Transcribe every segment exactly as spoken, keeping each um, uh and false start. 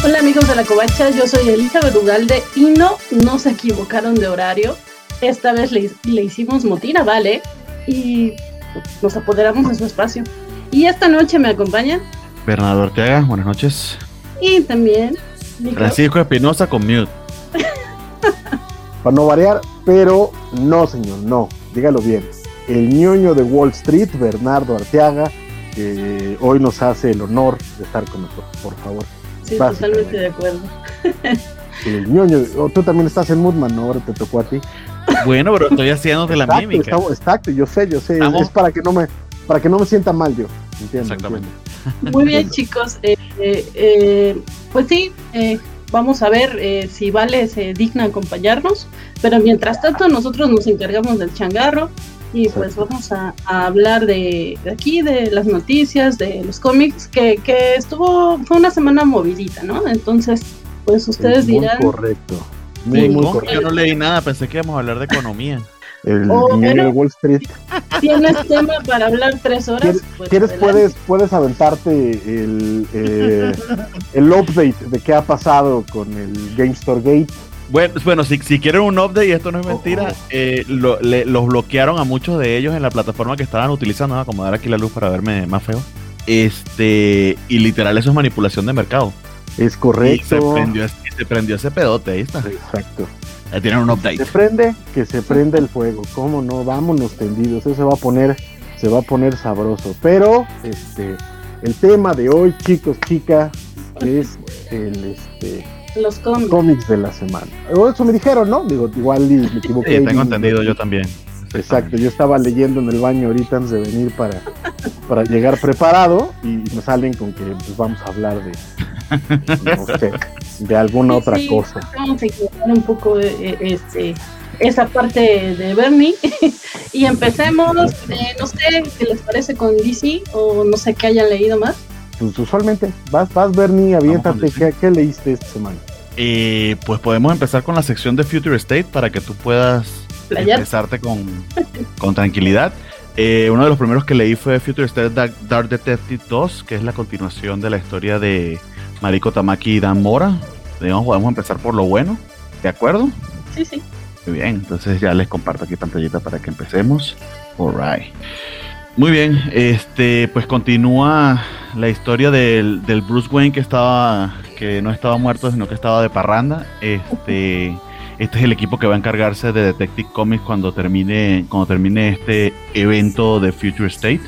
Hola amigos de la Covacha, yo soy Elizabeth Ugalde y no, no se equivocaron de horario. Esta vez le, le hicimos motina, ¿vale? Y nos apoderamos de su espacio. Y esta noche me acompañan Bernardo Arteaga, buenas noches. Y también Nico. Francisco Espinosa con mute. Para no variar, pero no señor, no, dígalo bien. El ñoño de Wall Street, Bernardo Arteaga, que hoy nos hace el honor de estar con nosotros, por favor. Sí, totalmente de acuerdo. El ñoño, oh, tú también estás en Moodman, ¿no? Ahora te tocó a ti. Bueno, pero estoy haciendo de la exacto, mímica. Estamos, exacto, yo sé, yo sé, es, es para que no me para que no me sienta mal yo. Entiendo, exactamente. Entiendo. Muy bien, chicos. Eh, eh, eh, pues sí, eh, vamos a ver eh, si Vale se digna acompañarnos, pero mientras tanto nosotros nos encargamos del changarro y pues exacto. Vamos a, a hablar de, de aquí, de las noticias, de los cómics, que, que estuvo, fue una semana movidita, ¿no? Entonces, pues ustedes es muy dirán... correcto. Muy, sí, muy correcto. Yo no leí nada, pensé que íbamos a hablar de economía. El oh, bueno, de Wall Street. ¿Tienes tema para hablar tres horas? ¿Quieres, pues ¿quieres puedes, puedes aventarte el, eh, el update de qué ha pasado con el GameStore Gate? Bueno, bueno si, si quieren un update, y esto no es mentira, oh, oh. Eh, lo, le, los bloquearon a muchos de ellos en la plataforma que estaban utilizando. Voy a acomodar aquí la luz para verme más feo. Este, y literal, eso es manipulación de mercado. Es correcto. Y se prendió, se prendió ese pedote, ahí está. Exacto. Ahí tienen un update. Se prende, que se prende el fuego. ¿Cómo no? Vámonos tendidos. Eso se va a poner, se va a poner sabroso. Pero, este, el tema de hoy, chicos, chicas, es el, este, los cómics. cómics de la semana. O eso me dijeron, ¿no? Digo, igual me equivoqué. Sí, tengo entendido yo también. Exacto, yo estaba leyendo en el baño ahorita antes de venir para, para llegar preparado y me salen con que pues, vamos a hablar de, no sé, de alguna sí, otra sí, cosa. Vamos a equilibrar un poco eh, este, esa parte de Bernie y empecemos, eh, no sé qué les parece con D C o no sé qué hayan leído más. Pues usualmente, vas, vas Bernie, aviéntate, ¿qué, ¿qué leíste esta semana? Eh, pues podemos empezar con la sección de Future State para que tú puedas ¿Playar? Empezarte con, con tranquilidad. Eh, uno de los primeros que leí fue Future State Dark, Dark Detective dos, que es la continuación de la historia de Mariko Tamaki y Dan Mora. Digamos, podemos empezar por lo bueno, ¿de acuerdo? Sí, sí. Muy bien, entonces ya les comparto aquí pantallita para que empecemos. Alright. Muy bien, este, pues continúa la historia del, del Bruce Wayne que estaba, que no estaba muerto, sino que estaba de parranda. Este... Este es el equipo que va a encargarse de Detective Comics cuando termine, cuando termine este evento de Future State.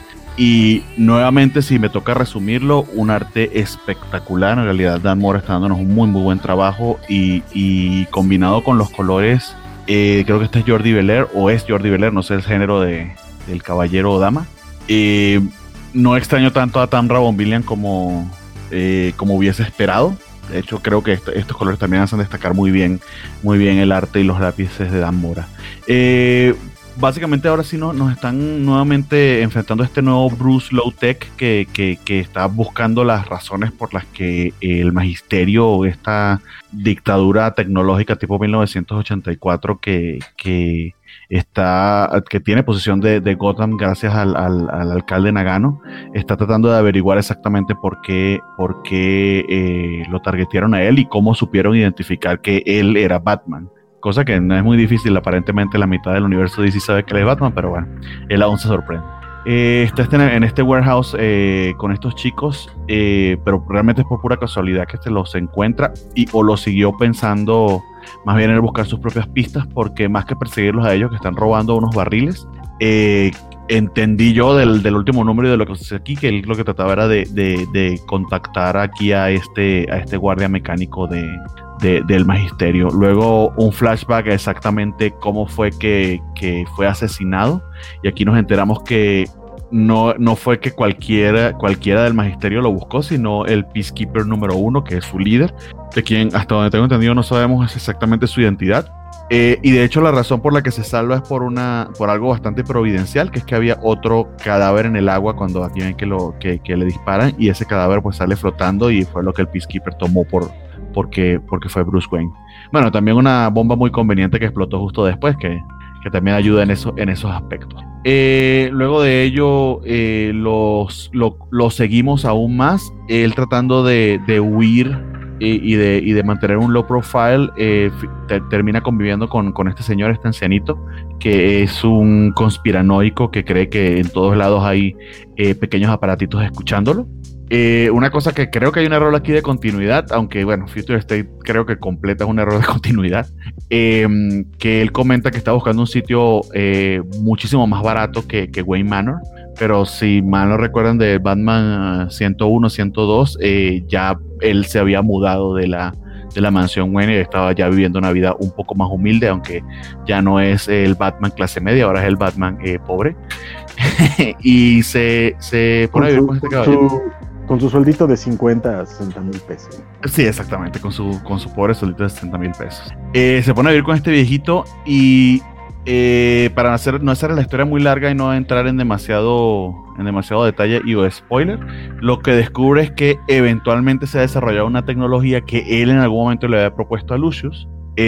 Y nuevamente, si me toca resumirlo, un arte espectacular. En realidad, Dan Mora está dándonos un muy, muy buen trabajo. Y, y combinado con los colores, eh, creo que este es Jordi Belair, o es Jordi Belair, no sé el género de, del caballero o dama. Eh, no extraño tanto a Tamra Bonvillain como, eh, como hubiese esperado. De hecho, creo que est- estos colores también hacen destacar muy bien, muy bien el arte y los lápices de Dan Mora. Eh, básicamente ahora sí no, nos están nuevamente enfrentando a este nuevo Bruce Low-Tech que, que, que está buscando las razones por las que el magisterio o esta dictadura tecnológica tipo mil novecientos ochenta y cuatro que, que está que tiene posesión de, de Gotham gracias al, al, al alcalde Nagano, está tratando de averiguar exactamente por qué, por qué eh, lo targetearon a él y cómo supieron identificar que él era Batman. Cosa que no es muy difícil, aparentemente la mitad del universo D C sabe que él es Batman, pero bueno, él aún se sorprende. Eh, está este, en este warehouse eh, con estos chicos, eh, pero realmente es por pura casualidad que se los encuentra y o lo siguió pensando más bien en buscar sus propias pistas, porque más que perseguirlos a ellos que están robando unos barriles, eh, entendí yo del, del último número y de lo que sucede aquí, que él lo que trataba era de, de, de contactar aquí a este, a este guardia mecánico de, de, del magisterio. Luego un flashback a exactamente cómo fue que, que fue asesinado, y aquí nos enteramos que no, no fue que cualquiera, cualquiera del magisterio lo buscó, sino el Peacekeeper número uno, que es su líder, de quien hasta donde tengo entendido no sabemos exactamente su identidad. Eh, y de hecho la razón por la que se salva es por una por algo bastante providencial, que es que había otro cadáver en el agua cuando aquí ven que, lo, que, que le disparan, y ese cadáver pues sale flotando y fue lo que el Peacekeeper tomó por, porque, porque fue Bruce Wayne. Bueno, también una bomba muy conveniente que explotó justo después, que, que también ayuda en, eso, en esos aspectos. Eh, luego de ello eh, los, lo, lo seguimos aún más, él tratando de, de huir y, y, de, y de mantener un low profile, eh, te, termina conviviendo con, con este señor, este ancianito, que es un conspiranoico que cree que en todos lados hay eh, pequeños aparatitos escuchándolo. Eh, una cosa que creo que hay un error aquí de continuidad, aunque bueno, Future State creo que completa un error de continuidad, eh, que él comenta que está buscando un sitio eh, muchísimo más barato que, que Wayne Manor, pero si mal no recuerdan de Batman ciento uno, ciento dos, eh, ya él se había mudado de la, de la mansión Wayne y estaba ya viviendo una vida un poco más humilde, aunque ya no es el Batman clase media, ahora es el Batman eh, pobre. Y se, se pone a vivir con este caballero. Con su sueldito de cincuenta a sesenta mil pesos. Sí, exactamente, con su, con su pobre sueldito de sesenta mil pesos. Eh, se pone a vivir con este viejito y eh, para hacer, no hacer la historia muy larga y no entrar en demasiado, en demasiado detalle y o spoiler, lo que descubre es que eventualmente se ha desarrollado una tecnología que él en algún momento le había propuesto a Lucius,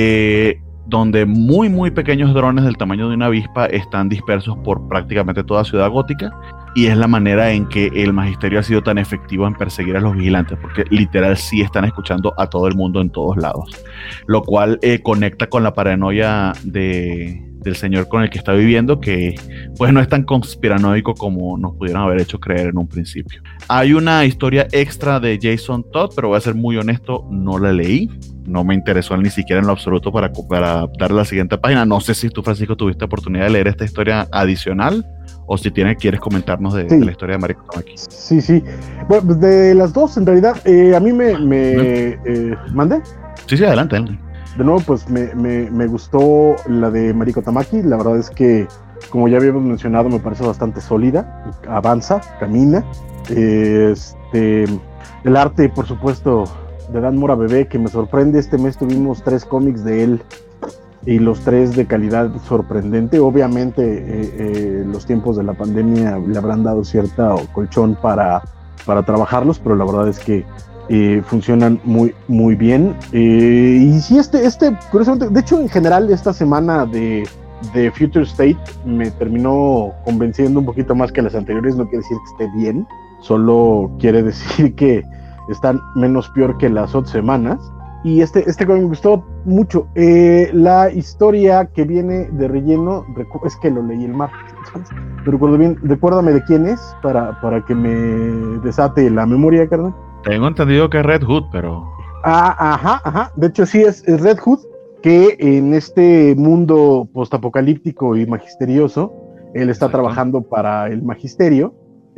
eh, donde muy muy pequeños drones del tamaño de una avispa están dispersos por prácticamente toda Ciudad Gótica, y es la manera en que el magisterio ha sido tan efectivo en perseguir a los vigilantes, porque literal sí están escuchando a todo el mundo en todos lados, lo cual eh, conecta con la paranoia de, del señor con el que está viviendo, que pues no es tan conspiranoico como nos pudieron haber hecho creer en un principio. Hay una historia extra de Jason Todd, pero voy a ser muy honesto, no la leí. No me interesó ni siquiera en lo absoluto para, para darle la siguiente página. No sé si tú, Francisco, tuviste oportunidad de leer esta historia adicional o si tienes, quieres comentarnos de, sí. de la historia de Mariko Tamaki. Sí, sí. Bueno, de las dos, en realidad, eh, a mí me... me eh, ¿Mande? Sí, sí, adelante, adelante. De nuevo, pues me, me, me gustó la de Mariko Tamaki. La verdad es que, como ya habíamos mencionado, me parece bastante sólida. Avanza, camina. Eh, este, el arte, por supuesto, de Dan Mora Bebé, que me sorprende. Este mes tuvimos tres cómics de él y los tres de calidad sorprendente. Obviamente eh, eh, los tiempos de la pandemia le habrán dado cierta colchón para, para trabajarlos, pero la verdad es que eh, funcionan muy muy bien. Eh, y sí, este, este curiosamente, de hecho en general esta semana de, de Future State me terminó convenciendo un poquito más que las anteriores. No quiere decir que esté bien, solo quiere decir que están menos peor que las otras semanas. Y este, este me gustó mucho. Eh, la historia que viene de relleno, recu- es que lo leí el martes, entonces, no recuerdo bien. Recuérdame de quién es, para, para que me desate la memoria, carnal. Tengo entendido que es Red Hood, pero... Ah, ajá, ajá. De hecho sí es, es Red Hood, que en este mundo postapocalíptico y magisterioso, él está Exacto. trabajando para el magisterio.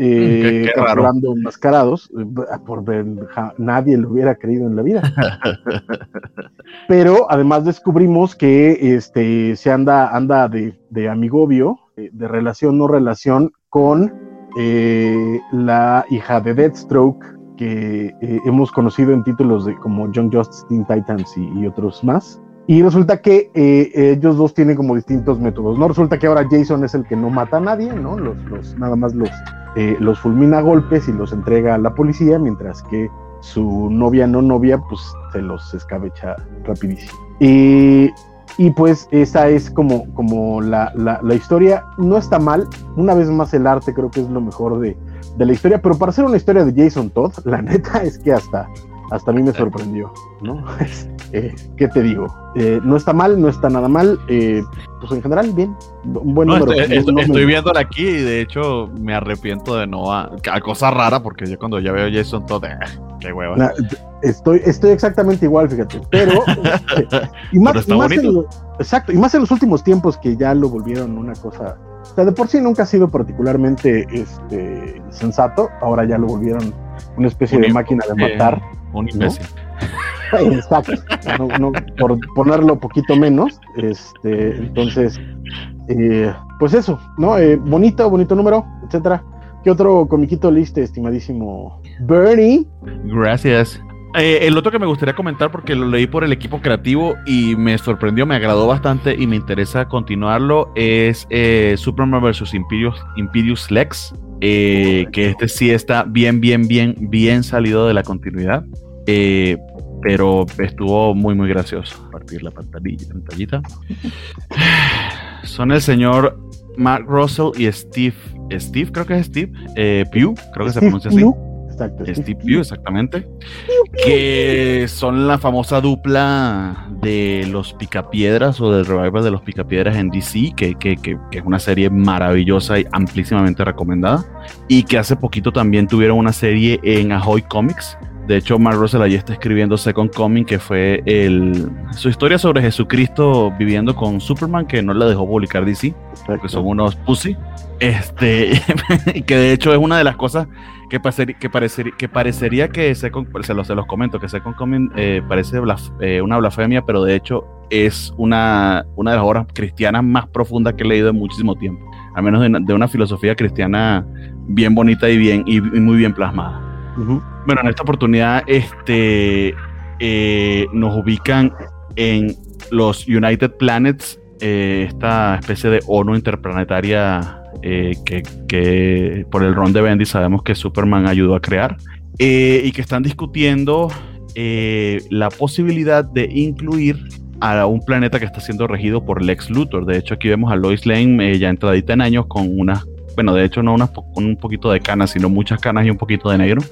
Eh, qué, qué capturando enmascarados, por ver, ja, nadie lo hubiera creído en la vida. Pero además descubrimos que este se anda anda de, de amigobio, de, de relación no relación con eh, la hija de Deathstroke, que eh, hemos conocido en títulos de como Young Justice, Teen Titans y, y otros más. Y resulta que eh, ellos dos tienen como distintos métodos, ¿no? Resulta que ahora Jason es el que no mata a nadie, ¿no? Los, los, nada más los, eh, los fulmina a golpes y los entrega a la policía, mientras que su novia no novia, pues se los escabecha rapidísimo. Y, y pues esa es como, como la, la, la historia. No está mal, una vez más el arte creo que es lo mejor de, de la historia, pero para hacer una historia de Jason Todd, la neta es que hasta... hasta a mí me sorprendió, ¿no? eh, ¿Qué te digo? Eh, no está mal, no está nada mal, eh, pues en general, bien, un buen no, número. Estoy, estoy, no estoy me... viéndola aquí y de hecho me arrepiento de no... A, a cosa rara, porque yo cuando ya veo Jason Todd, eh, qué hueva. Nah, estoy, estoy exactamente igual, fíjate, pero... este, y más, pero está y más bonito. En lo, exacto, y más en los últimos tiempos que ya lo volvieron una cosa... O sea, de por sí nunca ha sido particularmente este, sensato, ahora ya lo volvieron una especie un de máquina de matar. Eh, un imbécil. ¿No? Exacto, no, no, por ponerlo poquito menos, este, entonces, eh, pues eso, ¿no? Eh, bonito, bonito número, etcétera. ¿Qué otro comiquito leíste, estimadísimo Bernie? Gracias. Eh, el otro que me gustaría comentar, porque lo leí por el equipo creativo y me sorprendió, me agradó bastante y me interesa continuarlo, es eh, Superman versus Imperius, Imperius Lex, eh, que este sí está bien, bien, bien, bien salido de la continuidad, eh, pero estuvo muy, muy gracioso. Partir la pantallita, pantallita. Son el señor Mark Russell y Steve, Steve creo que es Steve, eh, Pugh, creo que Steve se pronuncia así. Pugh. Exacto. Steve Pugh, exactamente. Que son la famosa dupla de los Picapiedras o del revival de los Picapiedras en D C, que, que, que, que es una serie maravillosa y amplísimamente recomendada. Y que hace poquito también tuvieron una serie en Ahoy Comics. De hecho, Mark Russell allí está escribiendo Second Coming, que fue el, su historia sobre Jesucristo viviendo con Superman, que no la dejó publicar D C, porque son unos pussy. Este, que de hecho es una de las cosas que, parecer, que, parecer, que parecería que Second, se los, se los comento, que Second Coming eh, parece blas, eh, una blasfemia, pero de hecho es una, una de las obras cristianas más profundas que he leído en muchísimo tiempo, al menos de, de una filosofía cristiana bien bonita y, bien, y, y muy bien plasmada. Uh-huh. Bueno, en esta oportunidad este, eh, nos ubican en los United Planets, eh, esta especie de ONU interplanetaria eh, que, que por el Ron de Bendy sabemos que Superman ayudó a crear, eh, y que están discutiendo eh, la posibilidad de incluir a un planeta que está siendo regido por Lex Luthor. De hecho, aquí vemos a Lois Lane eh, ya entradita en años con unas, bueno, de hecho no unas, con un poquito de canas, sino muchas canas y un poquito de negro.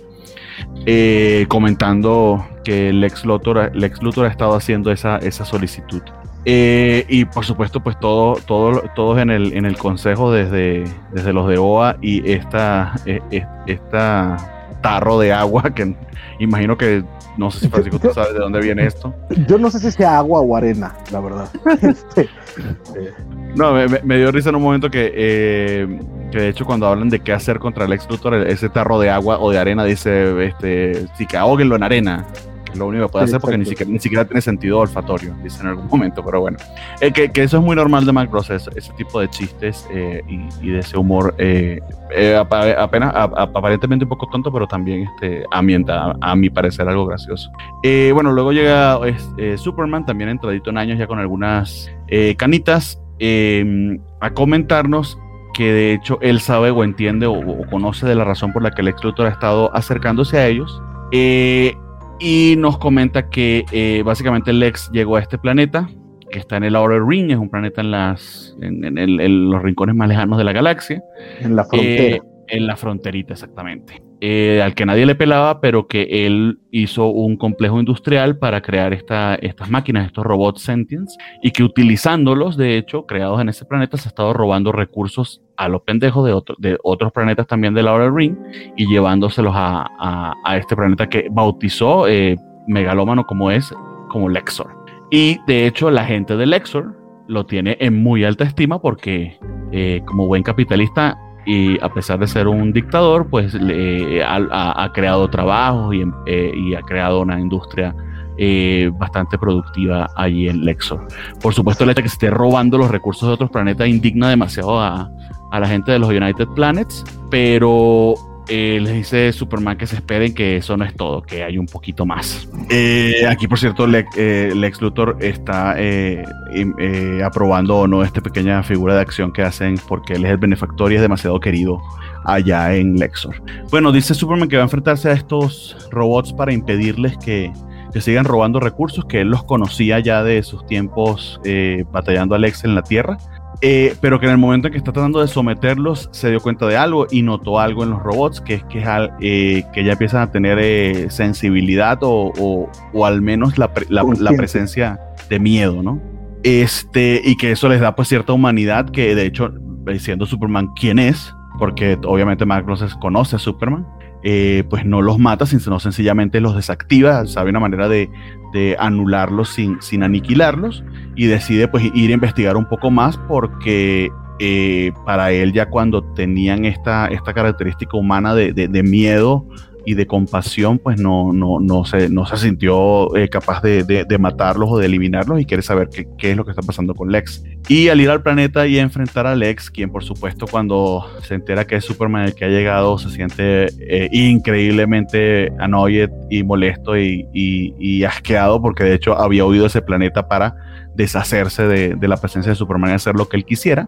Eh, comentando que Lex Luthor, Lex Luthor ha estado haciendo esa, esa solicitud. Eh, y por supuesto, pues todo, todo, todos en el, en el consejo, desde, desde los de O A y esta, eh, esta tarro de agua, que imagino que, no sé si Francisco tú sabes de dónde viene esto. Yo no sé si sea agua o arena, la verdad. este, eh. No, me, me dio risa en un momento que, eh, que de hecho cuando hablan de qué hacer contra Lex Luthor, ese tarro de agua o de arena dice, este, sí, que ahóguenlo en arena, que es lo único que puede sí, hacer, porque ni siquiera, ni siquiera tiene sentido olfatorio, dice en algún momento, pero bueno, eh, que, que eso es muy normal de Mark Russell, ese, ese tipo de chistes eh, y, y de ese humor eh, eh, apenas, a, a, aparentemente un poco tonto, pero también este, ambienta, a, a mi parecer, algo gracioso. Eh, bueno, luego llega eh, Superman, también entradito en años, ya con algunas eh, canitas, eh, a comentarnos que de hecho él sabe o entiende o, o conoce de la razón por la que Lex Luthor ha estado acercándose a ellos, eh, y nos comenta que eh, básicamente Lex llegó a este planeta que está en el Outer Ring, es un planeta en, las, en, en, el, en los rincones más lejanos de la galaxia, en la frontera, eh, en la fronterita exactamente, eh, al que nadie le pelaba, pero que él hizo un complejo industrial para crear esta, estas máquinas, estos robots sentients, y que utilizándolos, de hecho, creados en ese planeta, se ha estado robando recursos a los pendejos de, otro, de otros planetas también del Outer Ring y llevándoselos a, a, a este planeta que bautizó eh, megalómano como es, como Lexor. Y de hecho la gente de Lexor lo tiene en muy alta estima porque eh, como buen capitalista y a pesar de ser un dictador, pues le, ha, ha creado trabajos y, eh, y ha creado una industria eh, bastante productiva allí en Lexor. Por supuesto, el hecho de que se esté robando los recursos de otros planetas indigna demasiado a, a la gente de los United Planets, pero eh, les dice Superman que se esperen, que eso no es todo, que hay un poquito más. Eh, aquí, por cierto, Lex, eh, Lex Luthor está eh, eh, aprobando o no esta pequeña figura de acción que hacen, porque él es el benefactor y es demasiado querido allá en Lexor. Bueno, dice Superman que va a enfrentarse a estos robots para impedirles que, que sigan robando recursos, que él los conocía ya de sus tiempos eh, batallando a Lex en la Tierra. Eh, pero que en el momento en que está tratando de someterlos se dio cuenta de algo y notó algo en los robots, que es que, eh, que ya empiezan a tener eh, sensibilidad o, o, o al menos la, la, la presencia de miedo, ¿no? Este, y que eso les da pues cierta humanidad, que de hecho, siendo Superman quien es, porque obviamente Mark Russell conoce a Superman, eh, pues no los mata, sino sencillamente los desactiva, sabe una manera de, de anularlos sin, sin aniquilarlos, y decide pues ir a investigar un poco más porque eh, para él ya cuando tenían esta, esta característica humana de, de, de miedo y de compasión, pues no, no, no, se, no se sintió eh, capaz de, de, de matarlos o de eliminarlos, y quiere saber qué, qué es lo que está pasando con Lex. Y al ir al planeta y enfrentar a Lex, quien por supuesto cuando se entera que es Superman el que ha llegado, se siente eh, increíblemente annoyed y molesto y, y, y asqueado, porque de hecho había huido ese planeta para deshacerse de, de la presencia de Superman y hacer lo que él quisiera.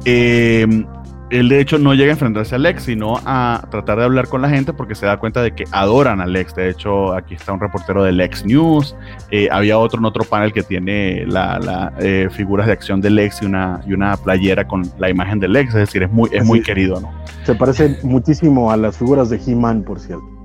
Eh, Él de hecho no llega a enfrentarse a Lex, sino a tratar de hablar con la gente, porque se da cuenta de que adoran a Lex. De hecho, aquí está un reportero de Lex News, eh, había otro en otro panel que tiene la, la, eh, figuras de acción de Lex y una, y una playera con la imagen de Lex, es decir, es muy, es muy querido, ¿no? Se parece muchísimo a las figuras de He-Man, por cierto.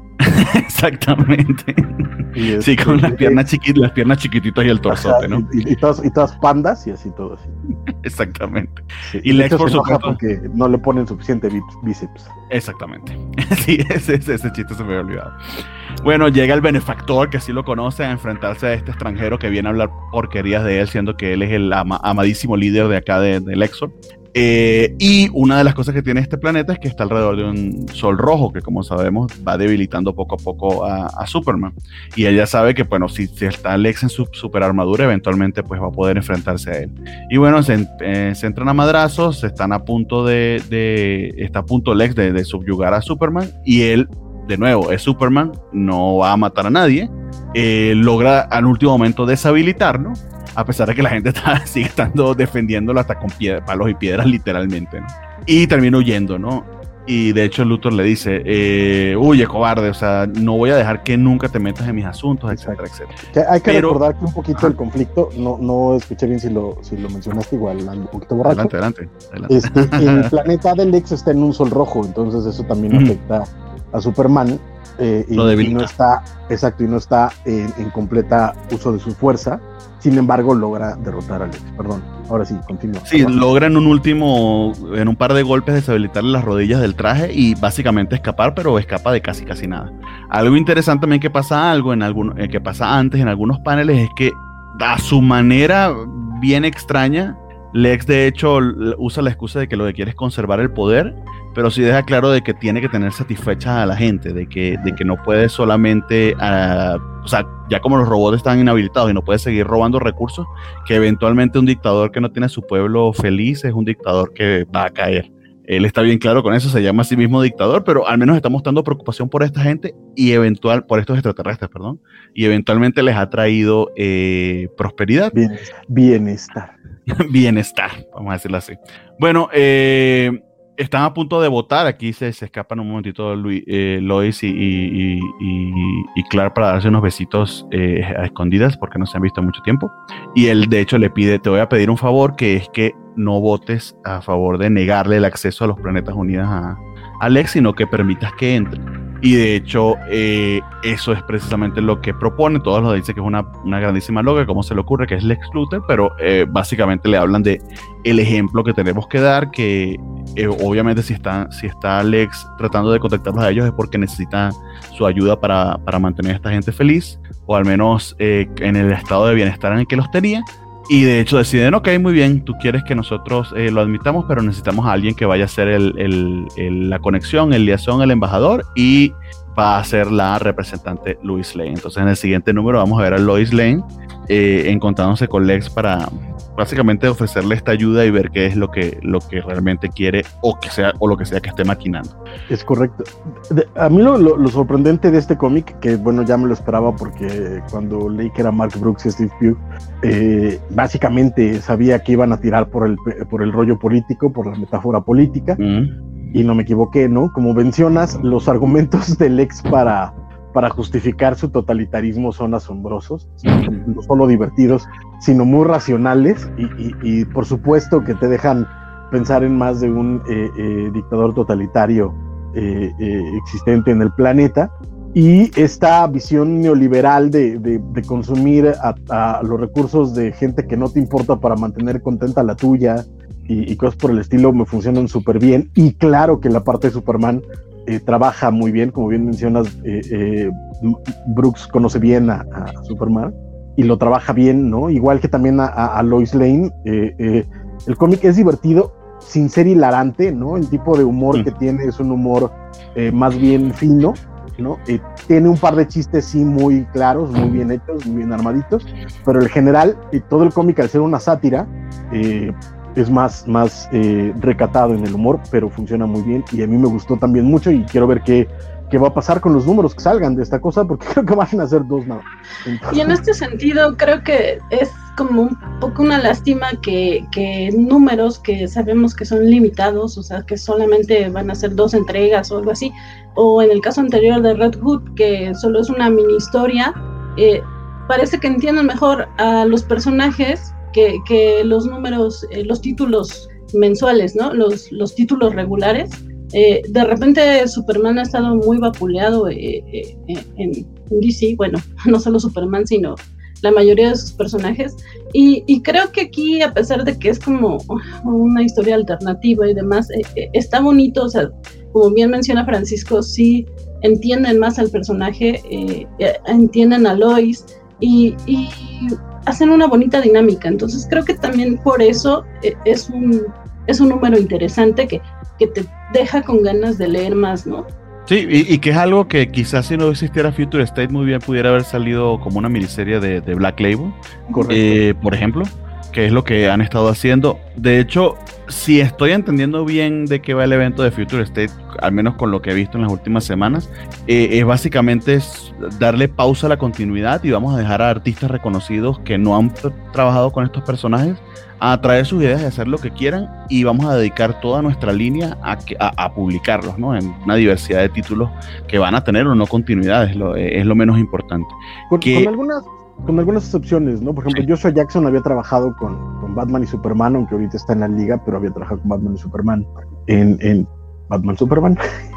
Exactamente. Y Sí, este, con las eh, piernas chiquitas, las piernas chiquititas y el torsote, ¿no? Y, y, todas, y todas pandas y así todo así. Exactamente. Sí, Y de Lex, hecho, por se enoja supuesto. porque no le ponen suficiente bí- bíceps. Exactamente. Sí, ese, ese, ese chiste se me había olvidado. Bueno, llega el benefactor, que así lo conoce, a enfrentarse a este extranjero que viene a hablar porquerías de él, siendo que él es el ama- amadísimo líder de acá de, de Lexor. Eh, y una de las cosas que tiene este planeta es que está alrededor de un sol rojo que, como sabemos, va debilitando poco a poco a, a Superman. Y ella sabe que, bueno, si, si está Lex en su super armadura, eventualmente pues va a poder enfrentarse a él. Y bueno, se, eh, se entran a madrazos, están a punto de, de está a punto Lex de, de subyugar a Superman, y él, de nuevo, es Superman, no va a matar a nadie, eh, logra al último momento deshabilitarlo, a pesar de que la gente está, sigue estando defendiéndolo hasta con piedra, palos y piedras literalmente, ¿no? Y termina huyendo, ¿no? Y de hecho Luthor le dice, eh, huye cobarde, o sea, no voy a dejar que nunca te metas en mis asuntos, etcétera, etcétera. Que hay que Pero, recordar que un poquito ajá. el conflicto, no, no escuché bien si lo, si lo mencionaste, igual ando un poquito borracho. Adelante, adelante, adelante. Este, el planeta de Lex está en un sol rojo, entonces eso también Ujú. afecta a Superman. Eh, y, Lo y debilita. no está, exacto, y no está en, en completa uso de su fuerza. Sin embargo, logra derrotar a Lex. Perdón, ahora sí, continúa. Sí, logra en un último, en un par de golpes deshabilitarle las rodillas del traje y básicamente escapar, pero escapa de casi casi nada. Algo interesante también que pasa algo en algún, eh, que pasa antes en algunos paneles es que a su manera bien extraña, Lex de hecho l- usa la excusa de que lo que quiere es conservar el poder, pero sí deja claro de que tiene que tener satisfecha a la gente, de que, de que no puede solamente, uh, o sea, ya como los robots están inhabilitados y no puede seguir robando recursos, que eventualmente un dictador que no tiene a su pueblo feliz es un dictador que va a caer. Él está bien claro con eso, se llama a sí mismo dictador, pero al menos está mostrando preocupación por esta gente y eventual, por estos extraterrestres, perdón, y eventualmente les ha traído eh, prosperidad. Bien, bienestar. Bienestar, vamos a decirlo así. Bueno, eh, están a punto de votar. Aquí se, se escapan un momentito Luis, eh, Lois y, y, y, y Clark para darse unos besitos eh, a escondidas porque no se han visto en mucho tiempo. Y él, de hecho, le pide: te voy a pedir un favor, que es que no votes a favor de negarle el acceso a los planetas unidos a, a Lex, sino que permitas que entre. Y de hecho, eh, eso es precisamente lo que propone. Todos lo dicen que es una, una grandísima loca, como se le ocurre, que es Lex Luthor, pero eh, básicamente le hablan de el ejemplo que tenemos que dar, que eh, obviamente si está, si está Lex tratando de contactarlos a ellos es porque necesita su ayuda para, para mantener a esta gente feliz, o al menos eh, en el estado de bienestar en el que los tenía. Y de hecho deciden, ok, muy bien, tú quieres que nosotros eh, lo admitamos, pero necesitamos a alguien que vaya a ser el, el, el, la conexión, el liaison, el embajador, y va a ser la representante Lois Lane. Entonces en el siguiente número vamos a ver a Lois Lane eh, encontrándose con Lex para básicamente ofrecerle esta ayuda y ver qué es lo que, lo que realmente quiere, o que sea, o lo que sea que esté maquinando. Es correcto. De, a mí lo, lo, lo sorprendente de este cómic, que bueno, ya me lo esperaba porque cuando leí que era Mark Brooks y Steve Pugh, eh, básicamente sabía que iban a tirar por el, por el rollo político, por la metáfora política, mm. y no me equivoqué, ¿no? Como mencionas, los argumentos del Lex para, para justificar su totalitarismo son asombrosos, no solo divertidos, sino muy racionales, y, y, y por supuesto que te dejan pensar en más de un eh, eh, dictador totalitario eh, eh, existente en el planeta. Y esta visión neoliberal de, de, de consumir a, a los recursos de gente que no te importa para mantener contenta la tuya y, y cosas por el estilo me funcionan súper bien. Y claro que la parte de Superman eh, trabaja muy bien, como bien mencionas, eh, eh, Brooks conoce bien a, a Superman y lo trabaja bien, ¿no? Igual que también a, a Lois Lane. Eh, eh, el cómic es divertido sin ser hilarante, ¿no? El tipo de humor sí. que tiene es un humor eh, más bien fino, ¿no? Eh, tiene un par de chistes sí muy claros, muy bien hechos, muy bien armaditos, pero en general eh, todo el cómic, al ser una sátira, eh, es más, más eh, recatado en el humor, pero funciona muy bien y a mí me gustó también mucho y quiero ver qué, qué va a pasar con los números que salgan de esta cosa, porque creo que van a ser dos nada. Entonces... Y en este sentido creo que es como un poco una lástima que, que números que sabemos que son limitados, o sea que solamente van a ser dos entregas o algo así, o en el caso anterior de Red Hood, que solo es una mini historia, eh, parece que entienden mejor a los personajes que, que los números, eh, los títulos mensuales, ¿no? Los, los títulos regulares, Eh, de repente Superman ha estado muy vapuleado eh, eh, en, en D C, bueno, no solo Superman, sino la mayoría de sus personajes, y, y creo que aquí, a pesar de que es como una historia alternativa y demás, eh, eh, está bonito, o sea, como bien menciona Francisco, sí entienden más al personaje, eh, eh, entienden a Lois, y, y hacen una bonita dinámica, entonces creo que también por eso eh, es un es un número interesante que, que te deja con ganas de leer más, ¿no? Sí, y, y que es algo que quizás si no existiera Future State muy bien pudiera haber salido como una miniserie de, de Black Label, eh, por ejemplo, que es lo que han estado haciendo. De hecho, si estoy entendiendo bien de qué va el evento de Future State, al menos con lo que he visto en las últimas semanas, eh, es básicamente es darle pausa a la continuidad y vamos a dejar a artistas reconocidos que no han t- trabajado con estos personajes a traer sus ideas y hacer lo que quieran, y vamos a dedicar toda nuestra línea a, que, a, a publicarlos, ¿no? En una diversidad de títulos que van a tener o no continuidad, es lo, es lo menos importante. Con, que, con algunas con algunas excepciones, ¿no? Por ejemplo, sí. Joshua Jackson había trabajado con, con Batman y Superman, aunque ahorita está en la liga, pero había trabajado con Batman y Superman en, en Batman Superman.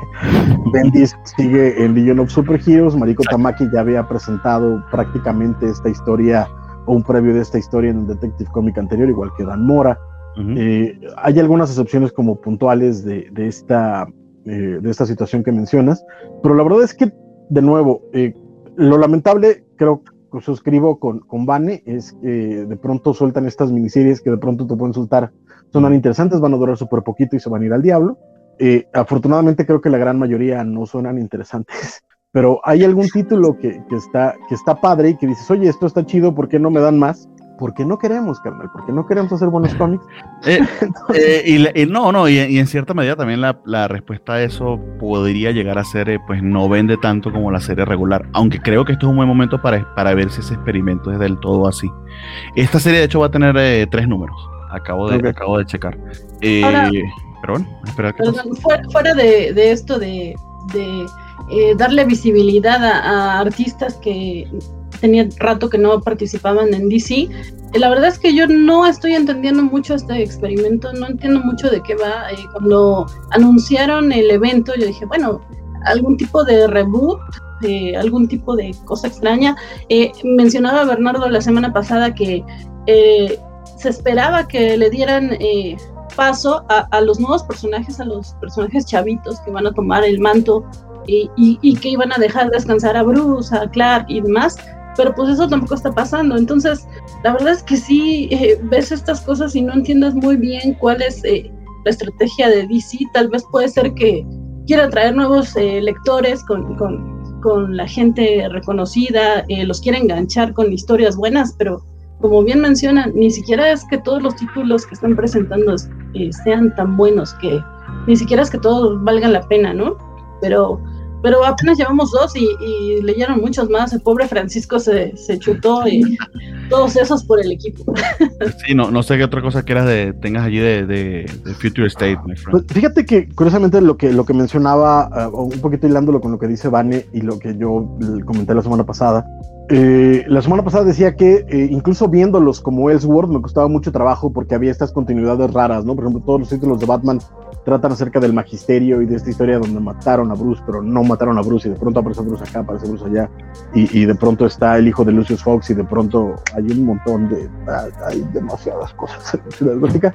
Bendis sigue en Legion of Super Heroes. Mariko Tamaki ya había presentado prácticamente esta historia o un previo de esta historia en el Detective Comic anterior, igual que Dan Mora. Uh-huh. Eh, hay algunas excepciones como puntuales de, de, esta, eh, de esta situación que mencionas, pero la verdad es que, de nuevo, eh, lo lamentable, creo que suscribo con, con Vane, es que de pronto sueltan estas miniseries que de pronto te pueden soltar, son tan interesantes, van a durar súper poquito y se van a ir al diablo. Eh, afortunadamente creo que la gran mayoría no suenan interesantes, pero hay algún título que, que, está, que está padre y que dices, oye, esto está chido, ¿por qué no me dan más? Porque no queremos, carnal, porque no queremos hacer buenos cómics. Eh, eh, y, y no, no, y, y en cierta medida también la, la respuesta a eso podría llegar a ser, eh, pues no vende tanto como la serie regular, aunque creo que esto es un buen momento para, para ver si ese experimento es del todo así. Esta serie de hecho va a tener eh, tres números, acabo de, okay. acabo de checar. Eh, Ahora, pero bueno, espera que perdón, fuera, fuera de, de esto de, de eh, darle visibilidad a, a artistas que tenía rato que no participaban en D C, la verdad es que yo no estoy entendiendo mucho este experimento, no entiendo mucho de qué va. Eh, cuando anunciaron el evento yo dije, bueno, algún tipo de reboot, eh, algún tipo de cosa extraña. Eh, mencionaba Bernardo la semana pasada que eh, se esperaba que le dieran eh, paso a, a los nuevos personajes, a los personajes chavitos que van a tomar el manto y, y, y que iban a dejar descansar a Bruce, a Clark y demás. Pero pues eso tampoco está pasando, entonces la verdad es que sí, eh, ves estas cosas y no entiendes muy bien cuál es eh, la estrategia de D C. Tal vez puede ser que quiera traer nuevos eh, lectores con, con, con la gente reconocida, eh, los quiere enganchar con historias buenas, pero como bien mencionan, ni siquiera es que todos los títulos que están presentando eh, sean tan buenos, que ni siquiera es que todos valgan la pena, ¿no? Pero... pero apenas llevamos dos y, y leyeron muchos más. El pobre Francisco se, se chutó y todos esos por el equipo. Sí, no, no sé qué otra cosa quieras de, tengas allí de, de, de Future State, my friend. Pues fíjate que curiosamente lo que, lo que mencionaba, uh, un poquito hilándolo con lo que dice Vane y lo que yo comenté la semana pasada, eh, la semana pasada decía que eh, incluso viéndolos como Elseworld me costaba mucho trabajo porque había estas continuidades raras, ¿no? Por ejemplo, todos los títulos de Batman tratan acerca del magisterio y de esta historia donde mataron a Bruce, pero no mataron a Bruce, y de pronto aparece Bruce acá, aparece Bruce allá, y, y de pronto está el hijo de Lucius Fox, y de pronto hay un montón de... hay demasiadas cosas en Ciudad Gótica.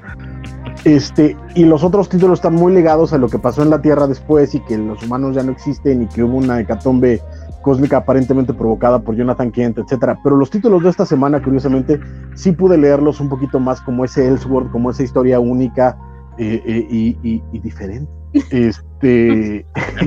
Este, y los otros títulos están muy ligados a lo que pasó en la Tierra después, y que los humanos ya no existen, y que hubo una hecatombe cósmica aparentemente provocada por Jonathan Kent, etcétera. Pero los títulos de esta semana, curiosamente, sí pude leerlos un poquito más como ese Elseworld, como esa historia única, Eh, eh, y, y, y diferente. Este,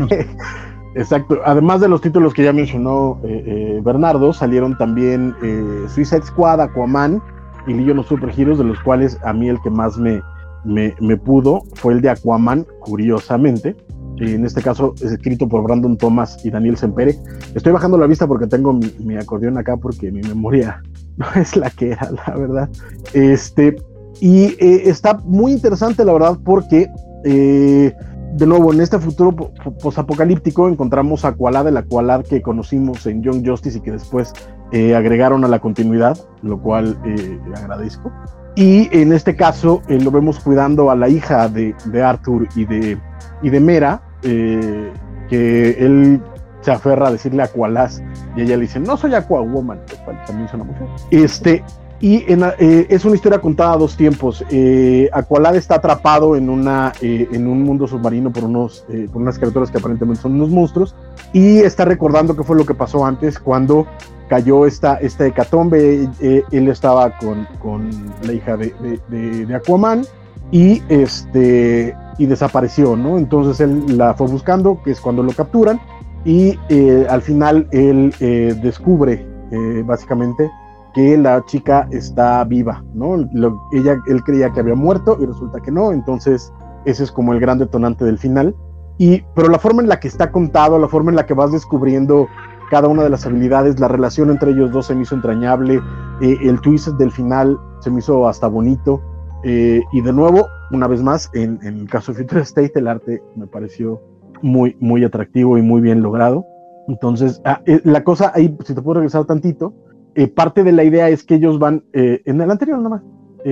exacto. Además de los títulos que ya mencionó eh, eh, Bernardo, salieron también eh, Suicide Squad, Aquaman y Legion of Super Heroes, de los cuales a mí el que más me, me, me pudo fue el de Aquaman, curiosamente. Eh, en este caso es escrito por Brandon Thomas y Daniel Sempere. Estoy bajando la vista porque tengo mi, mi acordeón acá porque mi memoria no es la que era, la verdad. Este. Y eh, está muy interesante, la verdad, porque, eh, de nuevo, en este futuro posapocalíptico encontramos a Aqualad, el Aqualad que conocimos en Young Justice y que después eh, agregaron a la continuidad, lo cual eh, agradezco. y en este caso eh, lo vemos cuidando a la hija de, de Arthur y de, y de Mera, eh, que él se aferra a decirle Aqualad, y ella le dice, no soy Aquawoman, lo cual también es una mujer. Este, y en, eh, es una historia contada a dos tiempos. Eh, Aqualad está atrapado en, una, eh, en un mundo submarino por, unos, eh, por unas criaturas que aparentemente son unos monstruos, y está recordando qué fue lo que pasó antes cuando cayó esta, esta hecatombe. Eh, él estaba con, con la hija de, de, de, de Aquaman, y, este, y desapareció, ¿no? Entonces él la fue buscando, que es cuando lo capturan, y eh, al final él eh, descubre eh, básicamente que la chica está viva, ¿no? Lo, ella, él creía que había muerto y resulta que no, entonces ese es como el gran detonante del final. Y, pero la forma en la que está contado, la forma en la que vas descubriendo cada una de las habilidades, la relación entre ellos dos se me hizo entrañable, eh, el twist del final se me hizo hasta bonito, eh, y de nuevo, una vez más, en, en el caso de Future State, el arte me pareció muy, muy atractivo y muy bien logrado. Entonces, ah, eh, la cosa ahí, si te puedo regresar tantito, eh, parte de la idea es que ellos van, eh, en el anterior nada más,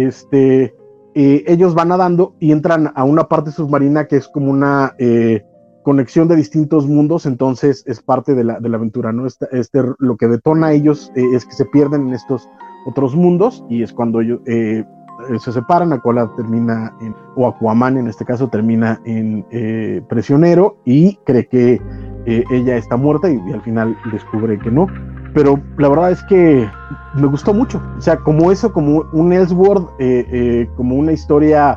este, eh, ellos van nadando y entran a una parte submarina que es como una eh, conexión de distintos mundos, entonces es parte de la, de la aventura, ¿no? Este, este, lo que detona a ellos eh, es que se pierden en estos otros mundos, y es cuando ellos eh, se separan. Aqualad termina en, o Aquaman en este caso termina en eh, prisionero y cree que eh, ella está muerta, y, y al final descubre que no, pero la verdad es que me gustó mucho, o sea, como eso, como un Elseworld, eh, eh, como una historia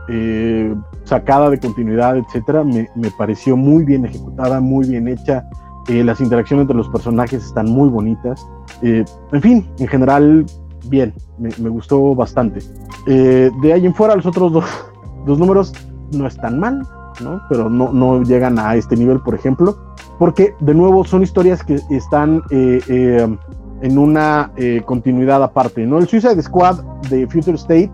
eh, sacada de continuidad, etcétera, me, me pareció muy bien ejecutada, muy bien hecha, eh, las interacciones entre los personajes están muy bonitas, eh, en fin, en general bien, me, me gustó bastante. Eh, de ahí en fuera los otros dos, dos números no están mal, ¿no? Pero no, no llegan a este nivel, por ejemplo, porque de nuevo son historias que están eh, eh, en una eh, continuidad aparte, ¿no? El Suicide Squad de Future State,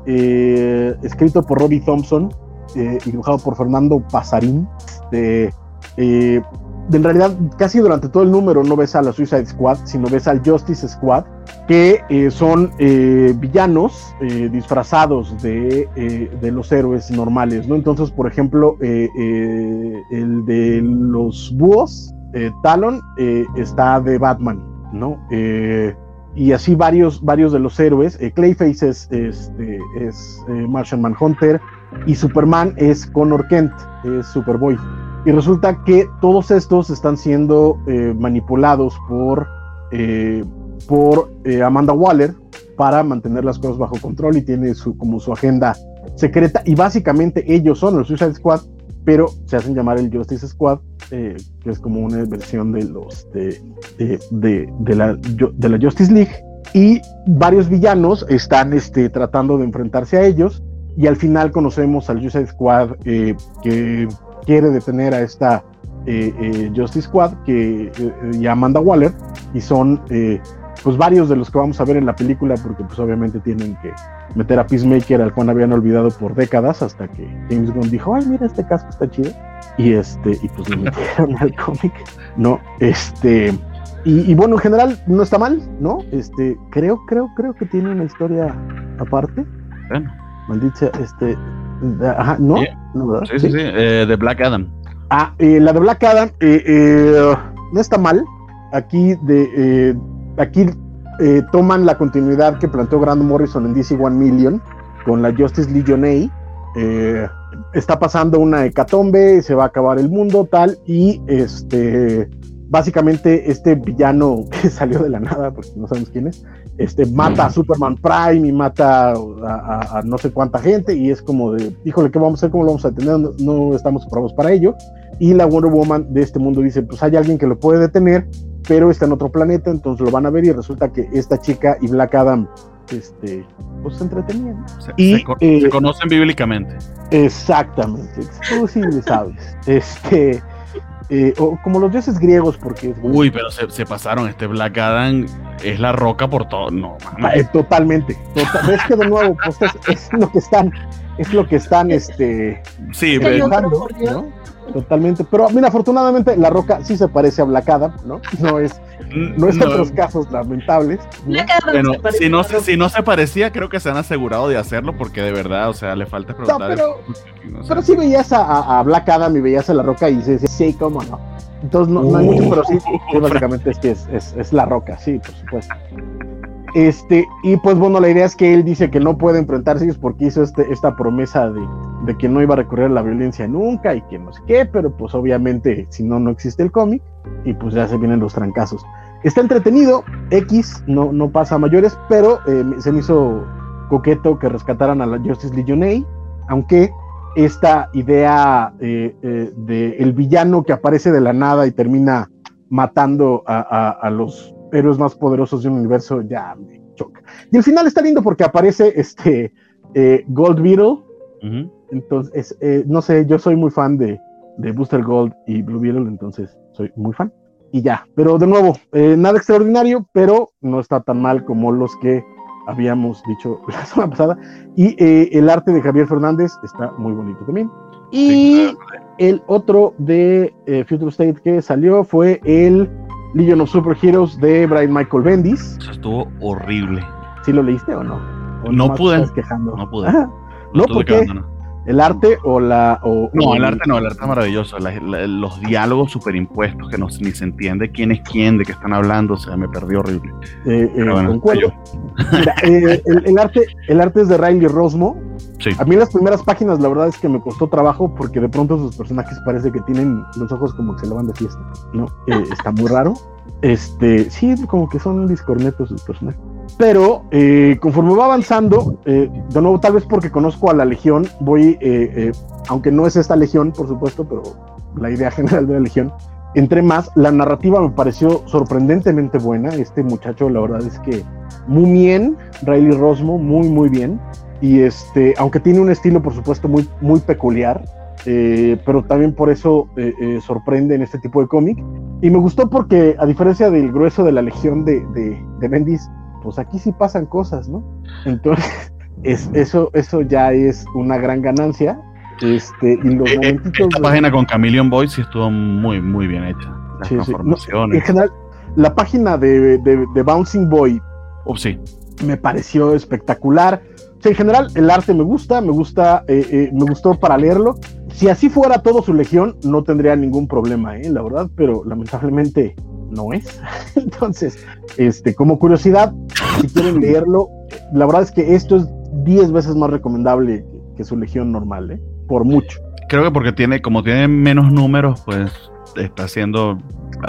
eh, escrito por Robbie Thompson eh, y dibujado por Fernando Pasarín, de, eh, de en realidad casi durante todo el número no ves a la Suicide Squad, sino ves al Justice Squad, que eh, son eh, villanos eh, disfrazados de, eh, de los héroes normales, ¿no? Entonces, por ejemplo, eh, eh, el de los búhos, eh, Talon, eh, está de Batman, ¿no? Eh, y así varios, varios de los héroes. eh, Clayface es, es, eh, es eh, Martian Manhunter, y Superman es Connor Kent, es Superboy. Y resulta que todos estos están siendo eh, manipulados por... Eh, por eh, Amanda Waller para mantener las cosas bajo control, y tiene su, como su agenda secreta, y básicamente ellos son el Suicide Squad, pero se hacen llamar el Justice Squad, eh, que es como una versión de los de, de, de, de, la, de la Justice League, y varios villanos están este, tratando de enfrentarse a ellos, y al final conocemos al Suicide Squad eh, que quiere detener a esta eh, eh, Justice Squad que, eh, y a Amanda Waller, y son eh, pues varios de los que vamos a ver en la película, porque pues obviamente tienen que meter a Peacemaker, al cual habían olvidado por décadas, hasta que James Gunn dijo, ay, mira, este casco está chido, y este, y pues lo metieron al cómic, ¿no? Este, y, y bueno, en general no está mal, ¿no? Este, creo, creo, creo que tiene una historia aparte. Bueno. Maldita, este, ajá, ¿no? Yeah. ¿No, verdad? Sí, sí, sí, eh, de Black Adam. Ah, eh, la de Black Adam, eh, eh, no está mal. Aquí de eh, aquí eh, toman la continuidad que planteó Grant Morrison en D C One Million con la Justice Legion A. Eh, está pasando una hecatombe, se va a acabar el mundo, tal, y este básicamente este villano que salió de la nada, porque no sabemos quién es, este mata a Superman Prime y mata a, a, a no sé cuánta gente, y es como de, híjole, ¿qué vamos a hacer? ¿Cómo lo vamos a detener? No, no estamos preparados para ello. Y la Wonder Woman de este mundo dice, pues hay alguien que lo puede detener, pero está en otro planeta, entonces lo van a ver, y resulta que esta chica y Black Adam este, pues se entretenían. Se, y, se, co- eh, se conocen bíblicamente. Exactamente, tú sí le sabes. Este, eh, o como los dioses griegos, porque es Uy, pero se, se pasaron. Este Black Adam es la roca por todo. No, ah, eh, totalmente. Total, es que de nuevo, pues es, es lo que están. es lo que están, este... Sí, pero... pensando, ¿no? Totalmente, pero mira, afortunadamente La Roca sí se parece a Black Adam, ¿no? No es, no es no. otros casos lamentables, ¿no? Black Adam Bueno, se parece si no, a se, Roca. si no se parecía, creo que se han asegurado de hacerlo porque de verdad, o sea, le falta preguntar. No, pero, no sé. pero sí veías a, a, a Black Adam y veías a La Roca y dices, sí, cómo no. Entonces no, no hay mucho, pero sí, sí básicamente es que es, es, es La Roca, sí, por supuesto. Este, y pues bueno, la idea es que él dice que no puede enfrentarse a ellos porque hizo este, esta promesa de, de que no iba a recurrir a la violencia nunca y que no sé qué, pero pues obviamente si no, no existe el cómic y pues ya se vienen los trancazos. Está entretenido, X, no, no pasa a mayores, pero eh, se me hizo coqueto que rescataran a la Justice Legion A, aunque esta idea eh, eh, de el villano que aparece de la nada y termina matando a, a, a los héroes más poderosos de un universo ya me choca. Y el final está lindo porque aparece este eh, Gold Beetle. Uh-huh. Entonces, eh, no sé, yo soy muy fan de, de Booster Gold y Blue Beetle, entonces soy muy fan. Y ya, pero de nuevo, eh, nada extraordinario, pero no está tan mal como los que habíamos dicho la semana pasada. Y eh, el arte de Javier Fernández está muy bonito también. Y sí, el otro de eh, Future State que salió fue el Legion of Superheroes de Brian Michael Bendis. Eso estuvo horrible. ¿Sí lo leíste o no? ¿O no pude. No pude. Ajá. No, porque el arte o la... O, no, o el arte no, el arte es maravilloso. La, la, los diálogos superimpuestos que no ni se entiende quién es quién, de qué están hablando, o sea, me perdí horrible. Eh, eh, bueno, concuerdo. Mira, eh, el, el, arte, el arte es de Riley Rosmo. Sí. A mí las primeras páginas la verdad es que me costó trabajo porque de pronto sus personajes parece que tienen los ojos como que se le van de fiesta, ¿no? Eh, está muy raro. Este, sí, como que son discornetos sus personajes. Pero eh, conforme va avanzando, eh, de nuevo, tal vez porque conozco a la Legión, voy, eh, eh, aunque no es esta Legión, por supuesto, pero la idea general de la Legión, entre más, la narrativa me pareció sorprendentemente buena. Este muchacho, la verdad es que muy bien, Riley Rosmo, muy, muy bien. Y este, aunque tiene un estilo, por supuesto, muy, muy peculiar, eh, pero también por eso eh, eh, sorprende en este tipo de cómic. Y me gustó porque, a diferencia del grueso de la Legión de, de, de Bendis, pues aquí sí pasan cosas, ¿no? Entonces, es, eso, eso ya es una gran ganancia. Este, y los eh, momentitos esta de... página con Chameleon Boy sí estuvo muy, muy bien hecha. Las sí, transformaciones. Sí. No, en general, la página de, de, de Bouncing Boy oh, sí. me pareció espectacular. O sea, en general, el arte me gusta, me gusta, eh, eh, me gustó para leerlo. Si así fuera todo su Legión, no tendría ningún problema, ¿eh? La verdad, pero lamentablemente no es. Entonces, este, como curiosidad, si quieren leerlo, la verdad es que esto es diez veces más recomendable que, que su Legión normal, ¿eh? Por mucho. Creo que porque tiene, como tiene menos números, pues está haciendo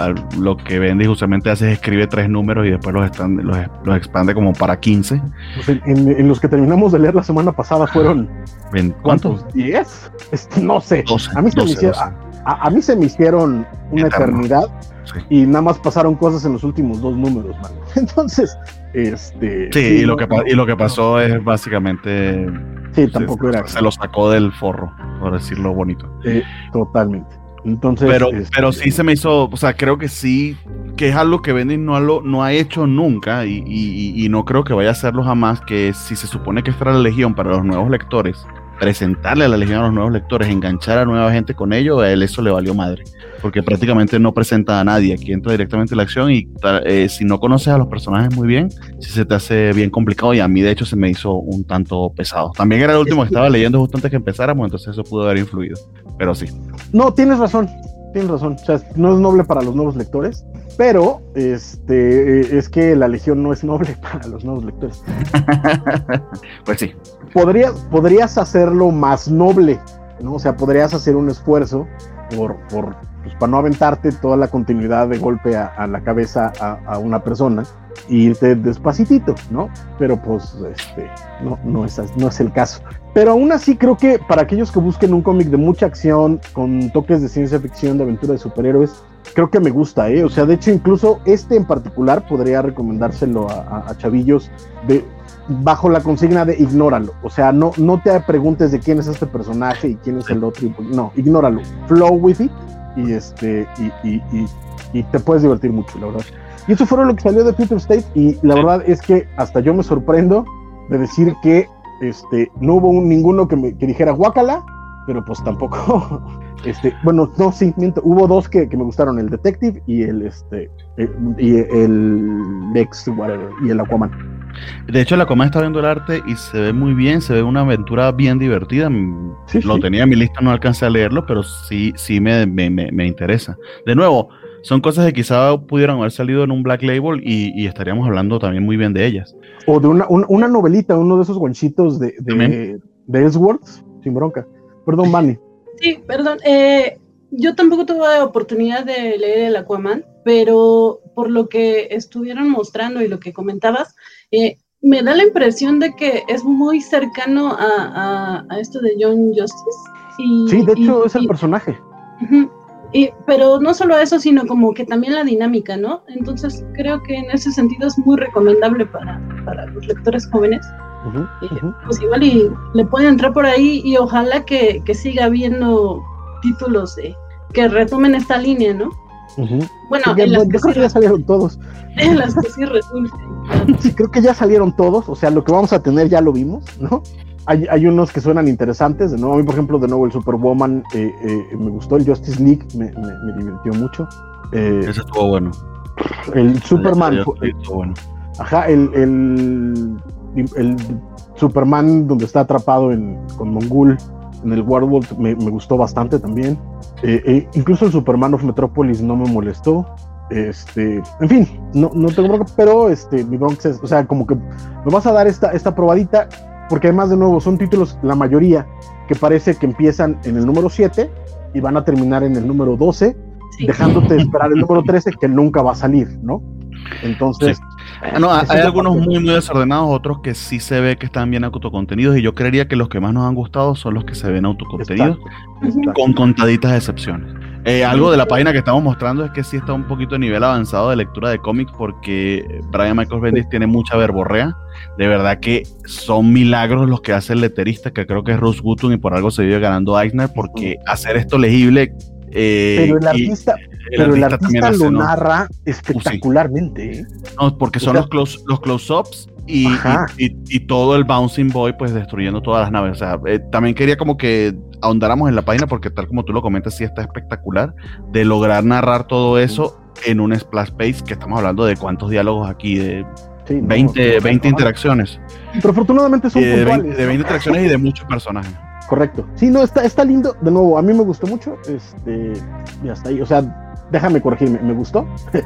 lo que Bendis justamente hace, es escribe tres números y después los, están, los, los expande como para quince. Pues en, en, en los que terminamos de leer la semana pasada fueron ¿cuántos? ¿diez? Este, no sé. doce, a, mí se doce, me hicieron, a, a mí se me hicieron una Eterno. eternidad sí. Y nada más pasaron cosas en los últimos dos números, man. Entonces, este... Sí, sí y, lo no, que, y lo que pasó no. es básicamente... Sí, tampoco se, era... Se lo sacó del forro, por decirlo bonito. Eh, totalmente. Entonces, pero, este... pero sí se me hizo, o sea, creo que sí, que es algo que Bendis no ha, lo, no ha hecho nunca y, y, y no creo que vaya a hacerlo jamás, que si se supone que esta era la Legión para los nuevos lectores, presentarle a la Legión a los nuevos lectores, enganchar a nueva gente con ello, a él eso le valió madre, porque prácticamente no presenta a nadie, aquí entra directamente la acción y eh, si no conoces a los personajes muy bien, sí se te hace bien complicado y a mí de hecho se me hizo un tanto pesado. También era el último que estaba leyendo justo antes que empezáramos, entonces eso pudo haber influido, pero sí. No, tienes razón, tienes razón, o sea, no es noble para los nuevos lectores, pero este es que la Legión no es noble para los nuevos lectores. Pues sí. Podrías, podrías hacerlo más noble, ¿no? O sea, podrías hacer un esfuerzo por, por pues, para no aventarte toda la continuidad de golpe a, a la cabeza a, a una persona e irte despacitito, ¿no? Pero pues este no, no, es, no es el caso. Pero aún así creo que para aquellos que busquen un cómic de mucha acción, con toques de ciencia ficción, de aventura de superhéroes, creo que me gusta, ¿eh? O sea, de hecho, incluso este en particular podría recomendárselo a, a, a chavillos de, bajo la consigna de ignóralo. O sea, no, no te preguntes de quién es este personaje y quién es el otro. No, ignóralo. Flow with it y, este, y, y, y, y te puedes divertir mucho, la verdad. Y eso fue lo que salió de Future State y la verdad es que hasta yo me sorprendo de decir que Este, no hubo un, ninguno que, me, que dijera guácala, pero pues tampoco. Este, bueno, no, sí, miento. Hubo dos que, que me gustaron, el Detective y el este eh, y el Lex, whatever, y el Aquaman. De hecho, el Aquaman está viendo el arte y se ve muy bien, se ve una aventura bien divertida. Sí, lo sí. tenía en mi lista, no alcancé a leerlo, pero sí, sí me, me, me, me interesa. De nuevo, son cosas que quizá pudieran haber salido en un Black Label y, y estaríamos hablando también muy bien de ellas. O de una, un, una novelita, uno de esos guanchitos de, de, de Ellsworth, sin bronca. Perdón, Manny. Sí, perdón. Eh, yo tampoco tuve oportunidad de leer el Aquaman, pero por lo que estuvieron mostrando y lo que comentabas, eh, me da la impresión de que es muy cercano a, a, a esto de Young Justice. Y, sí, de hecho y, es el y, personaje. Uh-huh. Y, pero no solo eso, sino como que también la dinámica, ¿no? Entonces creo que en ese sentido es muy recomendable para, para los lectores jóvenes. Uh-huh, uh-huh. Pues igual y le pueden entrar por ahí y ojalá que, que siga habiendo títulos de, que retomen esta línea, ¿no? Uh-huh. Bueno, sí, ya, en las yo que creo sí que ya salieron todos. En las que sí resulten. Sí, creo que ya salieron todos, o sea, lo que vamos a tener ya lo vimos, ¿no? Hay, hay unos que suenan interesantes, de nuevo, a mí por ejemplo, de nuevo el Superwoman eh, eh, me gustó, el Justice League me, me, me divirtió mucho. Eh, Ese estuvo bueno. El Superman, fue, estuvo bueno. Ajá, el, el, el Superman donde está atrapado en, con Mongul en el World me, me gustó bastante también. Eh, eh, incluso el Superman of Metropolis no me molestó. Este, en fin, no, no tengo bronca, pero este, mi bronca es, o sea, como que me vas a dar esta, esta probadita, porque además de nuevo son títulos, la mayoría, que parece que empiezan en el número siete y van a terminar en el número doce, sí. dejándote esperar el número trece que nunca va a salir, ¿no? Entonces... Sí. No, hay algunos muy muy desordenados, otros que sí se ve que están bien autocontenidos, y yo creería que los que más nos han gustado son los que se ven autocontenidos, exacto, exacto. con contaditas excepciones. Eh, algo de la página que estamos mostrando es que sí está un poquito de nivel avanzado de lectura de cómics, porque Brian Michael Bendis sí. tiene mucha verborrea. De verdad que son milagros los que hace el letrista, que creo que es Russ Gutton, y por algo se vive ganando Eisner, porque uh-huh. hacer esto legible... Eh, pero el artista, el pero artista, el artista lo hace, ¿no? narra espectacularmente. Uh, sí. No, porque son o sea, los, close, los close-ups y, y, y, y todo el Bouncing Boy pues destruyendo todas las naves. O sea, eh, también quería como que ahondáramos en la página, porque tal como tú lo comentas, sí está espectacular de lograr narrar todo eso en un splash page, que estamos hablando de cuántos diálogos aquí, de sí, veinte, no, veinte interacciones. Pero afortunadamente son de puntuales. veinte, de veinte interacciones y de muchos personajes. Correcto. Sí, no, está, está lindo. De nuevo, a mí me gustó mucho. Este, y hasta ahí. O sea, déjame corregirme, me gustó.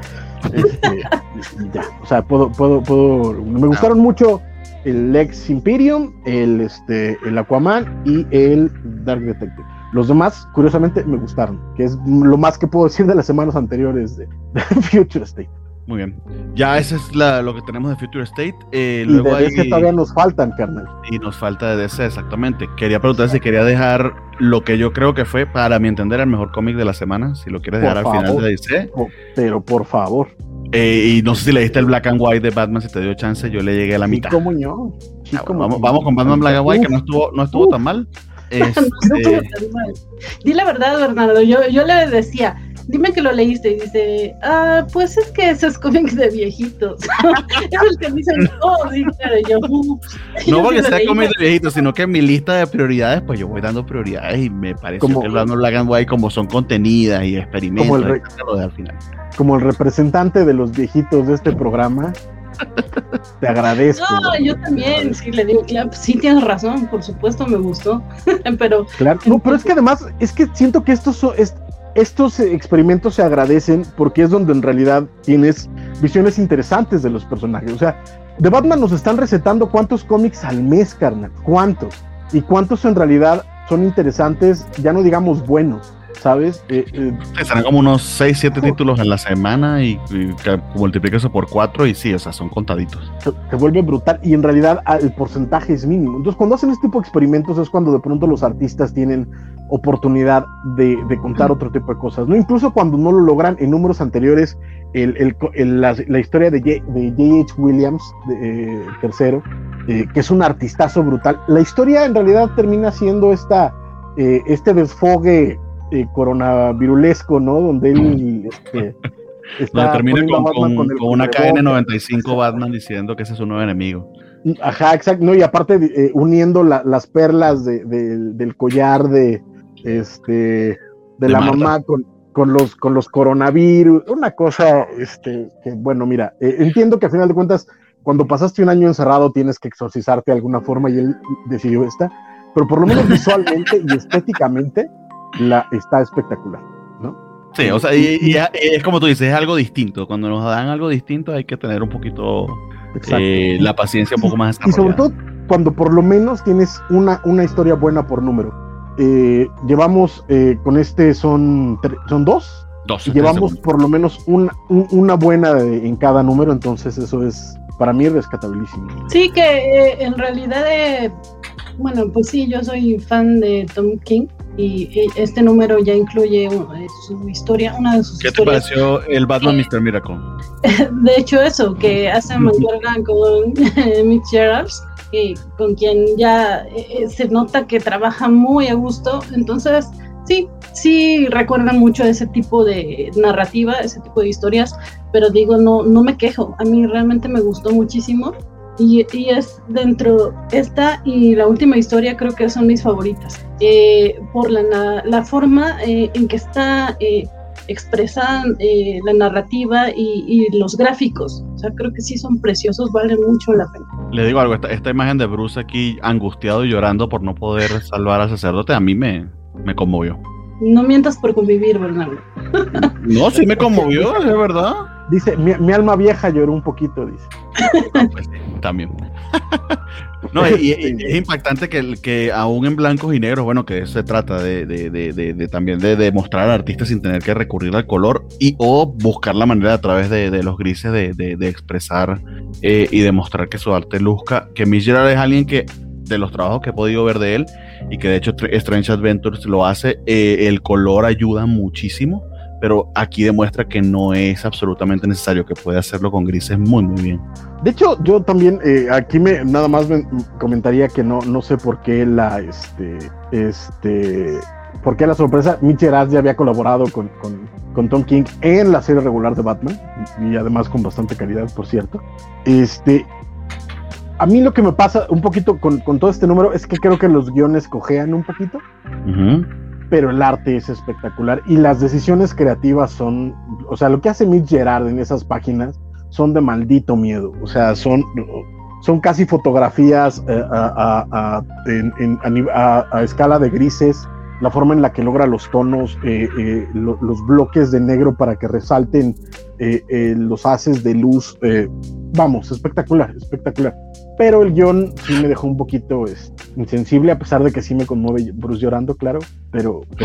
este, y ya. O sea, puedo, puedo, puedo. Me gustaron mucho el Lex Imperium, el, este, el Aquaman y el Dark Detective. Los demás, curiosamente, me gustaron. Que es lo más que puedo decir de las semanas anteriores de, de Future State. Muy bien. Ya ese es la, lo que tenemos de Future State. Eh, y luego de hay... D C todavía nos faltan, carnal. Y nos falta de D C, exactamente. Quería preguntar si quería dejar lo que yo creo que fue, para mi entender, el mejor cómic de la semana. Si lo quieres por dejar favor, al final de D C. Por, pero por favor. Eh, y no sé si leíste el Black and White de Batman, si te dio chance. Yo le llegué a la mitad. Sí, cómo yo. Sí, ah, bueno, vamos, vamos con Batman Black and White, que no estuvo, no estuvo tan mal. Este... no estuvo tan mal. Di la verdad, Bernardo. Yo, yo le decía... Dime que lo leíste, y dice, ah, pues es que esos cómics de viejitos. Es el que dicen, oh, sí, claro, yo. Uh, no yo porque sí sea leí, cómics de viejitos, sino que en mi lista de prioridades, pues yo voy dando prioridades, y me parece que el Batman Black and White, como son contenidas y experimentos, como el, re- lo de al final. Como el representante de los viejitos de este programa, te agradezco. No, yo también, sí, le digo, claro, sí tienes razón, por supuesto me gustó, pero... Claro, no, pero es que además, es que siento que estos son... Es, Estos experimentos se agradecen porque es donde en realidad tienes visiones interesantes de los personajes. O sea, de Batman nos están recetando cuántos cómics al mes, carnal. ¿Cuántos? Y cuántos en realidad son interesantes, ya no digamos buenos, ¿sabes? Eh, eh, Serán como unos seis, siete oh. títulos en la semana, y, y multiplica eso por cuatro y sí, o sea, son contaditos. Se, se vuelve brutal, y en realidad el porcentaje es mínimo. Entonces, cuando hacen este tipo de experimentos es cuando de pronto los artistas tienen oportunidad de, de contar otro tipo de cosas, ¿no? Incluso cuando no lo logran en números anteriores, el, el, el, la, la historia de J. de J H. Williams, de, eh, tercero, eh, que es un artistazo brutal. La historia en realidad termina siendo esta, eh, este desfogue eh, coronavirulesco, ¿no? Donde él este, está no, termina con, con, con, con una K N noventa y cinco Batman diciendo que ese es su nuevo enemigo. Ajá, exacto, no, y aparte eh, uniendo la, las perlas de, de, del collar de este de, de la Marta. Mamá con, con los con los coronavirus, una cosa este que bueno, mira, eh, entiendo que a final de cuentas cuando pasaste un año encerrado tienes que exorcizarte de alguna forma y él decidió esta, pero por lo menos visualmente y estéticamente la está espectacular, ¿no? Sí, o sea, y, y, y es como tú dices, es algo distinto. Cuando nos dan algo distinto hay que tener un poquito eh, la paciencia un poco más desarrollada. Y sobre todo cuando por lo menos tienes una, una historia buena por número. Eh, llevamos eh, con este son son dos, dos y llevamos por lo menos una, un, una buena de, en cada número, entonces eso es para mí rescatabilísimo. Sí, que eh, en realidad eh, bueno, pues sí, yo soy fan de Tom King y, y este número ya incluye uh, su historia, una de sus ¿Qué historias. ¿Qué te pareció el Batman eh, mister Miracle? De hecho eso, que hace mancuerna con Mitch Gerards, eh, con quien ya eh, se nota que trabaja muy a gusto, entonces sí, sí recuerdan mucho ese tipo de narrativa, ese tipo de historias, pero digo, no, no me quejo, a mí realmente me gustó muchísimo. Y, y es dentro esta y la última historia creo que son mis favoritas eh, por la, la, la forma eh, en que está eh, expresada eh, la narrativa y, y los gráficos, o sea, creo que sí son preciosos, valen mucho la pena. Le digo algo, esta, esta imagen de Bruce aquí angustiado y llorando por no poder salvar al sacerdote a mí me, me conmovió. No mientas por convivir, Bernardo. No, sí me conmovió, es verdad. Dice, mi, mi alma vieja lloró un poquito, dice. No, pues sí, también. No, y, y es impactante que, que aún en blancos y negros, bueno, que eso se trata de, de, de, de, de también de, de mostrar al artista sin tener que recurrir al color y o buscar la manera a través de, de los grises de, de, de expresar eh, y demostrar que su arte luzca. Que Mitch Gerads es alguien que, de los trabajos que he podido ver de él, y que de hecho Strange Adventures lo hace, eh, el color ayuda muchísimo, pero aquí demuestra que no es absolutamente necesario, que puede hacerlo con grises muy muy bien. De hecho, yo también eh, aquí me nada más me comentaría que no, no sé por qué la este este por qué la sorpresa. Mitch Gerads ya había colaborado con, con, con Tom King en la serie regular de Batman, y además con bastante calidad, por cierto. Este A mí lo que me pasa un poquito con, con todo este número es que creo que los guiones cojean un poquito, uh-huh. pero el arte es espectacular y las decisiones creativas son, o sea, lo que hace Mitch Gerads en esas páginas son de maldito miedo, o sea, son, son casi fotografías eh, a, a, a, en, en, a, a escala de grises, la forma en la que logra los tonos, eh, eh, lo, los bloques de negro para que resalten eh, eh, los haces de luz, eh, vamos, espectacular, espectacular. Pero el guión sí me dejó un poquito es, insensible, a pesar de que sí me conmueve Bruce llorando, claro, pero, pero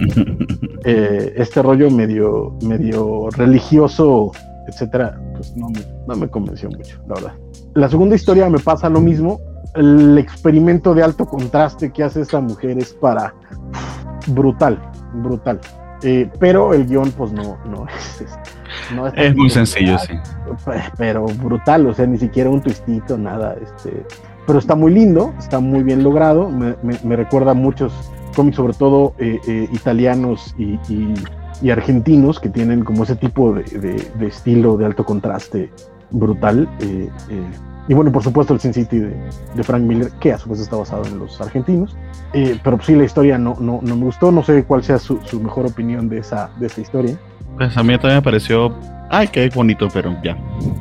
eh, este rollo medio, medio religioso, etcétera, pues no me, no me convenció mucho, la verdad. La segunda historia me pasa lo mismo. El experimento de alto contraste que hace esta mujer es para brutal, brutal. Eh, pero el guión, pues no, no es. es No es, es muy sencillo, sí. Pero brutal, o sea, ni siquiera un twistito, nada. Este, pero está muy lindo, está muy bien logrado. Me, me, me recuerda a muchos cómics, sobre todo eh, eh, italianos y, y, y argentinos, que tienen como ese tipo de, de, de estilo de alto contraste brutal. Eh, eh, y bueno, por supuesto, el Sin City de, de Frank Miller, que a su vez está basado en los argentinos. Eh, pero sí, la historia no, no, no me gustó. No sé cuál sea su, su mejor opinión de esa, de esa historia. Pues a mí también me pareció, ay, qué bonito, pero ya.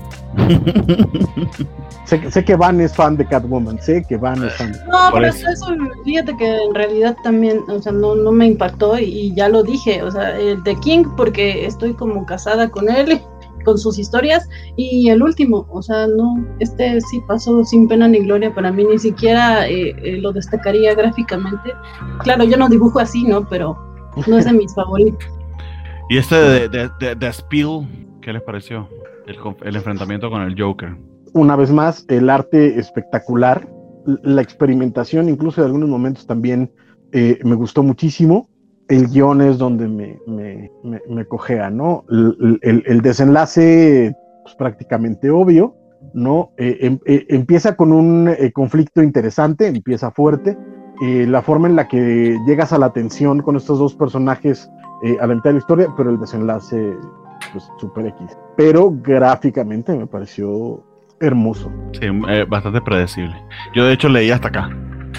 sé, sé que Van es fan de Catwoman, sé que Van es fan. No, pero eso. eso, fíjate que en realidad también, o sea, no, no me impactó y, y ya lo dije, o sea, el de King porque estoy como casada con él, con sus historias, y el último, o sea, no, este sí pasó sin pena ni gloria para mí, ni siquiera eh, eh, lo destacaría gráficamente. Claro, yo no dibujo así, ¿no? Pero no es de mis favoritos. ¿Y este de, de, de, de Spiel, qué les pareció? El, el enfrentamiento con el Joker. Una vez más, el arte espectacular, la experimentación, incluso en algunos momentos también eh, me gustó muchísimo. El guión es donde me, me, me, me cojea, ¿no? El, el, el desenlace, pues, prácticamente obvio, ¿no? Eh, em, eh, empieza con un eh, conflicto interesante, empieza fuerte. Eh, la forma en la que llegas a la tensión con estos dos personajes eh, a la mitad de la historia, pero el desenlace, pues, super X. Pero gráficamente me pareció hermoso. Sí, eh, bastante predecible. Yo de hecho leí hasta acá.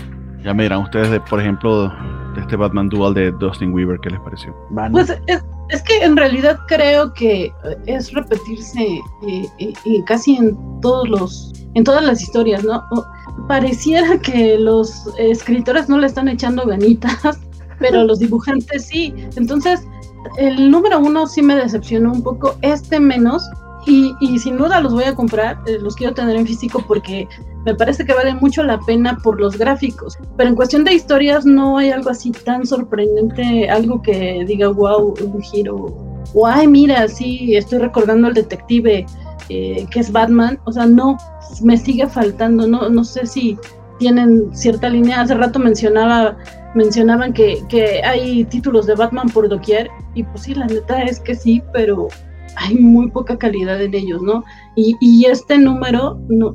Ya me dirán ustedes, de, por ejemplo, de este Batman Dual de Dustin Weaver, ¿qué les pareció? Van. Pues es, es que en realidad creo que es repetirse eh, eh, eh, casi en todos los, en todas las historias, ¿no? O, pareciera que los escritores no le están echando ganitas, pero los dibujantes sí. Entonces, el número uno sí me decepcionó un poco, este menos, y, y sin duda los voy a comprar, eh, los quiero tener en físico porque me parece que vale mucho la pena por los gráficos, pero en cuestión de historias no hay algo así tan sorprendente, algo que diga wow, un giro, o ay mira, sí, estoy recordando al detective eh, que es Batman, o sea, no, me sigue faltando, no, no sé si tienen cierta línea. Hace rato mencionaba mencionaban que, que hay títulos de Batman por doquier, y pues sí, la neta es que sí, pero hay muy poca calidad en ellos, ¿no? Y, y este número no,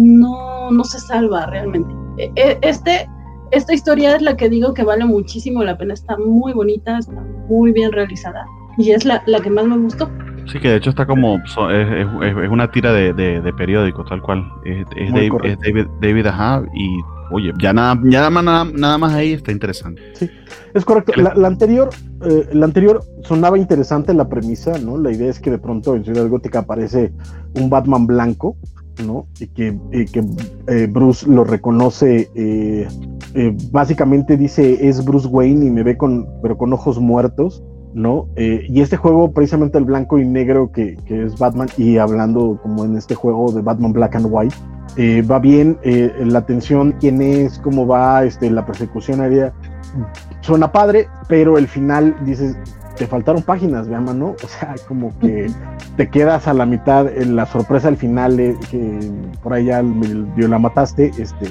no, no se salva realmente. Este, esta historia es la que digo que vale muchísimo la pena, está muy bonita, está muy bien realizada, y es la, la que más me gustó. Sí, que de hecho está como, es, es, es una tira de, de, de periódico, tal cual. Es, es, Dave, es David, David Aja, y oye, ya nada, ya nada, nada, nada más ahí está interesante. Sí, es correcto. La, la anterior, eh, la anterior sonaba interesante la premisa, ¿no? La idea es que de pronto en Ciudad Gótica aparece un Batman blanco, ¿no? Y que, y que eh, Bruce lo reconoce, eh, eh, básicamente dice es Bruce Wayne y me ve con, pero con ojos muertos, ¿no? Eh, y este juego, precisamente el blanco y negro que, que es Batman, y hablando como en este juego de Batman Black and White, eh, va bien, eh, la tensión, quién es, cómo va, este, la persecución aérea, suena padre, pero el final dices, te faltaron páginas, veamos, ¿no? O sea, como que te quedas a la mitad, en la sorpresa al final, eh, que por ahí ya medio la mataste, este,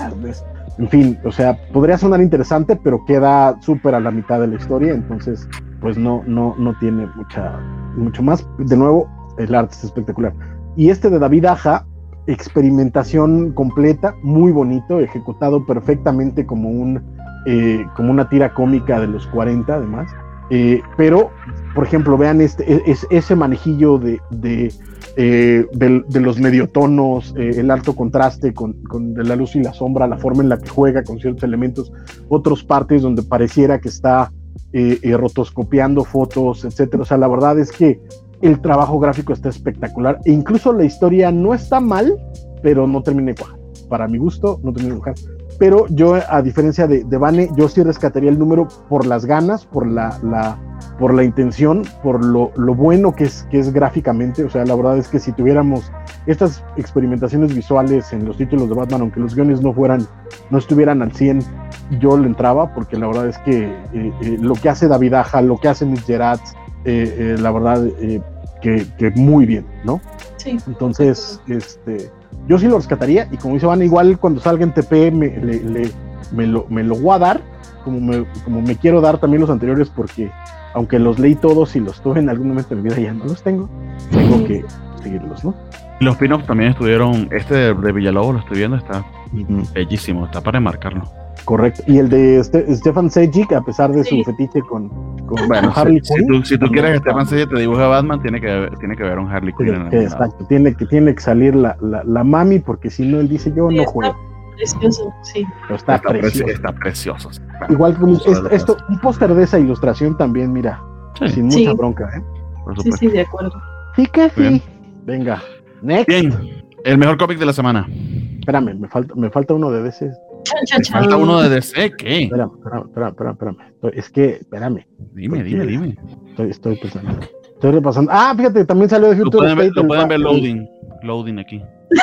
en fin, o sea, podría sonar interesante, pero queda súper a la mitad de la historia, entonces pues no, no, no tiene mucha, mucho más. De nuevo, el arte es espectacular. Y este de David Aja, experimentación completa, muy bonito, ejecutado perfectamente como un eh, como una tira cómica de los cuarenta, además. Eh, pero, por ejemplo, vean este, es, ese manejillo de, de, eh, de, de los mediotonos, eh, el alto contraste con, con de la luz y la sombra, la forma en la que juega con ciertos elementos, otras partes donde pareciera que está Eh, eh, rotoscopiando fotos, etcétera. O sea, la verdad es que el trabajo gráfico está espectacular, e incluso la historia no está mal, pero no termina de cuajar. Para mi gusto, no termina de cuajar. Pero yo, a diferencia de, de Vane, yo sí rescataría el número por las ganas, por la, la, por la intención, por lo, lo bueno que es, que es gráficamente. O sea, la verdad es que si tuviéramos estas experimentaciones visuales en los títulos de Batman, aunque los guiones no fueran, no estuvieran al cien, yo le entraba, porque la verdad es que eh, eh, lo que hace David Aja, lo que hace Nick Gerads, eh, eh, la verdad eh, que, que muy bien, ¿no? Sí. Entonces, este, yo sí lo rescataría, y como dice Van, igual cuando salga en T P me, le, le, me, lo, me lo voy a dar, como me, como me quiero dar también los anteriores, porque aunque los leí todos y los tuve en algún momento de mi vida, ya no los tengo, tengo que seguirlos, ¿no? Los pin-ups también estuvieron, este de, de Villalobos lo estoy viendo, está uh-huh. bellísimo, está para enmarcarlo. Correcto, y el de Ste- Stefan Sejic, a pesar de sí. su fetiche con, con bueno, Harley si, Quinn. Si tú, si tú quieres que Stefan Sejic te dibuje a Batman, tiene que, tiene que ver un Harley Quinn. Que, que, exacto, tiene que, tiene que salir la, la, la mami, porque si no, él dice yo sí, no juego. Precioso, sí. Pero está, está precioso. Está precioso. Bueno, igual como esto, esto, un póster de esa ilustración también, mira, sí. sin mucha sí. bronca, ¿eh? Por sí, sí, de acuerdo. Sí que sí. Bien. Venga, next. Bien, el mejor cómic de la semana. Espérame, me falta, me falta uno de D C. ¿Me falta uno de D C? ¿Qué? Espérame, espérame, espérame, espérame, espérame. Es que, espérame. Dime, dime, dime. Estoy, estoy pensando. Estoy repasando. Ah, fíjate, también salió de Future State. Lo pueden, ver, ver loading. Loading aquí.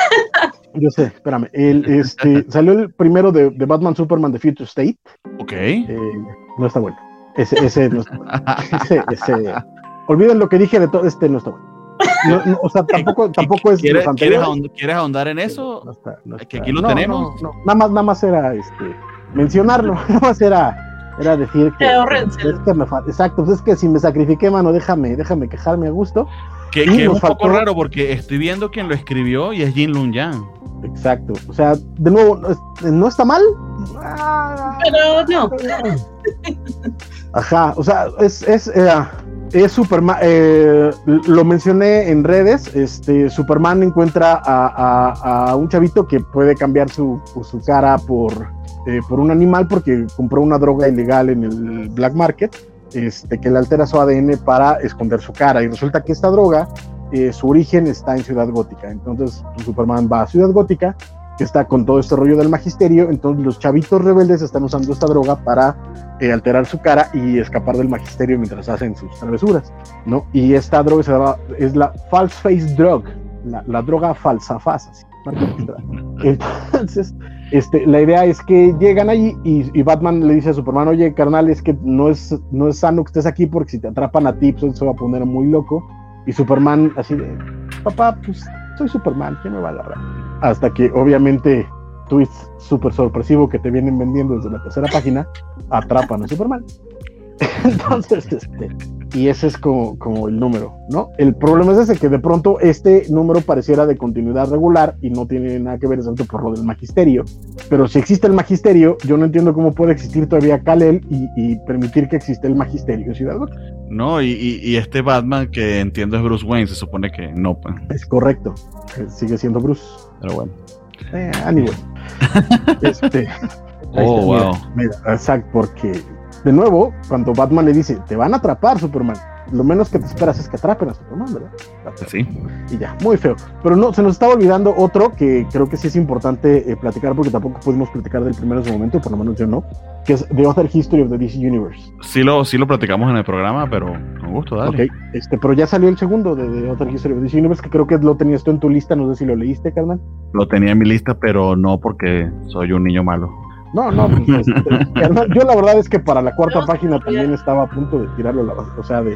Yo sé, espérame. El, este, salió el primero de, de Batman Superman de Future State. Ok. Eh, no está bueno. Ese, ese no está bueno. ese, ese. Olviden lo que dije de todo. Este no está bueno. No, no, o sea, tampoco, tampoco es. ¿Quieres, ¿quieres, ahondar, ¿Quieres ahondar en eso? No está, no está. Que aquí lo no, tenemos. No, no. Nada más, nada más era este, mencionarlo. Nada más era, era decir que. que es que me falta. Exacto, pues es que si me sacrifiqué, mano, déjame, déjame quejarme a gusto. Que, que es un faltó... poco raro porque estoy viendo quién lo escribió y es Jin Lun Yang. Exacto. O sea, de nuevo, no está mal. Pero no. Ajá, o sea, es, es, eh, Es Superman, eh, lo mencioné en redes, este, Superman encuentra a, a, a un chavito que puede cambiar su, su cara por, eh, por un animal porque compró una droga ilegal en el black market, este, que le altera su A D N para esconder su cara, y resulta que esta droga, eh, su origen está en Ciudad Gótica. Entonces Superman va a Ciudad Gótica, que está con todo este rollo del magisterio. Entonces los chavitos rebeldes están usando esta droga para eh, alterar su cara y escapar del magisterio mientras hacen sus travesuras, ¿no? Y esta droga se llama, es la false face drug, la, la droga falsa faz, así. Entonces, este, la idea es que llegan allí y, y Batman le dice a Superman, oye, carnal, es que no es, no es sano que estés aquí porque si te atrapan a ti, pues se va a poner muy loco. Y Superman así de, papá, pues soy Superman, ¿quién me va a agarrar? Hasta que obviamente tweets súper sorpresivo que te vienen vendiendo desde la tercera página atrapan a Superman. Entonces, este, y ese es como, como el número, ¿no? El problema es ese, que de pronto este número pareciera de continuidad regular y no tiene nada que ver excepto por lo del magisterio. Pero si existe el magisterio, yo no entiendo cómo puede existir todavía Kal-El y, y permitir que exista el magisterio en Ciudad Gótica. No, y, y, y este Batman que entiendo es Bruce Wayne, se supone que no. Pues. Es correcto, sigue siendo Bruce. Pero bueno. Eh, anyway. este, oh, está, wow. Mira, mira, exacto, porque de nuevo, cuando Batman le dice, te van a atrapar, Superman, lo menos que te esperas es que atrapen a Superman, ¿verdad? Sí. Y ya, muy feo. Pero no, se nos estaba olvidando otro que creo que sí es importante eh, platicar, porque tampoco pudimos platicar del primero en su momento, por lo menos yo no, que es The Other History of the D C Universe. Sí lo, sí lo platicamos en el programa, pero con gusto, dale. Ok, este, pero ya salió el segundo de The Other History of the D C Universe, que creo que lo tenías tú en tu lista, no sé si lo leíste, carnal. Lo tenía en mi lista, pero no porque soy un niño malo. No, no, pues, este, yo la verdad es que para la cuarta no, página también estaba a punto de tirarlo a la base, o sea, de,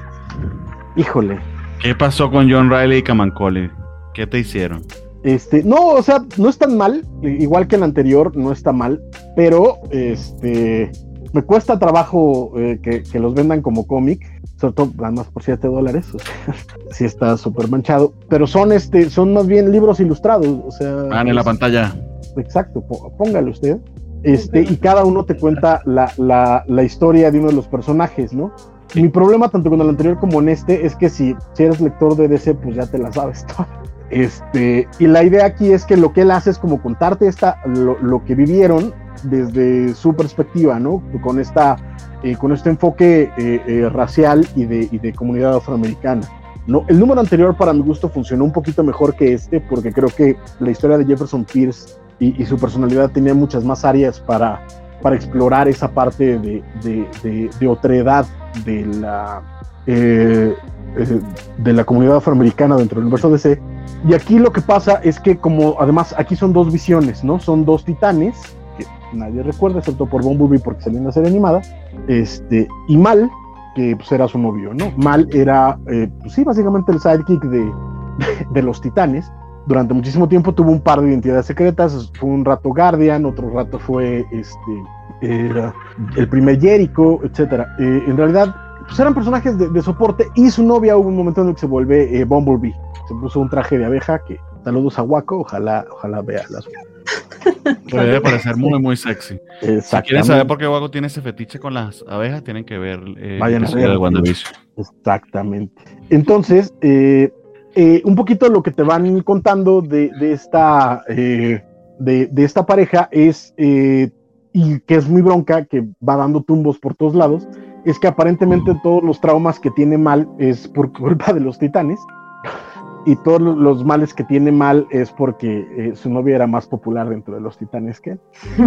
híjole. ¿Qué pasó con John Riley y Camancolle? ¿Qué te hicieron? Este, no, o sea, no es tan mal, igual que el anterior, no está mal, pero, este, me cuesta trabajo eh, que, que los vendan como cómic, sobre todo, además por siete dólares, o sea, sí está súper manchado, pero son, este, son más bien libros ilustrados, o sea. Ah, en es, la pantalla. Exacto, póngale usted. Este, y cada uno te cuenta la, la, la historia de uno de los personajes, ¿no? Sí. Mi problema tanto con el anterior como en este es que si, si eres lector de D C, pues ya te la sabes todo. Este, y la idea aquí es que lo que él hace es como contarte esta, lo, lo que vivieron desde su perspectiva, ¿no? Con esta, eh, con este enfoque eh, eh, racial y de, y de comunidad afroamericana, ¿no? El número anterior para mi gusto funcionó un poquito mejor que este, porque creo que la historia de Jefferson Pierce Y, y su personalidad tenía muchas más áreas para, para explorar esa parte de, de, de, de otredad de la, eh, eh, de la comunidad afroamericana dentro del universo D C. Y aquí lo que pasa es que, como además aquí son dos visiones, ¿no? Son dos titanes, que nadie recuerda, excepto por Bumblebee porque salió en la serie animada, este, y Mal, que pues era su novio, ¿no? Mal era, eh, pues sí, básicamente el sidekick de, de, de los titanes. Durante muchísimo tiempo tuvo un par de identidades secretas, fue un rato Guardian, otro rato fue este, eh, el primer Jericho, etcétera. Eh, en realidad, pues eran personajes de, de soporte, y su novia hubo un momento en el que se vuelve eh, Bumblebee. Se puso un traje de abeja, que saludos a Waco, ojalá, ojalá vea las. Debe parecer muy, muy sexy. Si quieren saber por qué Waco tiene ese fetiche con las abejas, tienen que ver eh, Vayan el a ver de WandaVision. Exactamente. Entonces, eh, Eh, un poquito lo que te van contando de, de, esta, eh, de, de esta pareja es, eh, y que es muy bronca, que va dando tumbos por todos lados, es que aparentemente todos los traumas que tiene Mal es por culpa de los titanes, y todos los males que tiene Mal es porque eh, su novia era más popular dentro de los titanes que él.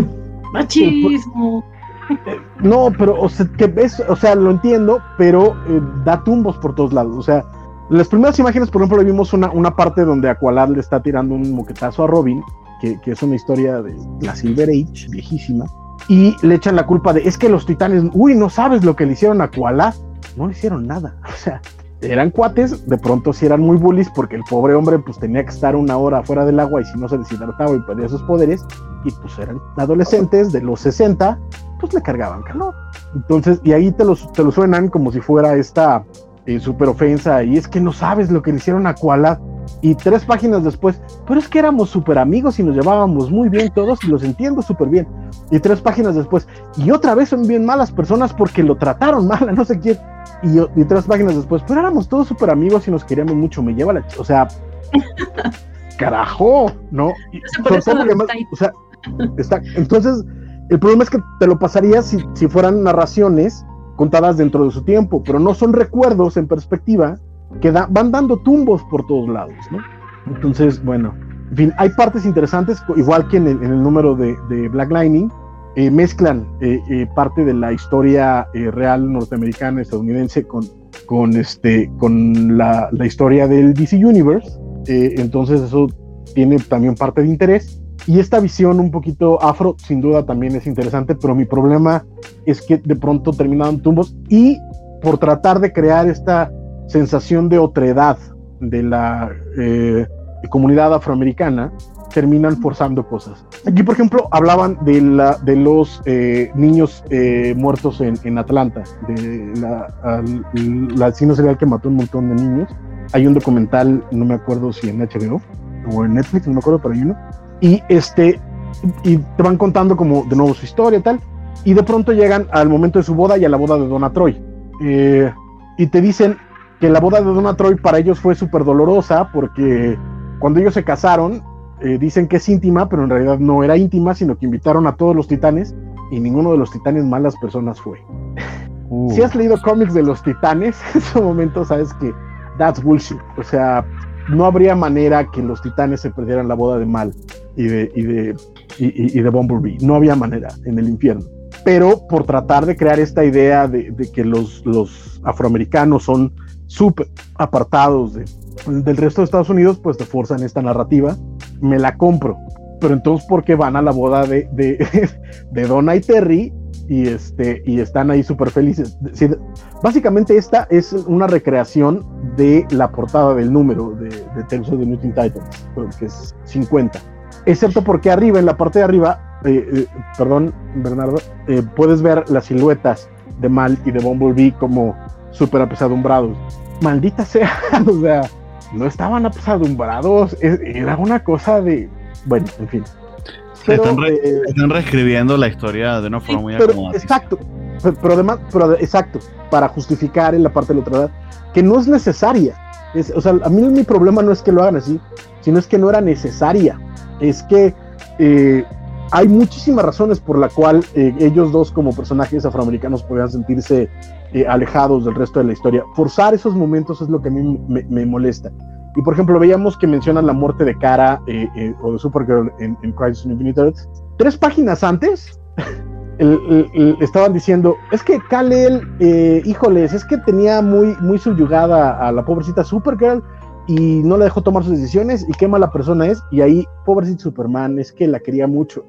Machismo. Eh, no, pero o sea, que ves, o sea, lo entiendo, pero eh, da tumbos por todos lados, o sea. Las primeras imágenes, por ejemplo, vimos una, una parte donde Aqualad le está tirando un moquetazo a Robin, que, que es una historia de la Silver Age, viejísima, y le echan la culpa de, es que los titanes, uy, no sabes lo que le hicieron a Aqualad. No le hicieron nada, o sea, eran cuates, de pronto sí eran muy bullies, porque el pobre hombre pues tenía que estar una hora fuera del agua, y si no se deshidrataba y perdía sus poderes, y pues eran adolescentes de los sesenta, pues le cargaban calor. Entonces, y ahí te los, te lo suenan como si fuera esta... Eh, super ofensa, y es que no sabes lo que le hicieron a Aqualad, y tres páginas después, pero es que éramos super amigos y nos llevábamos muy bien todos y los entiendo súper bien, y tres páginas después, y otra vez son bien malas personas porque lo trataron mal a no sé quién. y, y tres páginas después, pero éramos todos súper amigos y nos queríamos mucho, me lleva la... O sea, carajo, ¿no? Y, sobre todo porque más, o sea, está, entonces, el problema es que te lo pasarías si, si fueran narraciones contadas dentro de su tiempo, pero no son recuerdos en perspectiva que da, van dando tumbos por todos lados, ¿no? Entonces, bueno, en fin, hay partes interesantes, igual que en el, en el número de, de Black Lightning, eh, mezclan eh, eh, parte de la historia eh, real norteamericana, estadounidense, con, con, este, con la, la historia del D C Universe, eh, entonces eso tiene también parte de interés, y esta visión un poquito afro, sin duda también es interesante, pero mi problema es que de pronto terminaron tumbos, y por tratar de crear esta sensación de otredad de la eh, comunidad afroamericana, terminan forzando cosas. Aquí, por ejemplo, hablaban de, la, de los eh, niños eh, muertos en, en Atlanta, de la, al, la asesino serial que mató un montón de niños. Hay un documental, no me acuerdo si en H B O o en Netflix, no me acuerdo, pero hay uno. Y, este, y te van contando como de nuevo su historia y tal, y de pronto llegan al momento de su boda y a la boda de Donna Troy. Eh, y te dicen que la boda de Donna Troy para ellos fue súper dolorosa porque cuando ellos se casaron, eh, dicen que es íntima, pero en realidad no era íntima, sino que invitaron a todos los titanes y ninguno de los titanes malas personas fue. Uh. Si has leído cómics de los titanes, en ese momento sabes que that's bullshit. O sea, no habría manera que los titanes se perdieran la boda de Mal y de, y de, y, y de Bumblebee. No había manera en el infierno. Pero por tratar de crear esta idea de, de que los, los afroamericanos son súper apartados de, del resto de Estados Unidos, pues te forzan esta narrativa, me la compro, pero entonces ¿por qué van a la boda de, de, de Donna y Terry y, este, y están ahí súper felices? Sí, básicamente esta es una recreación de la portada del número de, de Tales of the Mutant Titans, que es cincuenta, excepto porque arriba, en la parte de arriba, eh, eh, perdón Bernardo, eh, puedes ver las siluetas de Mal y de Bumblebee como súper apesadumbrados. Maldita sea, o sea, no estaban apesadumbrados, era una cosa de, bueno, en fin. Pero, están, re, eh, están reescribiendo la historia de una forma sí, muy pero, acomodada. Exacto, pero, pero además, pero exacto, para justificar en la parte de la otra edad, que no es necesaria. Es, o sea, a mí mi problema no es que lo hagan así, sino es que no era necesaria. Es que eh, hay muchísimas razones por la cual eh, ellos dos como personajes afroamericanos podían sentirse eh, alejados del resto de la historia. Forzar esos momentos es lo que a mí me, me molesta. Y por ejemplo, veíamos que mencionan la muerte de Kara eh, eh, o de Supergirl en, en Crisis on Infinite Earths. Tres páginas antes el, el, el, estaban diciendo, es que Kal-El, eh, híjoles, es que tenía muy, muy subyugada a la pobrecita Supergirl y no la dejó tomar sus decisiones y qué mala persona es, y ahí, pobrecito Superman, es que la quería mucho.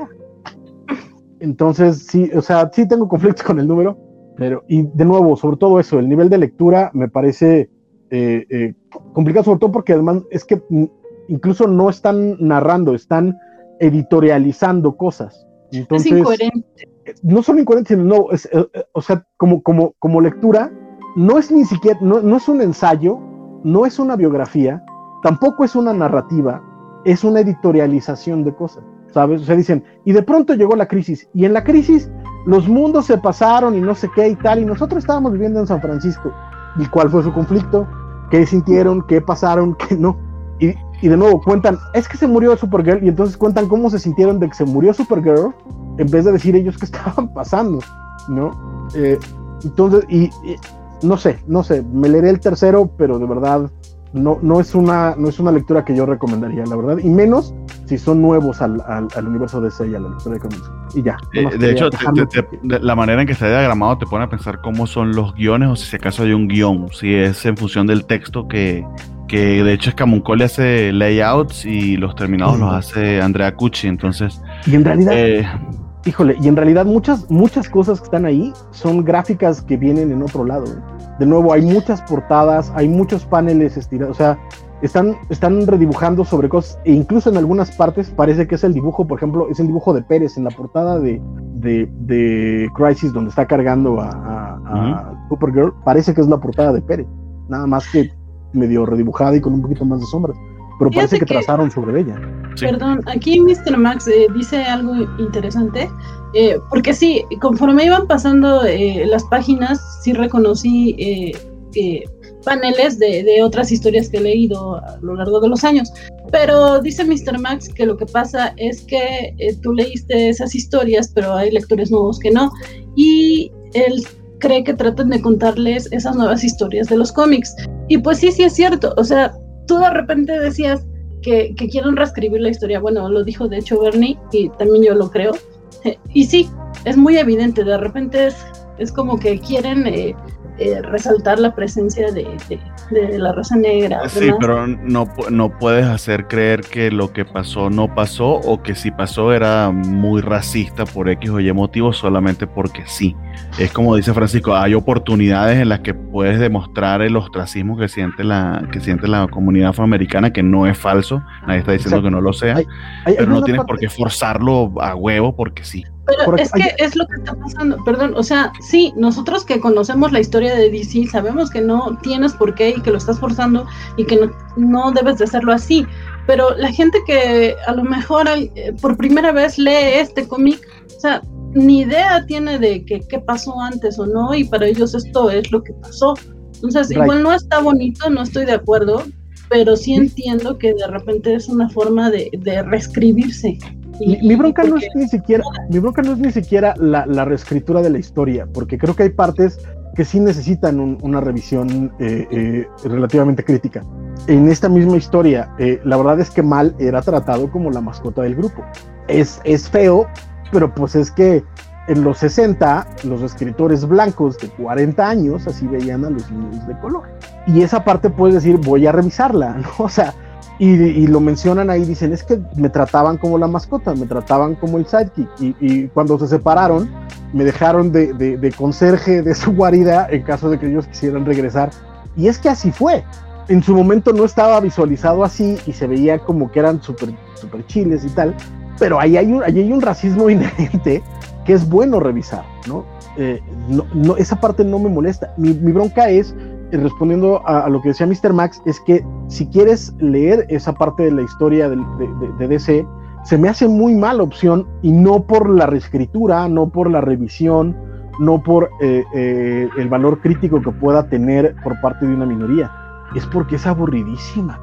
Entonces, sí, o sea, sí tengo conflicto con el número, pero, y de nuevo, sobre todo eso, el nivel de lectura me parece eh, eh, complicado, sobre todo porque además es que incluso no están narrando, están editorializando cosas. Entonces, es incoherente. No son incoherentes, no, es, eh, o sea, como, como, como lectura, no es ni siquiera, no, no es un ensayo, no es una biografía, tampoco es una narrativa, es una editorialización de cosas, ¿sabes? O sea, dicen, y de pronto llegó la crisis, y en la crisis los mundos se pasaron y no sé qué y tal, y nosotros estábamos viviendo en San Francisco. ¿Y cuál fue su conflicto? ¿Qué sintieron? ¿Qué pasaron? ¿Qué no? Y, y de nuevo cuentan, es que se murió Supergirl, y entonces cuentan cómo se sintieron de que se murió Supergirl, en vez de decir ellos qué estaban pasando, ¿no? Eh, entonces, y, y no sé, no sé, me leeré el tercero, pero de verdad no, no, es una, no es una lectura que yo recomendaría, la verdad, y menos si son nuevos al, al, al universo de C y a la lectura de cómics. Y ya. Eh, de hecho, te, te, te, la manera en que está diagramado te pone a pensar cómo son los guiones, o si acaso hay un guión, si es en función del texto que, que de hecho Escamuncol le hace layouts y los terminados uh-huh. los hace Andrea Cucci, entonces... Y en realidad... Eh, Híjole, y en realidad muchas, muchas cosas que están ahí son gráficas que vienen en otro lado. De nuevo, hay muchas portadas, hay muchos paneles estirados, o sea, están, están redibujando sobre cosas, e incluso en algunas partes parece que es el dibujo, por ejemplo, es el dibujo de Pérez en la portada de, de, de Crisis, donde está cargando a, a, a uh-huh. Supergirl, parece que es la portada de Pérez, nada más que medio redibujada y con un poquito más de sombras. pero Fíjate parece que, que trazaron sobre ella. Sí. Perdón, aquí mister Max eh, dice algo interesante, eh, porque sí, conforme iban pasando eh, las páginas, sí reconocí eh, eh, paneles de, de otras historias que he leído a lo largo de los años, pero dice mister Max que lo que pasa es que eh, tú leíste esas historias, pero hay lectores nuevos que no, y él cree que tratan de contarles esas nuevas historias de los cómics, y pues sí, sí es cierto, o sea, tú de repente decías que, que quieren reescribir la historia, bueno, lo dijo de hecho Bernie, y también yo lo creo, y sí, es muy evidente, de repente es, es como que quieren eh, eh, resaltar la presencia de, de, de la raza negra. Sí, demás. pero no, no puedes hacer creer que lo que pasó no pasó, o que si pasó era muy racista por X o Y motivo solamente porque sí. Es como dice Francisco, hay oportunidades en las que puedes demostrar el ostracismo que siente la, que siente la comunidad afroamericana, que no es falso, nadie está diciendo Exacto. que no lo sea, hay, hay, pero hay no tienes parte... por qué forzarlo a huevo porque sí. Pero es que es lo que está pasando, perdón, o sea, sí, nosotros que conocemos la historia de D C sabemos que no tienes por qué y que lo estás forzando y que no, no debes de hacerlo así, pero la gente que a lo mejor eh, por primera vez lee este cómic, o sea, ni idea tiene de que qué pasó antes o no, y para ellos esto es lo que pasó. Entonces, right. igual no está bonito, no estoy de acuerdo, pero sí entiendo que de repente es una forma de, de reescribirse. Y, mi bronca no es ni siquiera, mi bronca no es ni siquiera la, la reescritura de la historia, porque creo que hay partes que sí necesitan un, una revisión eh, eh, relativamente crítica. En esta misma historia, eh, la verdad es que Mal era tratado como la mascota del grupo. Es, es feo, pero pues es que en los sesenta, los escritores blancos de cuarenta años así veían a los niños de color. Y esa parte puedes decir, voy a revisarla, ¿no? O sea, Y, y lo mencionan ahí, dicen, es que me trataban como la mascota, me trataban como el sidekick, y, y cuando se separaron, me dejaron de, de, de conserje de su guarida en caso de que ellos quisieran regresar, y es que así fue. En su momento no estaba visualizado así, y se veía como que eran súper super chiles y tal, pero ahí hay, un, ahí hay un racismo inherente que es bueno revisar, ¿no? Eh, no, no esa parte no me molesta, mi, mi bronca es, respondiendo a, a lo que decía mister Max, es que si quieres leer esa parte de la historia de, de, de, de D C, se me hace muy mala opción, y no por la reescritura, no por la revisión, no por eh, eh, el valor crítico que pueda tener por parte de una minoría, es porque es aburridísima.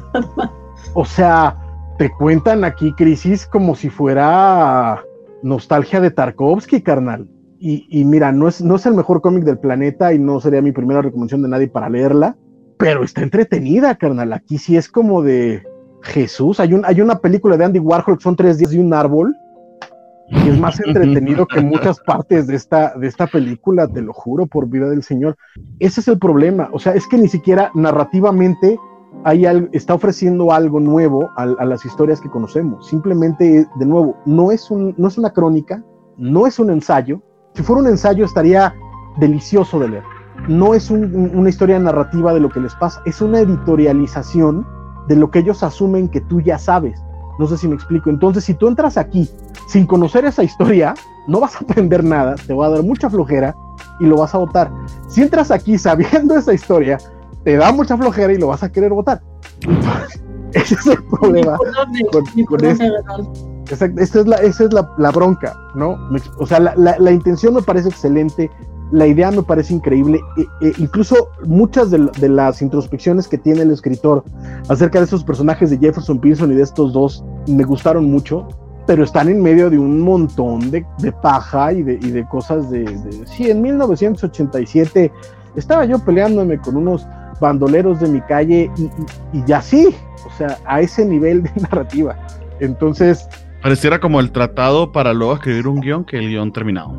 O sea, te cuentan aquí Crisis como si fuera nostalgia de Tarkovsky, carnal. Y, y mira, no es, no es el mejor cómic del planeta y no sería mi primera recomendación de nadie para leerla, pero está entretenida, carnal. Aquí sí es como de Jesús. Hay, un, hay una película de Andy Warhol que son tres días de un árbol, y es más entretenido que muchas partes de esta, de esta película, te lo juro, por vida del Señor. Ese es el problema. O sea, es que ni siquiera narrativamente hay algo, está ofreciendo algo nuevo a, a las historias que conocemos. Simplemente, de nuevo, no es, un, no es una crónica, no es un ensayo. Si fuera un ensayo estaría delicioso de leer. No es un, una historia narrativa de lo que les pasa, es una editorialización de lo que ellos asumen que tú ya sabes. No sé si me explico. Entonces, si tú entras aquí sin conocer esa historia, no vas a aprender nada, te va a dar mucha flojera y lo vas a botar. Si entras aquí sabiendo esa historia, te da mucha flojera y lo vas a querer botar. Entonces, ese es el problema con, con esto. Exacto, esa es la, esa es la, la bronca, ¿no? O sea, la, la, la intención me parece excelente, la idea me parece increíble, e, e incluso muchas de, de las introspecciones que tiene el escritor acerca de esos personajes de Jefferson Pinson y de estos dos me gustaron mucho, pero están en medio de un montón de, de paja y de, y de cosas de, de... Sí, en mil novecientos ochenta y siete estaba yo peleándome con unos bandoleros de mi calle y, y, y ya sí, o sea, a ese nivel de narrativa. Entonces... Pareciera como el tratado para luego escribir un guión que el guión terminado.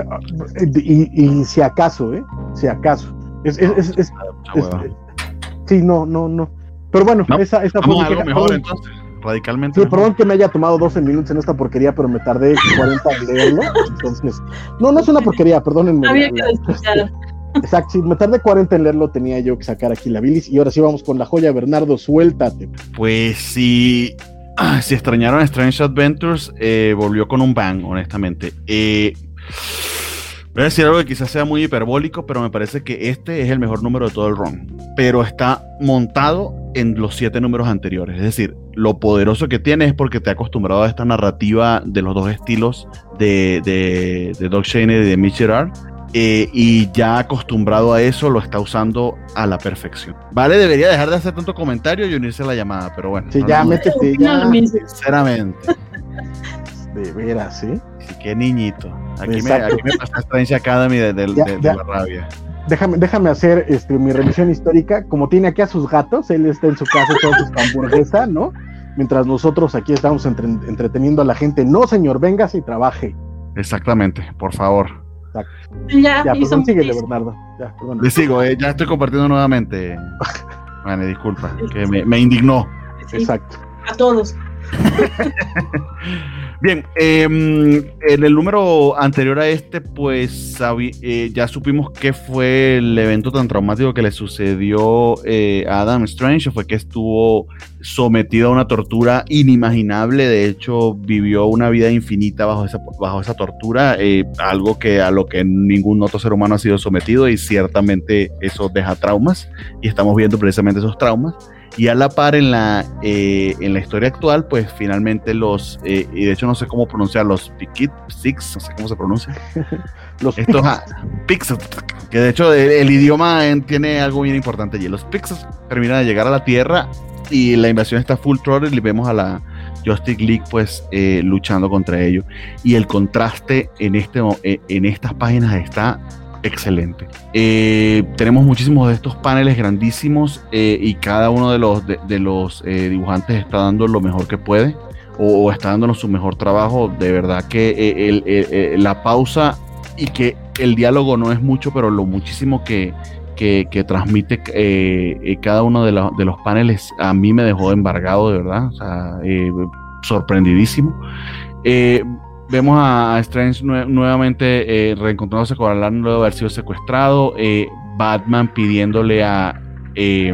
Y, y si acaso, ¿eh? Si acaso. Es, es, es, es, es, es, sí, no, no, no. Pero bueno, no, esa, esa fue algo mejor entonces, radicalmente. Sí, mejor. Perdón que me haya tomado doce minutos en esta porquería, pero me tardé cuarenta en leerlo. Entonces, no, no es una porquería, perdónenme. Había que escuchar. Exacto, sí, me tardé cuarenta en leerlo, tenía yo que sacar aquí la bilis. Y ahora sí vamos con la joya, Bernardo, suéltate. Pues sí. Ah, si extrañaron Strange Adventures, eh, volvió con un bang, honestamente. Eh, voy a decir algo que quizás sea muy hiperbólico, pero me parece que este es el mejor número de todo el run. Pero está montado en los siete números anteriores. Es decir, lo poderoso que tiene es porque te ha acostumbrado a esta narrativa de los dos estilos de, de, de Doug Shaner y de Mitch Gerads, eh, y ya acostumbrado a eso lo está usando a la perfección. Vale, debería dejar de hacer tanto comentario y unirse a la llamada, pero bueno. Sí, no, ya, no, métete, no, ya. no, sinceramente. De veras, ¿eh? Sí, qué niñito. Aquí me, Exacto. aquí me pasa Strange Academy de, de, Ya, de, de ya. la rabia. Déjame, déjame hacer este, mi revisión histórica. Como tiene aquí a sus gatos, él está en su casa echando su hamburguesa, ¿no? Mientras nosotros aquí estamos entre, entreteniendo a la gente. No, señor, véngase y trabaje. Exactamente, por favor. Ya, Ya, hizo perdón, síguele, muchísimo. Bernardo. Ya, perdón. Le sigo, eh, ya estoy compartiendo nuevamente. Bueno, disculpa, que me, me indignó. Sí, Exacto. a todos. Bien, eh, en el número anterior a este, pues sabi- eh, ya supimos qué fue el evento tan traumático que le sucedió eh, a Adam Strange. Fue que estuvo sometido a una tortura inimaginable. De hecho, vivió una vida infinita bajo esa, bajo esa tortura, eh, algo que a lo que ningún otro ser humano ha sido sometido, y ciertamente eso deja traumas, y estamos viendo precisamente esos traumas. Y a la par en la, eh, en la historia actual, pues finalmente los, eh, y de hecho no sé cómo pronunciar, los Pikit Six, no sé cómo se pronuncia. Los Estos Pixels, que de hecho el, el idioma en, tiene algo bien importante allí. Los Pixels terminan de llegar a la Tierra y la invasión está full throttle y vemos a la Justice League pues eh, luchando contra ellos. Y el contraste en, este, eh, en estas páginas está excelente. Eh, tenemos muchísimos de estos paneles grandísimos, eh, y cada uno de los, de, de los eh, dibujantes está dando lo mejor que puede, o, o está dándonos su mejor trabajo. De verdad que eh, el, el, el, la pausa y que el diálogo no es mucho, pero lo muchísimo que, que, que transmite eh, eh, cada uno de, la, de los paneles a mí me dejó embargado, de verdad, o sea, eh, sorprendidísimo. Eh, Vemos a Strange nue- nuevamente eh, reencontrándose con Alan luego de haber sido secuestrado. Eh, Batman pidiéndole a, eh,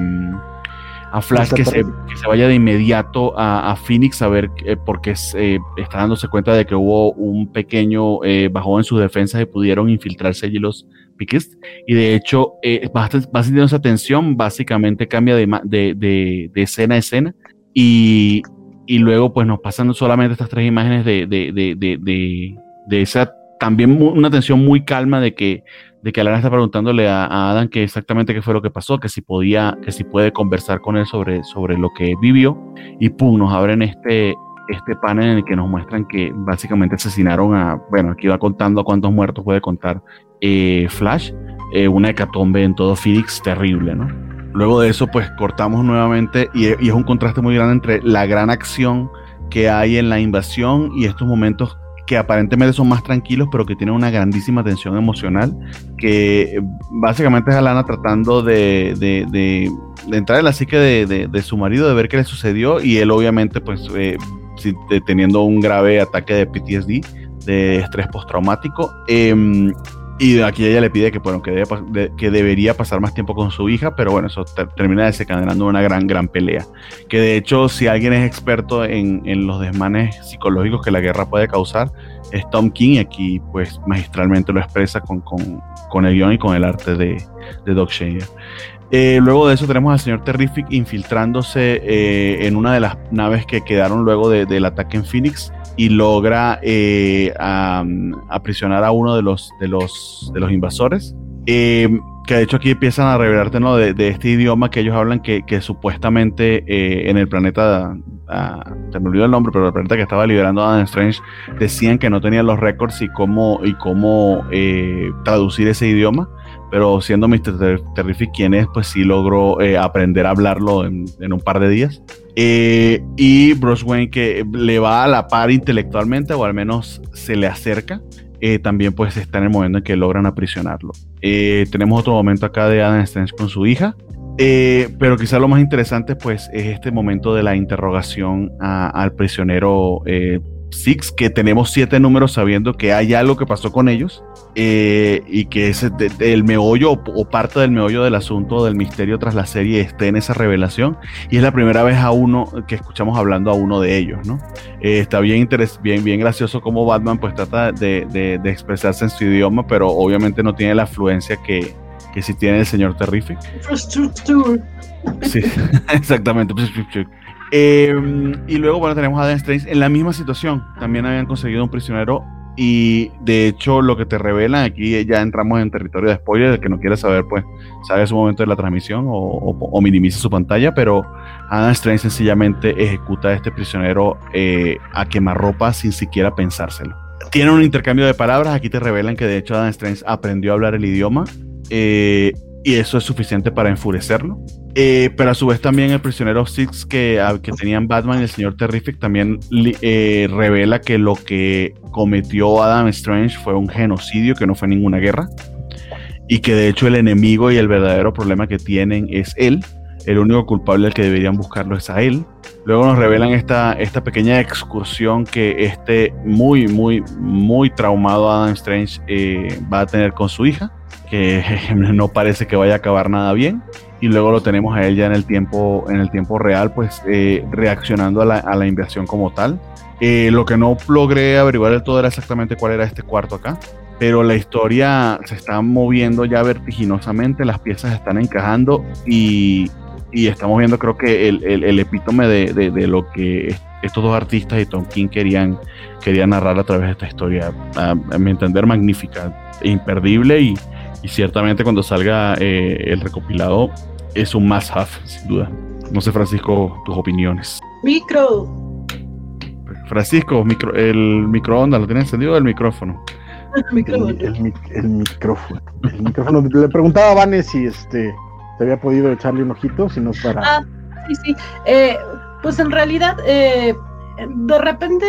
a Flash que se, que se vaya de inmediato a, a Phoenix a ver, eh, porque eh, está dándose cuenta de que hubo un pequeño eh, bajón en sus defensas y pudieron infiltrarse allí los Pickets. Y de hecho, eh, va, va sintiendo esa tensión, básicamente cambia de, de, de, de escena a escena. Y. Y luego pues nos pasan solamente estas tres imágenes de, de, de, de, de, de esa también una tensión muy calma de que, de que Alan está preguntándole a, a Adam que exactamente qué fue lo que pasó, que si podía, que si puede conversar con él sobre, sobre lo que vivió, y pum, nos abren este, este panel en el que nos muestran que básicamente asesinaron a, bueno, aquí va contando a cuántos muertos puede contar eh, Flash, eh, una hecatombe en todo Phoenix terrible, ¿no? Luego de eso, pues cortamos nuevamente y, y es un contraste muy grande entre la gran acción que hay en la invasión y estos momentos que aparentemente son más tranquilos, pero que tienen una grandísima tensión emocional, que básicamente es Alana tratando de, de, de, de entrar en la psique de, de, de su marido, de ver qué le sucedió, y él obviamente pues eh, si, de, teniendo un grave ataque de P T S D, de estrés postraumático. Eh, Y aquí ella le pide que, bueno, que, debe, de, que debería pasar más tiempo con su hija, pero bueno, eso ter, termina desencadenando una gran, gran pelea. Que de hecho, si alguien es experto en, en los desmanes psicológicos que la guerra puede causar, es Tom King, y aquí pues magistralmente lo expresa con, con, con el guión y con el arte de, de Doug Shaner. Eh, luego de eso tenemos al señor Terrific infiltrándose eh, en una de las naves que quedaron luego de, del ataque en Phoenix, y logra eh, a, aprisionar a uno de los, de los, de los invasores, eh, que de hecho aquí empiezan a revelarte, ¿no? de, de este idioma que ellos hablan, que, que supuestamente eh, en el planeta, uh, te me olvidó el nombre, pero el planeta que estaba liberando a Adam Strange, decían que no tenían los récords y cómo, y cómo eh, traducir ese idioma, pero siendo mister Terrific quien es, pues sí logró eh, aprender a hablarlo en, en un par de días. Eh, y Bruce Wayne, que le va a la par intelectualmente, o al menos se le acerca, eh, también pues está en el momento en que logran aprisionarlo. Eh, tenemos otro momento acá de Adam Strange con su hija, eh, pero quizá lo más interesante pues es este momento de la interrogación a, al prisionero eh, Six, que tenemos siete números sabiendo que hay algo que pasó con ellos, eh, y que es de, de, el meollo o, o parte del meollo del asunto del misterio tras la serie esté en esa revelación, y es la primera vez a uno que escuchamos hablando a uno de ellos, ¿no? Eh, está bien, interes, bien, bien gracioso cómo Batman pues trata de, de, de expresarse en su idioma, pero obviamente no tiene la fluencia que, que sí tiene el señor Terrific. Sí, exactamente. Eh, y luego, bueno, tenemos a Adam Strange en la misma situación. También habían conseguido un prisionero. Y de hecho, lo que te revelan aquí, ya entramos en territorio de spoiler. El que no quiera saber, pues, sabe su momento de la transmisión o, o, o minimiza su pantalla. Pero Adam Strange sencillamente ejecuta a este prisionero eh, a quemarropa sin siquiera pensárselo. Tienen un intercambio de palabras. Aquí te revelan que de hecho Adam Strange aprendió a hablar el idioma. Eh, y eso es suficiente para enfurecerlo. Eh, pero a su vez también el prisionero Six que, que tenían Batman y el señor Terrific también eh, revela que lo que cometió Adam Strange fue un genocidio, que no fue ninguna guerra, y que de hecho el enemigo y el verdadero problema que tienen es él. El único culpable al que deberían buscarlo es a él. Luego nos revelan esta, esta pequeña excursión que este muy, muy, muy traumado Adam Strange eh, va a tener con su hija, que no parece que vaya a acabar nada bien. Y luego lo tenemos a él ya en el tiempo, en el tiempo real, pues eh, reaccionando a la, a la invasión como tal. Eh, lo que no logré averiguar del todo era exactamente cuál era este cuarto acá, pero la historia se está moviendo ya vertiginosamente, las piezas están encajando y, y estamos viendo, creo que el, el, el epítome de, de, de lo que estos dos artistas y Tom King querían, querían narrar a través de esta historia, a, a mi entender magnífica, imperdible, y Y ciertamente cuando salga eh, el recopilado es un must-have, sin duda. No sé, Francisco, tus opiniones. Micro. Francisco, micro, el microondas, ¿lo tienes encendido el micrófono? El, micrófono. El, el, el micrófono. El micrófono. Le preguntaba a Vane si este, te había podido echarle un ojito, si no es para... Ah, sí, sí. Eh, pues en realidad... Eh... de repente,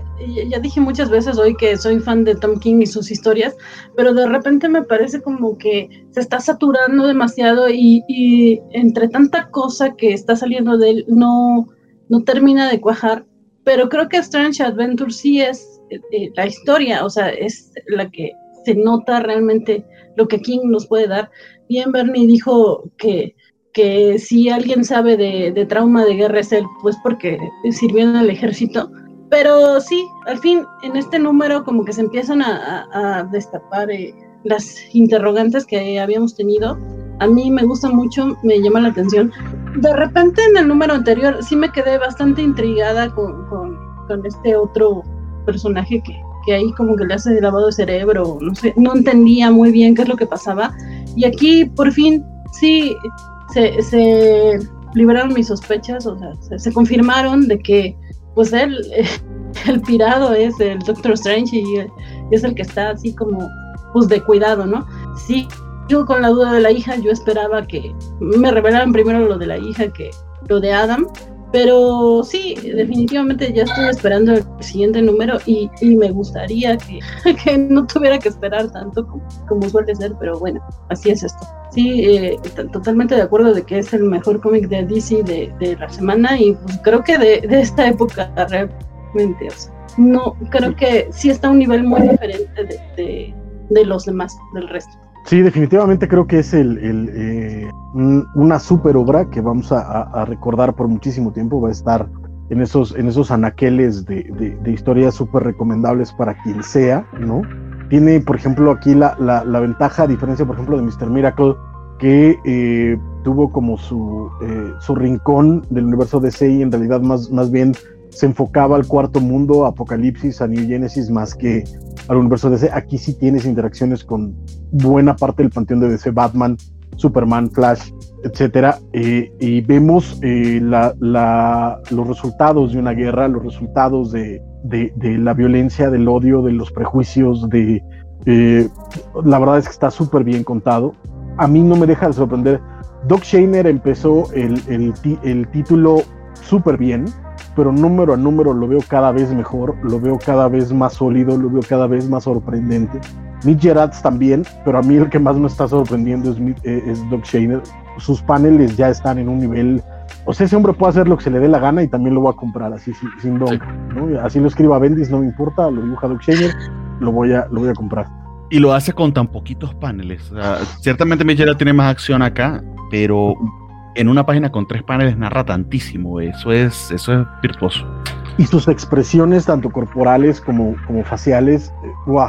ya dije muchas veces hoy que soy fan de Tom King y sus historias, pero de repente me parece como que se está saturando demasiado y, y entre tanta cosa que está saliendo de él no, no termina de cuajar, pero creo que Strange Adventure sí es eh, la historia, o sea, es la que se nota realmente lo que King nos puede dar. Bien, Bernie dijo que que si alguien sabe de, de trauma de guerra es él, pues porque sirvió en el ejército, pero sí, al fin, en este número como que se empiezan a, a, a destapar eh, las interrogantes que habíamos tenido. A mí me gusta mucho, me llama la atención. De repente en el número anterior sí me quedé bastante intrigada con, con, con este otro personaje que, que ahí como que le hace lavado de cerebro, no sé, no entendía muy bien qué es lo que pasaba, y aquí por fin sí... Se, se liberaron mis sospechas, o sea, se, se confirmaron de que, pues él, eh, el pirado es el Doctor Strange y, y es el que está así como, pues de cuidado, ¿no? Sí, yo con la duda de la hija, yo esperaba que me revelaran primero lo de la hija que lo de Adam, pero sí, definitivamente ya estoy esperando el siguiente número y, y me gustaría que, que no tuviera que esperar tanto como, como suele ser, pero bueno, así es esto. Sí, eh, t- totalmente de acuerdo de que es el mejor cómic de D C de, de la semana y pues creo que de, de esta época realmente, o sea, no, creo que sí está a un nivel muy diferente de, de, de los demás, del resto. Sí, definitivamente creo que es el, el eh, una super obra que vamos a, a recordar por muchísimo tiempo. Va a estar en esos, en esos anaqueles de, de, de historias súper recomendables para quien sea, ¿no? Tiene, por ejemplo, aquí la, la, la ventaja, a diferencia, por ejemplo, de mister Miracle, que eh, tuvo como su, eh, su rincón del universo D C y en realidad más, más bien se enfocaba al cuarto mundo, Apocalipsis, a New Genesis, más que al universo D C. Aquí sí tienes interacciones con buena parte del panteón de D C, Batman, Superman, Flash, etcétera, eh, y vemos eh, la, la, los resultados de una guerra, los resultados de, de, de la violencia, del odio, de los prejuicios, de eh, la verdad es que está súper bien contado. A mí no me deja de sorprender. Doc Shaner empezó el, el, el título súper bien, pero número a número lo veo cada vez mejor, lo veo cada vez más sólido, lo veo cada vez más sorprendente. Mitch Gerads también, pero a mí el que más me está sorprendiendo es, eh, es Doc Shaner. Sus paneles ya están en un nivel, o sea, ese hombre puede hacer lo que se le dé la gana y también lo voy a comprar así sin, sin don, ¿no? Así lo escriba Bendis, no me importa, lo dibuja Doc Shaner, lo voy a, lo voy a comprar. Y lo hace con tan poquitos paneles. O sea, ciertamente Mitch Gerads tiene más acción acá, pero en una página con tres paneles narra tantísimo. Eso es, eso es virtuoso. Y sus expresiones, tanto corporales como, como faciales, ¡guau!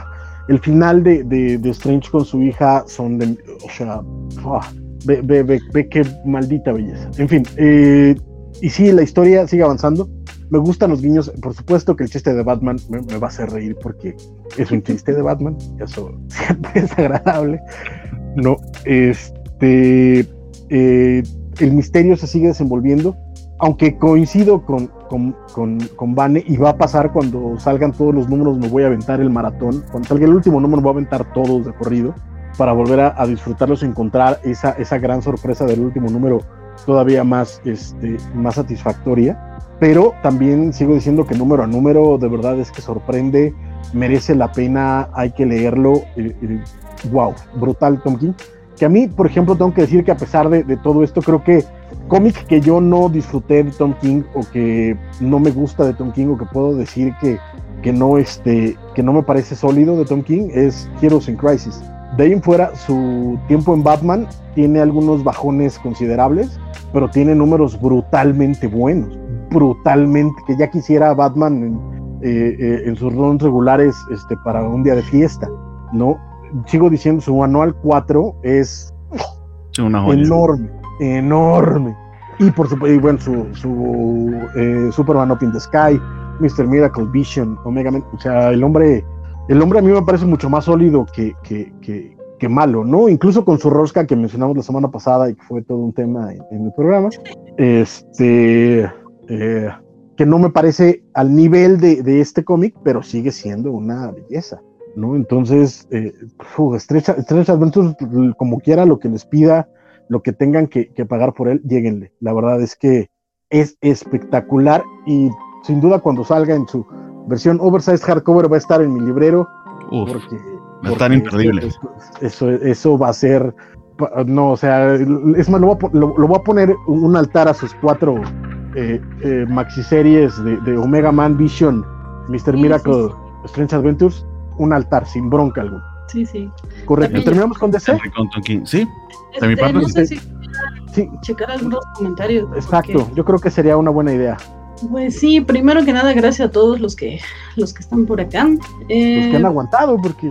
el final de, de, de Strange con su hija son de, o sea, oh, ve, ve, ve, ve qué maldita belleza. En fin, eh, y sí, la historia sigue avanzando. Me gustan los guiños, por supuesto que el chiste de Batman me, me va a hacer reír porque es un chiste de Batman, eso siempre es agradable. No, este, eh, el misterio se sigue desenvolviendo, aunque coincido con, con, con, con Vane, y va a pasar cuando salgan todos los números, me voy a aventar el maratón, cuando salga el último número me voy a aventar todos de corrido, para volver a, a disfrutarlos y encontrar esa, esa gran sorpresa del último número todavía más, este, más satisfactoria. Pero también sigo diciendo que número a número de verdad es que sorprende, merece la pena, hay que leerlo. Eh, eh, wow, brutal Tom King. Que a mí, por ejemplo, tengo que decir que a pesar de, de todo esto, creo que cómic que yo no disfruté de Tom King, o que no me gusta de Tom King, o que puedo decir que, que, no, este, que no me parece sólido de Tom King, es Heroes in Crisis. De ahí en fuera, su tiempo en Batman tiene algunos bajones considerables, pero tiene números brutalmente buenos, brutalmente, que ya quisiera Batman en, eh, eh, en sus runs regulares este, para un día de fiesta, ¿no? Sigo diciendo, su anual cuatro es sí, una joya. enorme, enorme. Y por supuesto, y bueno, su, su eh, Superman Up in the Sky, mister Miracle, Vision, Omega Man, o sea, el hombre, el hombre a mí me parece mucho más sólido que, que, que, que malo, ¿no? Incluso con su rosca que mencionamos la semana pasada y que fue todo un tema en, en el programa, este, eh, que no me parece al nivel de, de este cómic, pero sigue siendo una belleza, ¿no? Entonces, eh, Strange, Strange Adventures, como quiera, lo que les pida, lo que tengan que, que pagar por él, lléguenle. La verdad es que es espectacular, y sin duda cuando salga en su versión oversized hardcover va a estar en mi librero. Uf, porque, va a estar imperdible. Eso, eso, eso va a ser, no, o sea, es más, lo voy a, lo, lo voy a poner un altar a sus cuatro eh, eh, maxiseries de, de Omega Man, Vision, mister Sí, Miracle, sí, sí. Strange Adventures, un altar sin bronca alguna. Sí, sí. Correcto. También ¿terminamos con D C? Sí. Este, mi parte, no sé si sí. checar algunos comentarios. Exacto, porque... yo creo que sería una buena idea. Pues sí, primero que nada, gracias a todos los que los que están por acá. Eh, los que han aguantado, porque...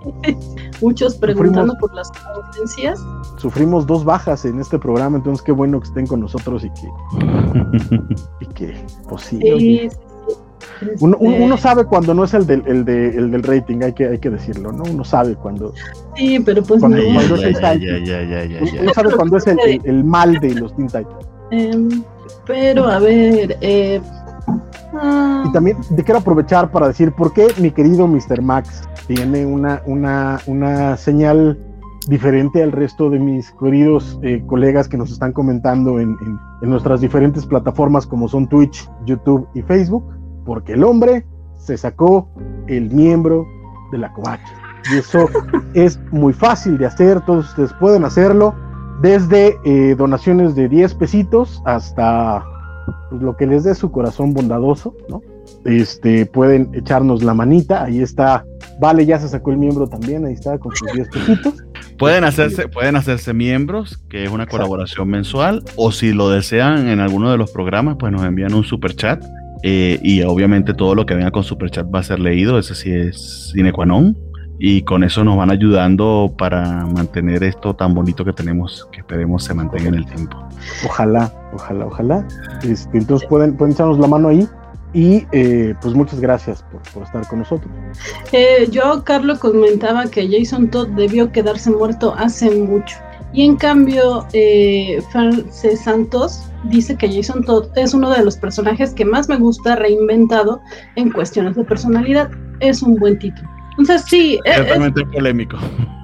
Muchos preguntando sufrimos, por las audiencias. Sufrimos dos bajas en este programa, entonces qué bueno que estén con nosotros y que... y que, pues sí. sí, sí, sí. Este... Uno, uno sabe cuando no es el del, el de, el del rating, hay que, hay que decirlo, ¿no? Uno sabe cuando... Sí, pero pues cuando, no. Cuando ya, es ya, ya, ya, ya, ya, ya. Uno sabe cuando es el, el, el mal de los Teen Titans. Um, pero, a ver... Eh, uh... Y también te quiero aprovechar para decir por qué mi querido mister Max tiene una, una, una señal diferente al resto de mis queridos eh, colegas que nos están comentando en, en, en nuestras diferentes plataformas como son Twitch, YouTube y Facebook. Porque el hombre se sacó el miembro de la covacha. Y eso es muy fácil de hacer, todos ustedes pueden hacerlo, desde eh, donaciones de diez pesitos hasta pues, lo que les dé su corazón bondadoso, ¿no? Este, pueden echarnos la manita, ahí está, Vale ya se sacó el miembro también, ahí está con sus diez pesitos. Pueden hacerse, pueden hacerse miembros, que es una Exacto. colaboración mensual, o si lo desean en alguno de los programas, pues nos envían un super chat. Eh, y obviamente todo lo que venga con Superchat va a ser leído, ese sí es sine qua non, y con eso nos van ayudando para mantener esto tan bonito que tenemos, que esperemos se mantenga en el tiempo. Ojalá, ojalá, ojalá. Este, entonces pueden, pueden echarnos la mano ahí, y eh, pues muchas gracias por, por estar con nosotros. Eh, yo, Carlos, comentaba que Jason Todd debió quedarse muerto hace mucho. Y en cambio, eh, Frances Santos dice que Jason Todd es uno de los personajes que más me gusta reinventado en cuestiones de personalidad. Es un buen título. Entonces, sí. Ciertamente es, es polémico.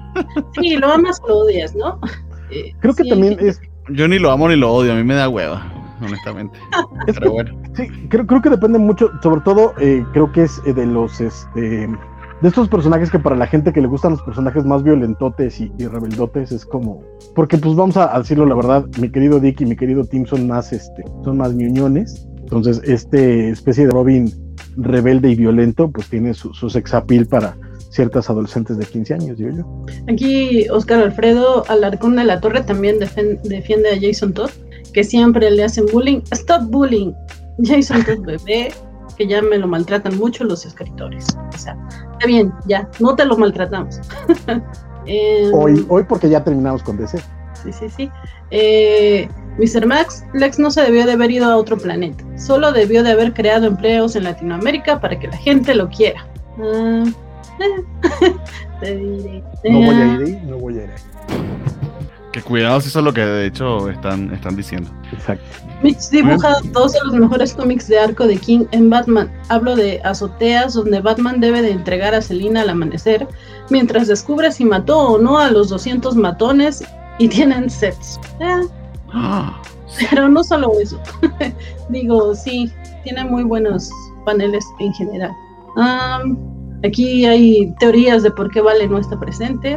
Sí, lo amas o lo odias, ¿no? Eh, Creo que sí, también es... Yo ni lo amo ni lo odio, a mí me da hueva, honestamente. Es Pero que, bueno. Sí, creo, creo que depende mucho, sobre todo, eh, creo que es de los... este de estos personajes que para la gente que le gustan los personajes más violentotes y, y rebeldotes es como, porque pues vamos a, a decirlo la verdad, mi querido Dick y mi querido Tim son más este, son más ñoñones, entonces este especie de Robin rebelde y violento pues tiene su, su sex appeal para ciertas adolescentes de quince años, digo yo. Aquí Oscar Alfredo Alarcón de la Torre también defen- defiende a Jason Todd, que siempre le hacen bullying. Stop bullying, Jason Todd bebé. que ya me lo maltratan mucho los escritores. O sea, está bien, ya, no te lo maltratamos. eh, hoy, hoy porque ya terminamos con D C. Sí, sí, sí. Eh, mister Max, Lex no se debió de haber ido a otro planeta. Solo debió de haber creado empleos en Latinoamérica para que la gente lo quiera. Uh, eh, te diré. No voy a ir ahí, no voy a ir ahí. Que cuidado si eso es lo que de hecho están, están diciendo. Exacto. Mitch dibuja dos de los mejores cómics de arco de King en Batman. Hablo de Azoteas, donde Batman debe de entregar a Selina al amanecer, mientras descubre si mató o no a los doscientos matones y tienen sets. Eh, Ah, pero no solo eso. Digo, sí, tiene muy buenos paneles en general. Um, aquí hay teorías de por qué Vale no está presente.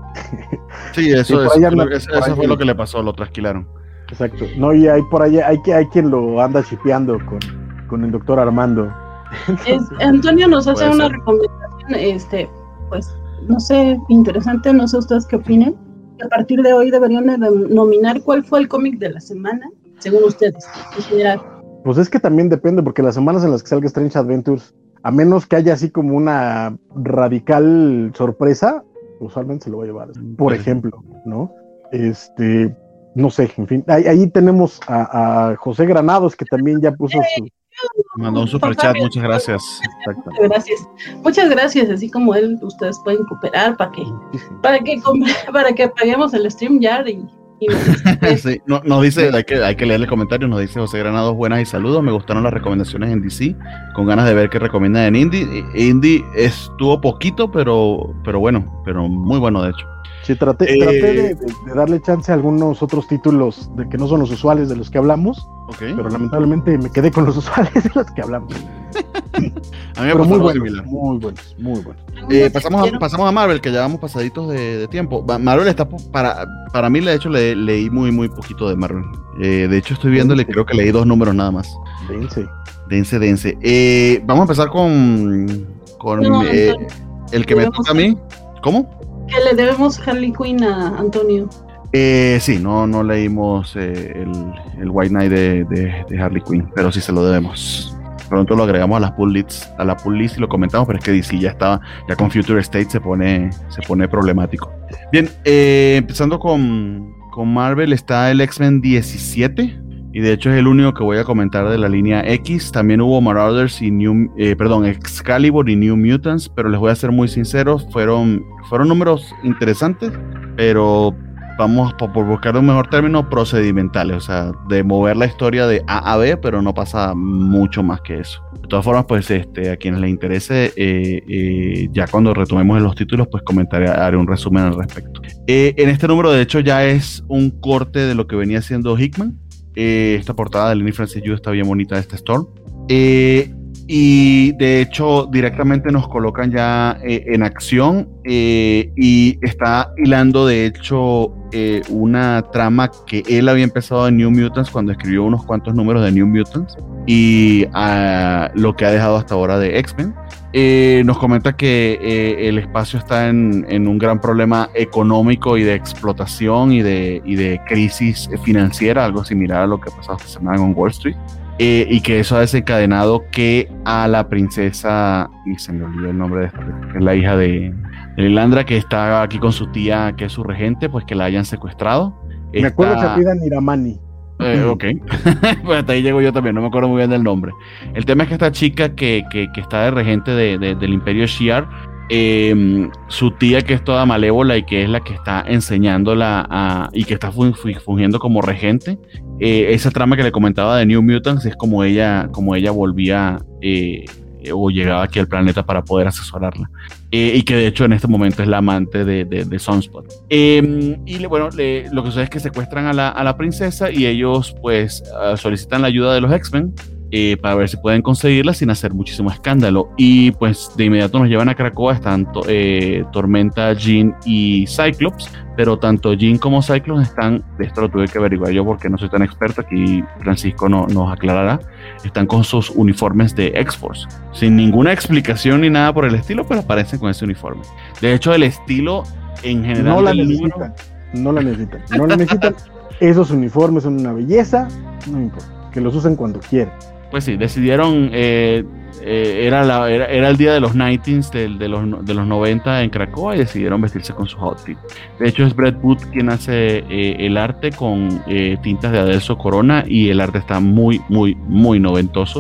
sí, eso, Sí, por es, ahí anda- eso, por eso ahí- fue lo que le pasó, lo trasquilaron. Exacto. No, y hay por allá, hay, que, hay quien lo anda shipeando con, con el doctor Armando. Es, Antonio nos hace Puede una ser. recomendación, este, pues, no sé, interesante, no sé ustedes qué opinen. A partir de hoy deberían de nominar cuál fue el cómic de la semana, según ustedes, en general. Pues es que también depende, porque las semanas en las que salga Strange Adventures, a menos que haya así como una radical sorpresa, usualmente se lo va a llevar. Por Pues, ejemplo, ¿no? Este, no sé, en fin. Ahí, ahí tenemos a, a José Granados, que también ya puso su... Mandó un superchat, muchas gracias. Exacto. Muchas gracias, muchas gracias, así como él, ustedes pueden cooperar para que, para que, compre- para que paguemos el StreamYard y, y pues, Sí, no, nos dice, hay que, hay que leer el comentario, nos dice José Granados, buenas y saludos, me gustaron las recomendaciones en D C, con ganas de ver qué recomiendan en Indie. Indie estuvo poquito, pero, pero bueno, pero muy bueno de hecho. Sí, traté, Eh, traté de, de- de darle chance a algunos otros títulos de que no son los usuales de los que hablamos, Ok. pero lamentablemente me quedé con los usuales de los que hablamos. A mí me Pero pasó muy algo buenos, similar. muy buenos, muy buenos. Eh, pasamos, a, pasamos a Marvel, que ya vamos pasaditos de, de tiempo. Va- Marvel está po- para, para mí, de hecho, le, leí muy, muy poquito de Marvel. Eh, de hecho, estoy viéndole, Sí. creo que leí dos números nada más. Dense. Dense, dense. Eh, vamos a empezar con, con No, eh, Antonio. el que me Debemos- toca a mí. ¿Cómo? que le debemos Harley Quinn a Antonio. Eh, sí, no, no leímos eh, el, el White Knight de, de, de Harley Quinn, pero sí se lo debemos. Pronto lo agregamos a las pull lists, a la pull list y lo comentamos, pero es que D C ya estaba, ya con Future State se pone, se pone problemático. Bien, eh, empezando con, con Marvel está el X-Men diecisiete, y de hecho es el único que voy a comentar de la línea X. También hubo Marauders y New, eh, perdón, Excalibur y New Mutants, pero les voy a ser muy sinceros, fueron, fueron números interesantes, pero vamos por, por buscar un mejor término, procedimentales, o sea, de mover la historia de A a B, pero no pasa mucho más que eso. De todas formas, pues este, a quienes les interese, eh, eh, ya cuando retomemos los títulos, pues comentaré, haré un resumen al respecto. Eh, en este número, de hecho, ya es un corte de lo que venía haciendo Hickman. Eh, esta portada de Lenny Francis Yu está bien bonita de este Storm. Eh, y de hecho directamente nos colocan ya eh, en acción eh, y está hilando de hecho eh, una trama que él había empezado en New Mutants cuando escribió unos cuantos números de New Mutants y uh, lo que ha dejado hasta ahora de X-Men. Eh, nos comenta que eh, el espacio está en, en un gran problema económico y de explotación y de, y de crisis financiera, algo similar a lo que pasó esta semana con Wall Street. Eh, y que eso ha desencadenado que a la princesa, y se me olvidó el nombre de esta, que es la hija de, de Lilandra, que está aquí con su tía, que es su regente, pues que la hayan secuestrado. Me Está- acuerdo que pidan Niramani. eh, ok, pues hasta ahí llego yo también, no me acuerdo muy bien del nombre. El tema es que esta chica que, que, que está de regente de, de, del Imperio Shi'ar, eh, su tía que es toda malévola y que es la que está enseñándola a, y que está fun- fu- fungiendo como regente, eh, esa trama que le comentaba de New Mutants es como ella, como ella volvía eh, o llegaba aquí al planeta para poder asesorarla. Eh, y que de hecho en este momento es la amante de, de, de Sunspot. Eh, y le, bueno, le, lo que sucede es que secuestran a la, a la princesa y ellos pues uh, solicitan la ayuda de los X-Men eh, para ver si pueden conseguirla sin hacer muchísimo escándalo. Y pues de inmediato nos llevan a Krakoa, están to, eh, Tormenta, Jean y Cyclops, pero tanto Jean como Cyclops están, de esto lo tuve que averiguar yo porque no soy tan experto, aquí Francisco no, nos aclarará, están con sus uniformes de X-Force, sin ninguna explicación ni nada por el estilo, pero aparecen con ese uniforme. De hecho, el estilo en general No la del necesitan. número, No la necesitan. No la necesitan. Esos uniformes son una belleza. No importa. Que los usen cuando quieran. pues sí, decidieron, eh, eh, era, la, era, era el día de los nineteens de, de, los, de los noventa en Cracoa y decidieron vestirse con su outfit. De hecho es Brett Booth quien hace eh, el arte con eh, tintas de Adelso Corona y el arte está muy, muy, muy noventoso,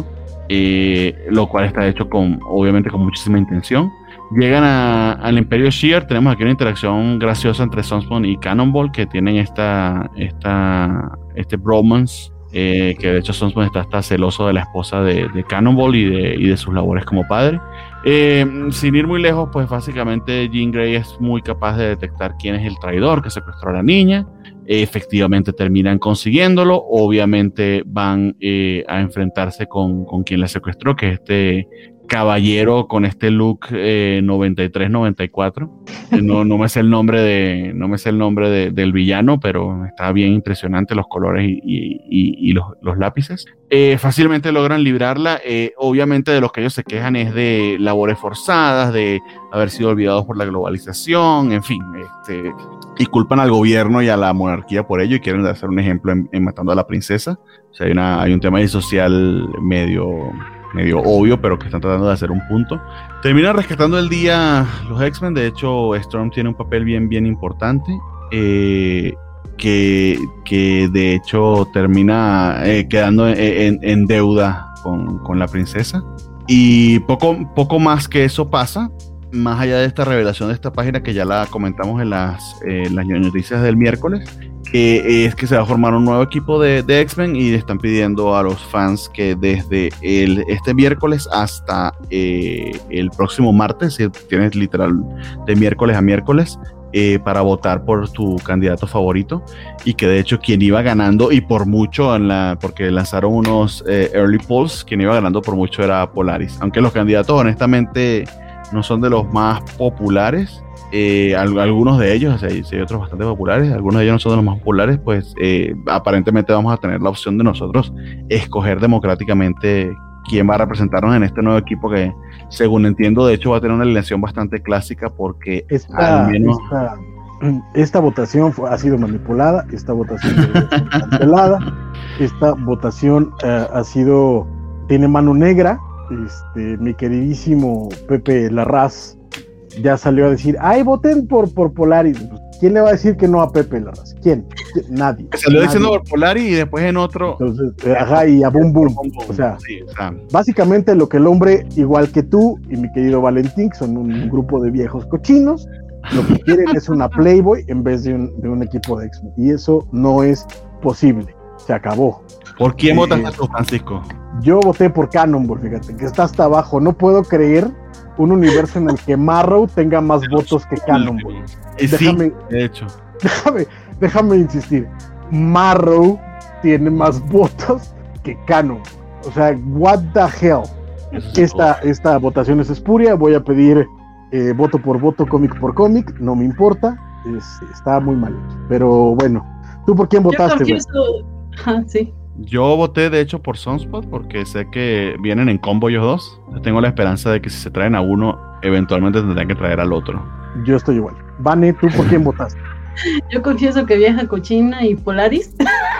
eh, lo cual está hecho con, obviamente con muchísima intención. Llegan a, al Imperio Shear, tenemos aquí una interacción graciosa entre Sunspawn y Cannonball que tienen esta, esta, este bromance. Eh, que de hecho Sunspawn está, está celoso de la esposa de, de Cannonball y de, y de sus labores como padre. Eh, sin ir muy lejos, pues básicamente Jean Grey es muy capaz de detectar quién es el traidor que secuestró a la niña. Eh, efectivamente terminan consiguiéndolo. Obviamente van eh, a enfrentarse con, con quien la secuestró, que es este caballero con este look eh, noventa y tres noventa y cuatro. No, no me sé el nombre de no me sé el nombre de, del villano, pero está bien impresionante los colores y, y, y, y los, los lápices. Eh, fácilmente logran librarla. Eh, obviamente de los que ellos se quejan es de labores forzadas, de haber sido olvidados por la globalización, en fin, este, y culpan al gobierno y a la monarquía por ello y quieren hacer un ejemplo en, en matando a la princesa. O sea, hay, una, hay un tema ahí social medio... medio obvio, pero que están tratando de hacer un punto. Terminan rescatando el día los X-Men. De hecho, Storm tiene un papel bien, bien importante, eh, que, que de hecho termina eh, quedando en, en, en deuda con, con la princesa. Y poco, poco más que eso pasa, más allá de esta revelación de esta página que ya la comentamos en las, eh, las noticias del miércoles, que es que se va a formar un nuevo equipo de, de X-Men y están pidiendo a los fans que desde el, este miércoles hasta eh, el próximo martes, si tienes literal de miércoles a miércoles, eh, para votar por tu candidato favorito, y que de hecho quien iba ganando y por mucho, en la, porque lanzaron unos eh, early polls, quien iba ganando por mucho era Polaris, aunque los candidatos honestamente no son de los más populares. Eh, algunos de ellos, o sea, hay, hay otros bastante populares, algunos de ellos no son de los más populares, pues eh, aparentemente vamos a tener la opción de nosotros escoger democráticamente quién va a representarnos en este nuevo equipo que, según entiendo, de hecho va a tener una alineación bastante clásica porque esta, al menos... esta, esta votación fue, ha sido manipulada, esta votación fue cancelada, esta votación uh, ha sido, tiene mano negra. Este, mi queridísimo Pepe Larraz ya salió a decir, ay, voten por, por Polaris. ¿Quién le va a decir que no a Pepe Larraz? ¿Quién? Nadie. Salió nadie. diciendo por Polaris y después en otro. Entonces, eh, ajá, y a boom boom. O sea, sí, o sea, básicamente lo que el hombre, igual que tú y mi querido Valentín, que son un grupo de viejos cochinos, lo que quieren es una Playboy en vez de un, de un equipo de X-Men. Y eso no es posible. Se acabó. ¿Por quién eh, votaste tú, Francisco? Yo voté por Cannonball, fíjate, que está hasta abajo. No puedo creer un universo en el que Marrow tenga más votos que Cannonball. Sí, Déjame, de hecho. Déjame, déjame insistir. Marrow tiene más votos que Cannonball. O sea, what the hell. Esta, esta votación es espuria. Voy a pedir eh, voto por voto, cómic por cómic. No me importa. Es, está muy mal. Pero bueno, ¿tú por quién votaste? Yo confieso... ah, sí. Yo voté de hecho por Sunspot porque sé que vienen en combo ellos dos. Yo tengo la esperanza de que si se traen a uno, eventualmente tendrán que traer al otro. Yo estoy igual. Vane, ¿tú por quién votaste? Yo confieso que Vieja Cochina y Polaris.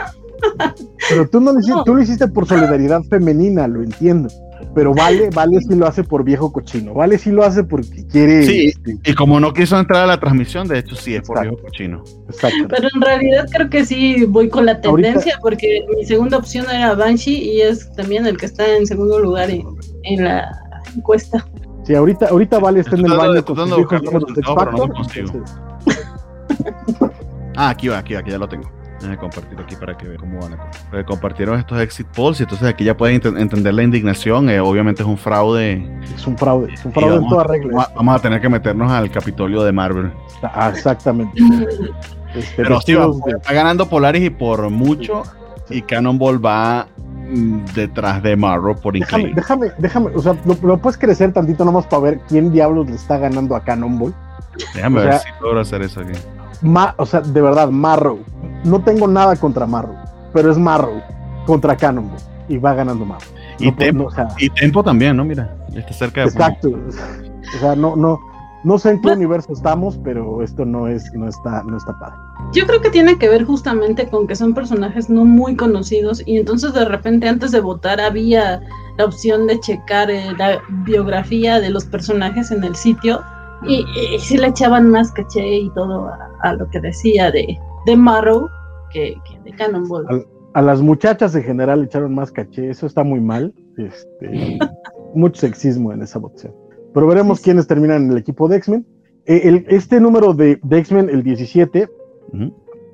Pero tú no lo hiciste, No. tú lo hiciste por solidaridad femenina, lo entiendo. Pero Vale, Vale sí lo hace por viejo cochino. Vale sí lo hace porque quiere. Sí, este, y como no quiso entrar a la transmisión, de hecho sí es por Exacto. viejo cochino. exacto. Pero en realidad creo que sí voy con la tendencia, Ahorita- porque mi segunda opción era Banshee y es también el que está en segundo lugar en, en la encuesta. Sí, ahorita, ahorita Vale está en el Estoy baño tratando- con sus tratando de hijos buscarlo viendo X resultado, pero no Factor, lo consigo. entonces, Ah, aquí va, aquí va, aquí ya lo tengo. Déjame compartir aquí para que vean cómo van a Porque compartieron estos exit polls y entonces aquí ya pueden ent- entender la indignación. Eh, obviamente es un fraude. es un fraude, es un Y fraude en vamos, toda a, regla. vamos a tener que meternos al Capitolio de Marvel. Ah, exactamente. Este, Pero sí, va, vestidos de- está ganando Polaris y por mucho. Y Cannonball va mm, detrás de Marvel por déjame, increíble. déjame, déjame, o sea, lo, lo puedes crecer tantito nomás para ver quién diablos le está ganando a Cannonball. Déjame o ver sea, si logro hacer eso aquí. Ma, o sea, de verdad, Marrow. No tengo nada contra Marrow, pero es Marrow contra Cannonball y va ganando Marrow. Y No, Tempo, no, o sea, y Tempo también, ¿no? Mira, está cerca de exacto. O sea, no, no, No sé en qué universo estamos, pero esto no es, no está, no está padre. Yo creo que tiene que ver justamente con que son personajes no muy conocidos y entonces de repente antes de votar había la opción de checar eh, la biografía de los personajes en el sitio y, y, y sí le echaban más caché y todo a, a lo que decía de, de Marrow que, que de Cannonball. A, a las muchachas en general le echaron más caché, eso está muy mal, este, mucho sexismo en esa votación. Pero veremos sí, quiénes sí. terminan en el equipo de X-Men. Eh, el, este número de, de X-Men, el diecisiete, uh-huh.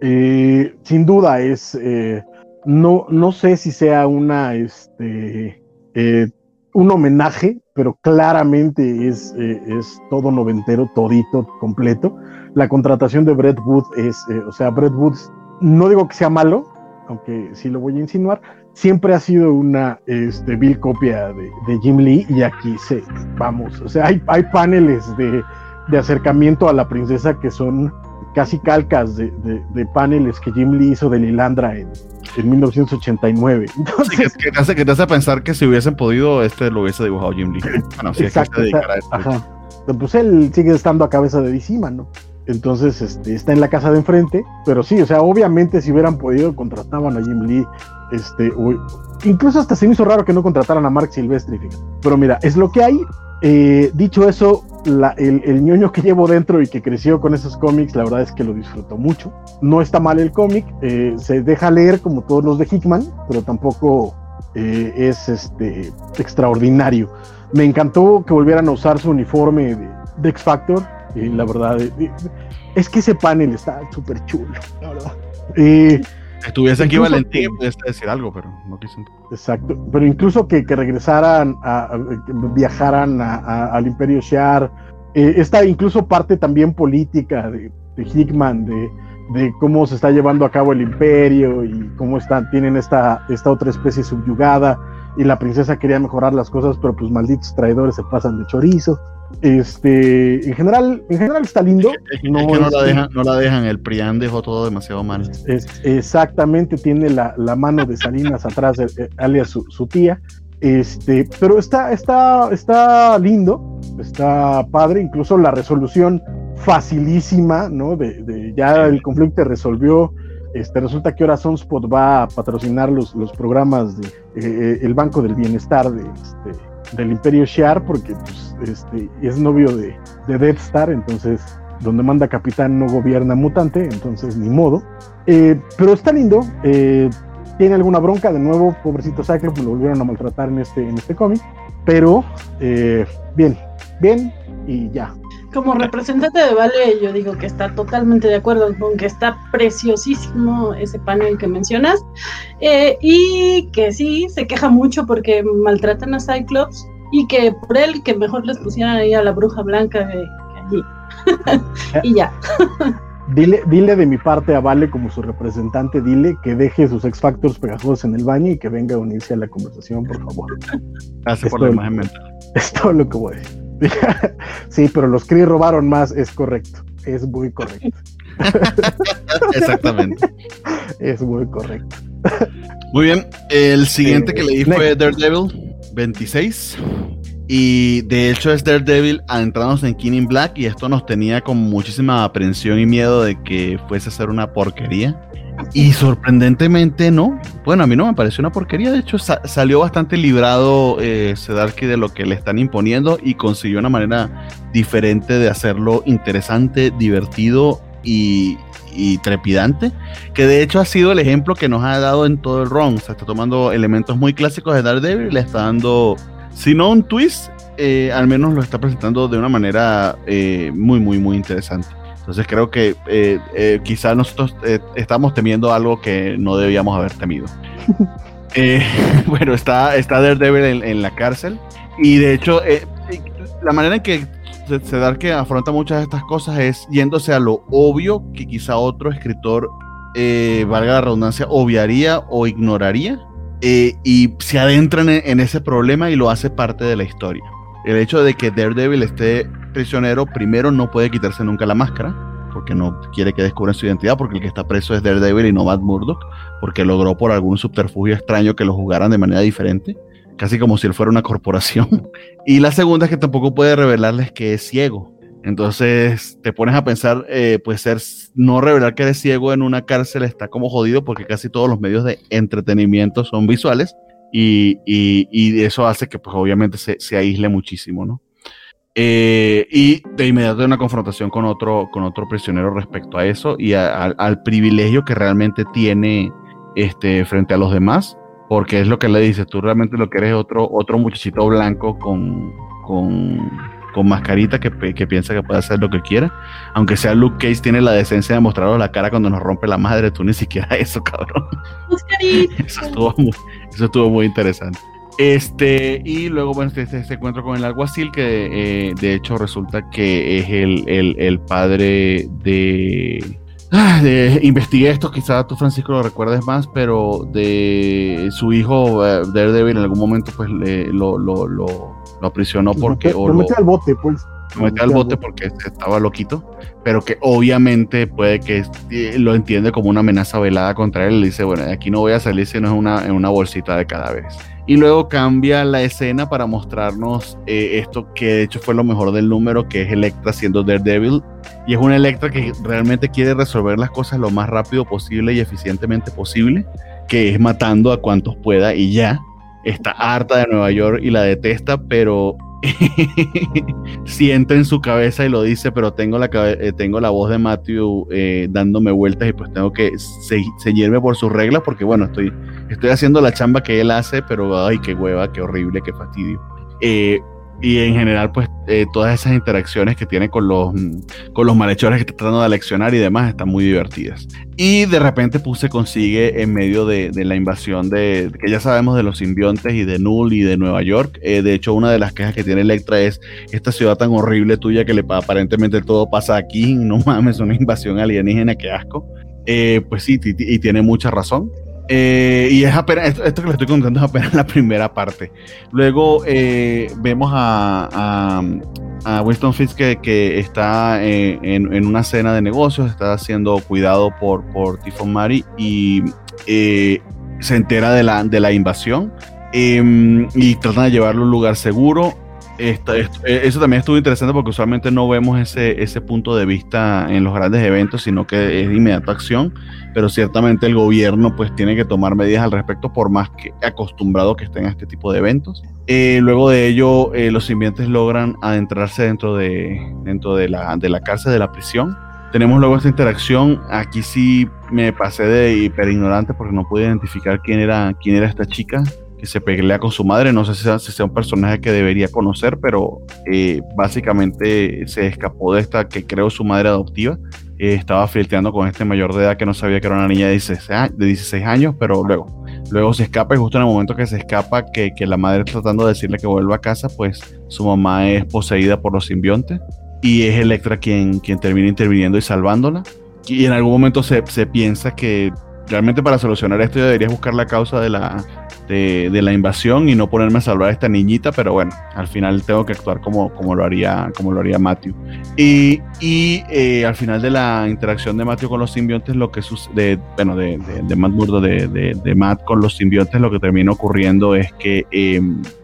eh, sin duda es, eh, no, no sé si sea una, este, eh, un homenaje, pero claramente es, eh, es todo noventero, todito, completo. La contratación de Brett Wood es, eh, o sea, Brett Wood, no digo que sea malo, aunque sí lo voy a insinuar, siempre ha sido una este, vil copia de, de Jim Lee y aquí se, vamos, o sea, hay, hay paneles de, de acercamiento a la princesa que son casi calcas de, de, de paneles que Jim Lee hizo de Lilandra en, en mil novecientos ochenta y nueve. Entonces, sí, que, que, te hace, que te hace pensar que si hubiesen podido, este lo hubiese dibujado Jim Lee. Bueno, sí, exacto, es que se dedicara a esto. Ajá. Pues él sigue estando a cabeza de D C, ¿no? Entonces este, está en la casa de enfrente, pero sí, o sea, obviamente si hubieran podido contrataban a Jim Lee, este, o, incluso hasta se me hizo raro que no contrataran a Mark Silvestri, fíjate. Pero mira, es lo que hay. Eh, dicho eso, la, el, el ñoño que llevo dentro y que creció con esos cómics, la verdad es que lo disfruto mucho. No está mal el cómic, eh, se deja leer como todos los de Hickman, pero tampoco eh, es este, extraordinario. Me encantó que volvieran a usar su uniforme de, de X Factor. Y la verdad, es que ese panel está súper chulo, la verdad. Eh, Estuviese aquí Valentín, pudiese decir algo, pero no quise. Exacto, pero incluso que, que regresaran, a, a, que viajaran a, a, al Imperio Shi'ar, eh, esta incluso parte también política de, de Hickman, de, de cómo se está llevando a cabo el Imperio y cómo están, tienen esta, esta otra especie subyugada, y la princesa quería mejorar las cosas, pero pues malditos traidores se pasan de chorizo. Este, en general, en general está lindo. Es que no, es que no, es, la, dejan, no la dejan, el Prián dejó todo demasiado mal. Es, exactamente, tiene la, la mano de Salinas atrás, eh, alias su, su tía. Este, pero está, está, está lindo, está padre, incluso la resolución facilísima, ¿no? De, de ya el conflicto resolvió. Este, resulta que ahora Sunspot va a patrocinar los, los programas de eh, el Banco del Bienestar de este, del Imperio Shi'ar, porque pues, este, es novio de, de Death Star, entonces donde manda capitán no gobierna mutante, entonces ni modo. Eh, pero está lindo, eh, tiene alguna bronca, de nuevo, pobrecito Cyclops, lo volvieron a maltratar en este, en este cómic, pero eh, bien, bien y ya. Como representante de Vale, yo digo que está totalmente de acuerdo con que está preciosísimo ese panel que mencionas, eh, y que sí, se queja mucho porque maltratan a Cyclops, y que por él, que mejor les pusieran ahí a la bruja blanca que, que allí. Y ya. Dile, dile de mi parte a Vale como su representante, dile que deje sus X Factors pegajosos en el baño y que venga a unirse a la conversación, por favor. Gracias por la imagen mental. Es todo lo que voy a decir. Sí, pero los Kree robaron más, es correcto, es muy correcto. Exactamente. Es muy correcto. Muy bien, el siguiente eh, que leí next. fue Daredevil veintiséis, y de hecho es Daredevil adentrándonos en King in Black, y esto nos tenía con muchísima aprensión y miedo de que fuese a ser una porquería. Y sorprendentemente no, bueno, a mí no me pareció una porquería, de hecho sa- salió bastante librado eh, Sedarki de lo que le están imponiendo, y consiguió una manera diferente de hacerlo interesante, divertido y, y trepidante, que de hecho ha sido el ejemplo que nos ha dado en todo el run. O sea, está tomando elementos muy clásicos de Daredevil y le está dando, si no un twist, eh, al menos lo está presentando de una manera eh, muy muy muy interesante. Entonces creo que eh, eh, quizás nosotros eh, estamos temiendo algo que no debíamos haber temido. eh, bueno, está, está Daredevil en, en la cárcel, y de hecho eh, la manera en que Sedarki afronta muchas de estas cosas es yéndose a lo obvio que quizá otro escritor, eh, valga la redundancia, obviaría o ignoraría, eh, y se adentra en, en ese problema y lo hace parte de la historia. El hecho de que Daredevil esté prisionero, primero, no puede quitarse nunca la máscara, porque no quiere que descubran su identidad, porque el que está preso es Daredevil y no Matt Murdock, porque logró por algún subterfugio extraño que lo juzgaran de manera diferente, casi como si él fuera una corporación. Y la segunda es que tampoco puede revelarles que es ciego, Entonces te pones a pensar, eh, pues ser, no revelar que eres ciego en una cárcel está como jodido porque casi todos los medios de entretenimiento son visuales y, y, y eso hace que pues obviamente se, se aísle muchísimo, ¿no? Eh, y de inmediato hay una confrontación con otro, con otro prisionero respecto a eso y a, a, al privilegio que realmente tiene este, frente a los demás, porque es lo que le dices, tú realmente lo que eres otro, otro muchachito blanco con... con con mascarita que, que piensa que puede hacer lo que quiera, aunque sea Luke Cage tiene la decencia de mostrarnos la cara cuando nos rompe la madre, tú ni siquiera eso, cabrón. Eso estuvo muy, eso estuvo muy interesante. Este, y luego, bueno, este, este encuentro con el alguacil, que eh, de hecho resulta que es el, el, el padre de... Ah, de, investigué esto, quizá tú, Francisco, lo recuerdes más, pero de su hijo uh, Daredevil en algún momento pues le, lo, lo, lo, lo aprisionó porque... Lo metió al bote, pues. Lo metió al bote porque estaba loquito, pero que obviamente puede que eh, lo entiende como una amenaza velada contra él. Le dice, bueno, de aquí no voy a salir si no es una, en una bolsita de cadáveres. Y luego cambia la escena para mostrarnos eh, esto que de hecho fue lo mejor del número, que es Elektra siendo Daredevil. Y es una Elektra que realmente quiere resolver las cosas lo más rápido posible y eficientemente posible, que es matando a cuantos pueda y ya. Está harta de Nueva York y la detesta, pero siente en su cabeza y lo dice, pero tengo la, eh, tengo la voz de Matthew eh, dándome vueltas y pues tengo que se ceñirme por sus reglas porque bueno, estoy, estoy haciendo la chamba que él hace, pero ay, qué hueva, qué horrible, qué fastidio. Eh, y en general pues eh, todas esas interacciones que tiene con los, con los malhechores que está tratando de aleccionar y demás están muy divertidas. Y de repente pues se consigue en medio de, de la invasión de, que ya sabemos de los simbiontes y de Null y de Nueva York. Eh, de hecho una de las quejas que tiene Elektra es esta ciudad tan horrible tuya que le, aparentemente todo pasa aquí, no mames, una invasión alienígena, qué asco. Eh, pues sí, t- t- y tiene mucha razón. Eh, y es apenas, esto, esto que le estoy contando es apenas la primera parte. Luego eh, vemos a, a, a Winston Fisk que, que está eh, en, en una cena de negocios, está siendo cuidado por, por Tifón Mari y eh, se entera de la, de la invasión eh, y tratan de llevarlo a un lugar seguro. Esta, esto, eso también estuvo interesante porque usualmente no vemos ese, ese punto de vista en los grandes eventos, sino que es de inmediata acción, pero ciertamente el gobierno pues tiene que tomar medidas al respecto por más que acostumbrado que estén a este tipo de eventos. Eh, luego de ello eh, los simbiontes logran adentrarse dentro de, dentro de la, de la cárcel, de la prisión. Tenemos luego esta interacción. Aquí sí me pasé de hiper ignorante porque no pude identificar quién era, quién era esta chica que se pelea con su madre. No sé si sea, si sea un personaje que debería conocer, pero eh, básicamente se escapó de esta que creo su madre adoptiva. Eh, estaba flirteando con este mayor de edad que no sabía que era una niña de dieciséis años, pero luego, luego se escapa y justo en el momento que se escapa, que, que la madre está tratando de decirle que vuelva a casa, pues su mamá es poseída por los simbiontes y es Elektra quien, quien termina interviniendo y salvándola. Y en algún momento se, se piensa que realmente para solucionar esto yo debería buscar la causa de la, de, de la invasión y no ponerme a salvar a esta niñita, pero bueno, al final tengo que actuar como, como, lo, haría, como lo haría Matthew. Y, y eh, al final de la interacción de Matthew con los simbiontes, lo que sucede, bueno, de, de, de Matt Murdock, de, de, de Matt con los simbiontes, lo que termina ocurriendo es que... Eh,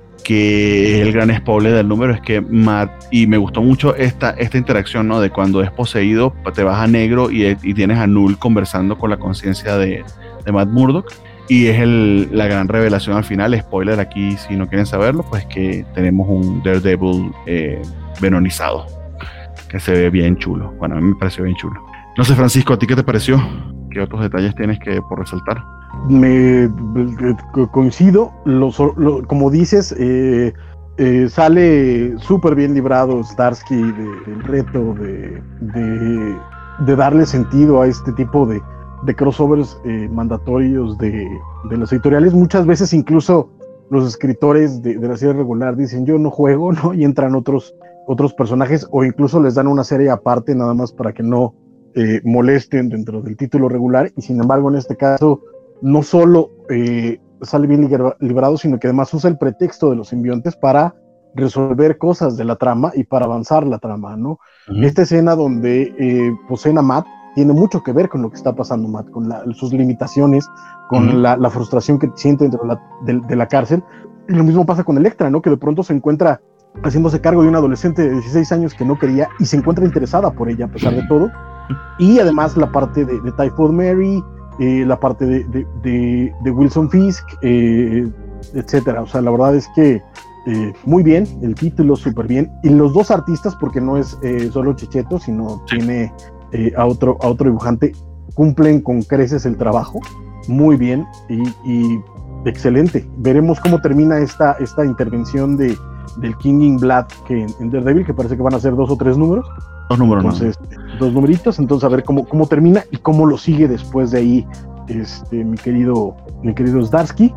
que el gran spoiler del número es que Matt, y me gustó mucho esta, esta interacción, ¿no? De cuando es poseído, te vas a negro y, y tienes a Null conversando con la conciencia de, de Matt Murdock, y es el, la gran revelación al final. Spoiler aquí, si no quieren saberlo, pues que tenemos un Daredevil eh, venonizado, que se ve bien chulo. Bueno, a mí me pareció bien chulo. No sé, Francisco, ¿a ti qué te pareció? ¿Qué otros detalles tienes que por resaltar? Me coincido, lo, lo, como dices, eh, eh, sale súper bien librado Starsky de, del reto de, de, de darle sentido a este tipo de, de crossovers eh, mandatorios de, de las editoriales. Muchas veces incluso los escritores de, de la serie regular dicen yo no juego, ¿no? Y entran otros, otros personajes o incluso les dan una serie aparte nada más para que no eh, molesten dentro del título regular, y sin embargo en este caso no solo eh, sale bien librado, sino que además usa el pretexto de los simbiontes para resolver cosas de la trama y para avanzar la trama, ¿no? Uh-huh. Esta escena donde eh, poseen a Matt tiene mucho que ver con lo que está pasando Matt, con la, sus limitaciones, con uh-huh. la, la frustración que siente dentro de la, de, de la cárcel. Y lo mismo pasa con Elektra, ¿no? Que de pronto se encuentra haciéndose cargo de una adolescente de dieciséis años que no quería y se encuentra interesada por ella a pesar de todo. Y además la parte de, de Typhoid Mary, eh, la parte de, de, de, de Wilson Fisk, eh, etcétera. O sea, la verdad es que eh, muy bien, el título súper bien. Y los dos artistas, porque no es eh, solo Checheto, sino sí. tiene eh, a, otro, a otro dibujante, cumplen con creces el trabajo. Muy bien y, y excelente. Veremos cómo termina esta, esta intervención de, del King in Black que en, en Daredevil, que parece que van a ser dos o tres números. Dos números, entonces, no. dos numeritos, entonces a ver cómo, cómo termina y cómo lo sigue después de ahí este, mi querido mi querido Zdarsky,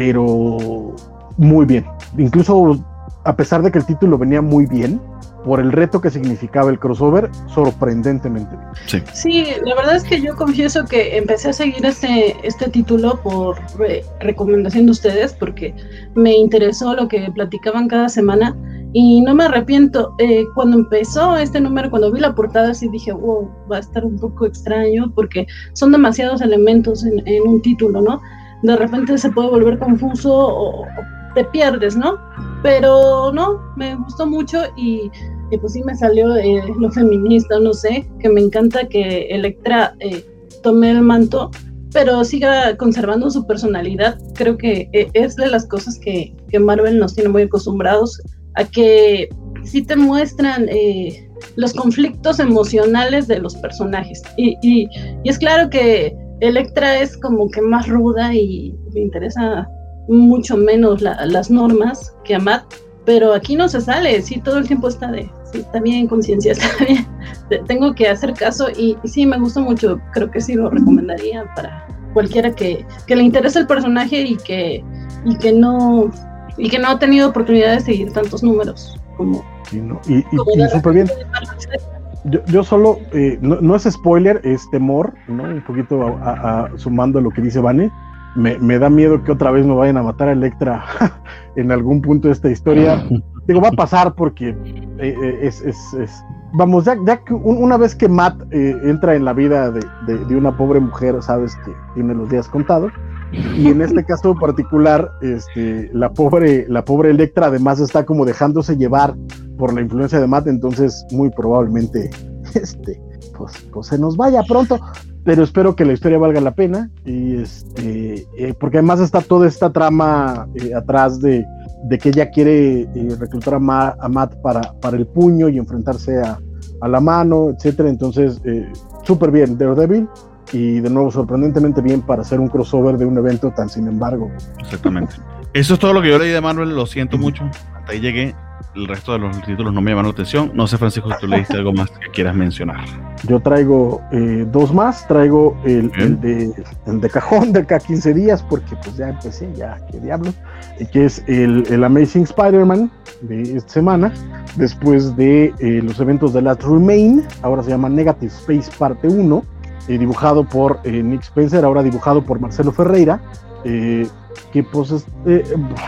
pero muy bien. Incluso a pesar de que el título venía muy bien, por el reto que significaba el crossover, sorprendentemente bien. Sí, sí, la verdad es que yo confieso que empecé a seguir este, este título por re- recomendación de ustedes, porque me interesó lo que platicaban cada semana y no me arrepiento. Eh, cuando empezó este número, cuando vi la portada, sí dije, wow, va a estar un poco extraño porque son demasiados elementos en, en un título, ¿no? De repente se puede volver confuso o, o te pierdes, ¿no? Pero no, me gustó mucho y, y pues sí me salió eh, lo feminista, no sé, que me encanta que Elektra eh, tome el manto, pero siga conservando su personalidad. Creo que eh, es de las cosas que, que Marvel nos tiene muy acostumbrados, a que sí te muestran eh, los conflictos emocionales de los personajes. Y, y, y es claro que Elektra es como que más ruda y me interesa mucho menos la, las normas que a Matt, pero aquí no se sale, sí, todo el tiempo está de, sí, está bien, conciencia, está bien, tengo que hacer caso y, y sí, me gusta mucho, creo que sí lo recomendaría para cualquiera que, que le interese el personaje y que, y que no y que no ha tenido oportunidad de seguir tantos números como... Sí, no, y y, y súper bien. Yo, yo solo, eh, no, no es spoiler, es temor, ¿no? Un poquito a, a, a, sumando lo que dice Vane. Me, me da miedo que otra vez me vayan a matar a Elektra en algún punto de esta historia. Digo, va a pasar porque eh, es, es, es... Vamos, ya, ya que un, una vez que Matt eh, entra en la vida de, de, de una pobre mujer, sabes que tiene los días contados. Y en este caso particular, este, la pobre, la pobre Elektra además está como dejándose llevar por la influencia de Matt, entonces muy probablemente este, pues, pues se nos vaya pronto, pero espero que la historia valga la pena, y este, eh, porque además está toda esta trama eh, atrás de, de que ella quiere eh, reclutar a, Ma, a Matt para, para el puño y enfrentarse a, a la mano, etcétera. Entonces, eh, súper bien, Daredevil. Y de nuevo, sorprendentemente bien para hacer un crossover de un evento tan sin embargo. Exactamente. Eso es todo lo que yo leí de Marvel, lo siento mucho. Hasta ahí llegué. El resto de los títulos no me llamaron la atención. No sé, Francisco, si tú leíste algo más que quieras mencionar. Yo traigo eh, dos más. Traigo el, el, de, el de cajón de acá quince días, porque pues ya empecé, ya, qué diablos. Que es el, el Amazing Spider-Man de esta semana. Después de eh, los eventos de Last Remain. Ahora se llama Negative Space parte uno. Eh, dibujado por eh, Nick Spencer, ahora dibujado por Marcelo Ferreira, eh, que pues es, eh,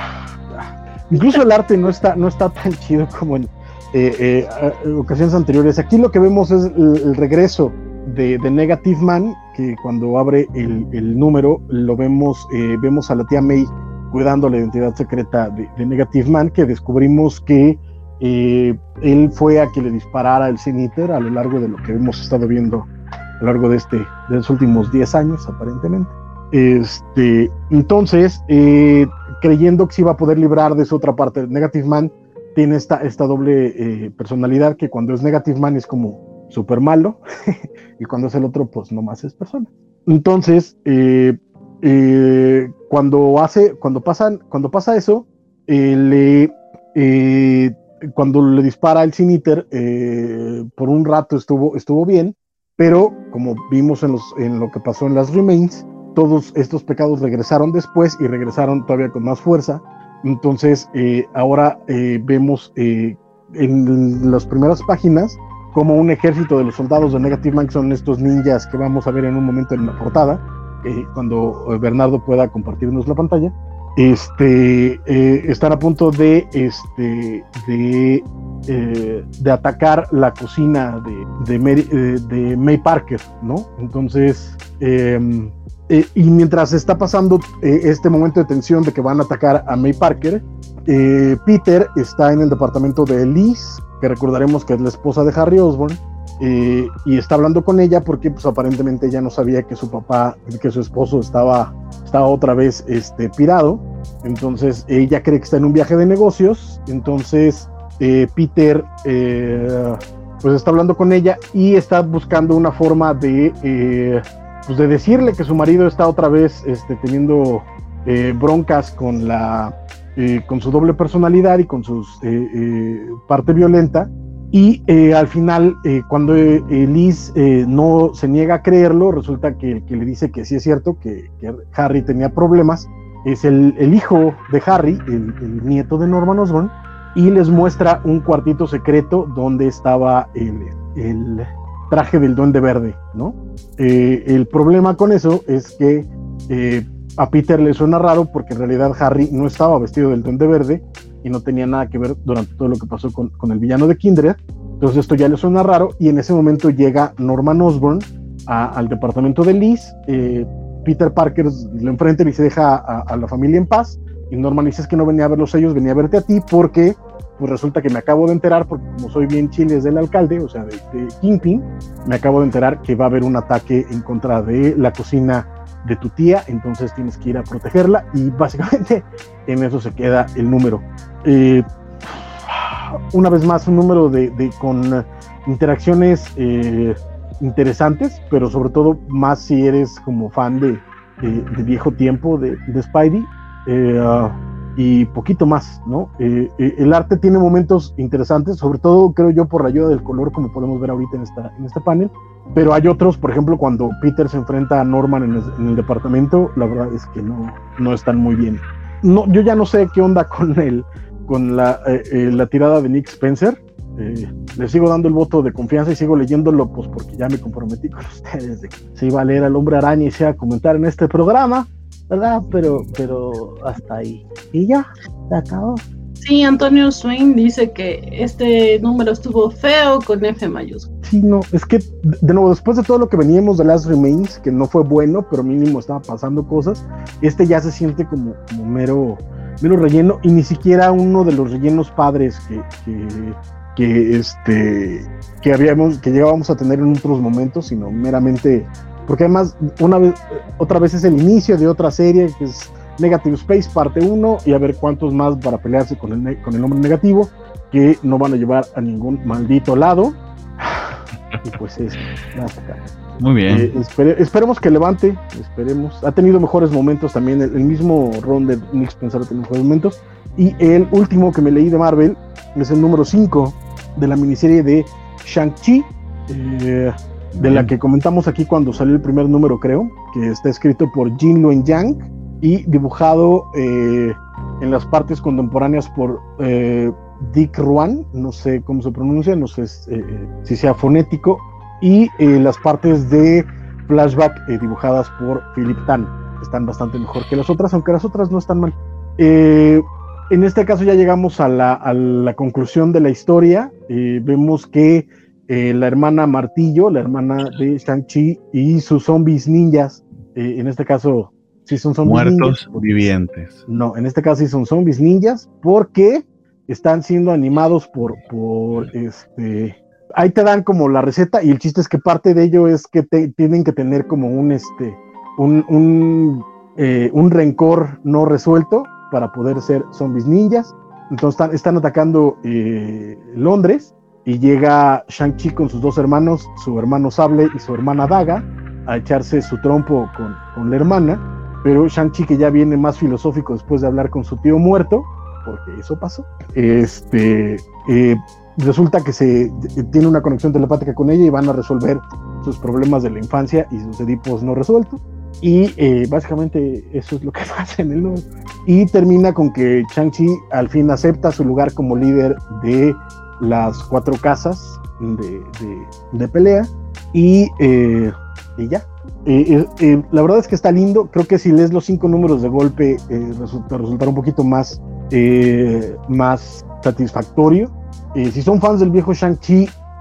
incluso el arte no está, no está tan chido como en eh, eh, ocasiones anteriores. Aquí lo que vemos es el, el regreso de, de Negative Man, que cuando abre el, el número lo vemos, eh, vemos a la tía May cuidando la identidad secreta de, de Negative Man, que descubrimos que eh, él fue a que le disparara el Sin Eater a lo largo de lo que hemos estado viendo a lo largo de, este, de los últimos diez años, aparentemente. Este, entonces, eh, creyendo que se iba a poder librar de su otra parte, Negative Man tiene esta, esta doble eh, personalidad, que cuando es Negative Man es como súper malo, y cuando es el otro, pues nomás es persona. Entonces, eh, eh, cuando, hace, cuando, pasan, cuando pasa eso, eh, le, eh, cuando le dispara el Sin Eater, eh, por un rato estuvo, estuvo bien, pero como vimos en, los, en lo que pasó en las Remains, todos estos pecados regresaron después y regresaron todavía con más fuerza. Entonces eh, ahora eh, vemos eh, en las primeras páginas como un ejército de los soldados de Negative Man, que son estos ninjas que vamos a ver en un momento en la portada, eh, cuando Bernardo pueda compartirnos la pantalla, este, eh, están a punto de, este, de Eh, de atacar la cocina de, de, Mary, eh, de May Parker, ¿no? Entonces, eh, eh, y mientras está pasando eh, este momento de tensión de que van a atacar a May Parker, eh, Peter está en el departamento de Liz, que recordaremos que es la esposa de Harry Osborn, eh, y está hablando con ella porque pues aparentemente ella no sabía que su papá, que su esposo estaba, estaba otra vez este, pirado. Entonces ella cree que está en un viaje de negocios. Entonces eh, Peter eh, pues está hablando con ella y está buscando una forma de, eh, pues de decirle que su marido está otra vez este, teniendo eh, broncas con la eh, con su doble personalidad y con su eh, eh, parte violenta. Y eh, al final, eh, cuando eh, Liz eh, no se niega a creerlo, resulta que el que le dice que sí es cierto, que, que Harry tenía problemas, es el, el hijo de Harry, el, el nieto de Norman Osborn, y les muestra un cuartito secreto donde estaba el, el traje del Duende Verde, ¿no? Eh, el problema con eso es que eh, a Peter le suena raro porque en realidad Harry no estaba vestido del Duende Verde y no tenía nada que ver durante todo lo que pasó con, con el villano de Kindred. Entonces esto ya le suena raro y en ese momento llega Norman Osborn a, al departamento de Liz. eh, Peter Parker lo enfrenta y dice deja a, a la familia en paz, y Norman dice es que no venía a verlos ellos, venía a verte a ti porque pues resulta que me acabo de enterar, porque como soy bien chiles del alcalde, o sea de, de Kingpin, me acabo de enterar que va a haber un ataque en contra de la cocina de tu tía, entonces tienes que ir a protegerla, y básicamente en eso se queda el número. Eh, una vez más un número de, de con interacciones eh, interesantes, pero sobre todo más si eres como fan de, de, de viejo tiempo de, de Spidey, eh, uh, y poquito más, ¿no? Eh, eh, el arte tiene momentos interesantes, sobre todo creo yo por la ayuda del color, como podemos ver ahorita en, esta, en este panel, pero hay otros, por ejemplo, cuando Peter se enfrenta a Norman en el, en el departamento, la verdad es que no, no están muy bien. No, yo ya no sé qué onda con el, con la, eh, eh, la tirada de Nick Spencer. Eh, le sigo dando el voto de confianza y sigo leyéndolo, pues porque ya me comprometí con ustedes de que se iba a leer al Hombre Araña y se iba a comentar en este programa, ¿verdad? Pero, pero hasta ahí. Y ya, se acabó. Sí, Antonio Swain dice que este número estuvo feo con F mayúscula. Sí, no, es que, de nuevo, después de todo lo que veníamos de Last Remains, que no fue bueno, pero mínimo estaba pasando cosas, este ya se siente como, como mero, mero relleno, y ni siquiera uno de los rellenos padres que, que, que, este, que, habíamos, que llegábamos a tener en otros momentos, sino meramente, porque además, una vez, otra vez es el inicio de otra serie, que es Negative Space parte uno, y a ver cuántos más para pelearse con el, con el hombre negativo, que no van a llevar a ningún maldito lado. Y pues es muy bien. Eh, espere, esperemos que levante, esperemos. Ha tenido mejores momentos también, el, el mismo Ron de Nick Spencer ha tenido mejores momentos. Y el último que me leí de Marvel es el número cinco de la miniserie de Shang-Chi, eh, de la que comentamos aquí cuando salió el primer número, creo, que está escrito por Jin Luen Yang y dibujado eh, en las partes contemporáneas por eh, Dick Ruan, no sé cómo se pronuncia, no sé eh, si sea fonético, y eh, las partes de Flashback eh, dibujadas por Philip Tan, están bastante mejor que las otras, aunque las otras no están mal. Eh, en este caso ya llegamos a la, a la conclusión de la historia. Eh, vemos que eh, la hermana Martillo, la hermana de Shang-Chi y sus zombies ninjas, eh, en este caso sí son zombies muertos ninjas, vivientes. No, en este caso sí son zombies ninjas, porque están siendo animados por, por este, ahí te dan como la receta, y el chiste es que parte de ello es que te, tienen que tener como un, este, un, un, eh, un rencor no resuelto para poder ser zombies ninjas. Entonces están, están atacando eh, Londres, y llega Shang-Chi con sus dos hermanos, su hermano Sable y su hermana Daga, a echarse su trompo con, con la hermana, pero Shang-Chi, que ya viene más filosófico después de hablar con su tío muerto, porque eso pasó, este, eh, resulta que se tiene una conexión telepática con ella y van a resolver sus problemas de la infancia y sus edipos no resueltos, y eh, básicamente eso es lo que pasa en el número, y termina con que Shang-Chi al fin acepta su lugar como líder de las cuatro casas de, de, de pelea, y, eh, y ya. Eh, eh, eh, la verdad es que está lindo. Creo que si lees los cinco números de golpe eh, resulta, resultará un poquito más, eh, más satisfactorio. Eh, si son fans del viejo Shang-Chi,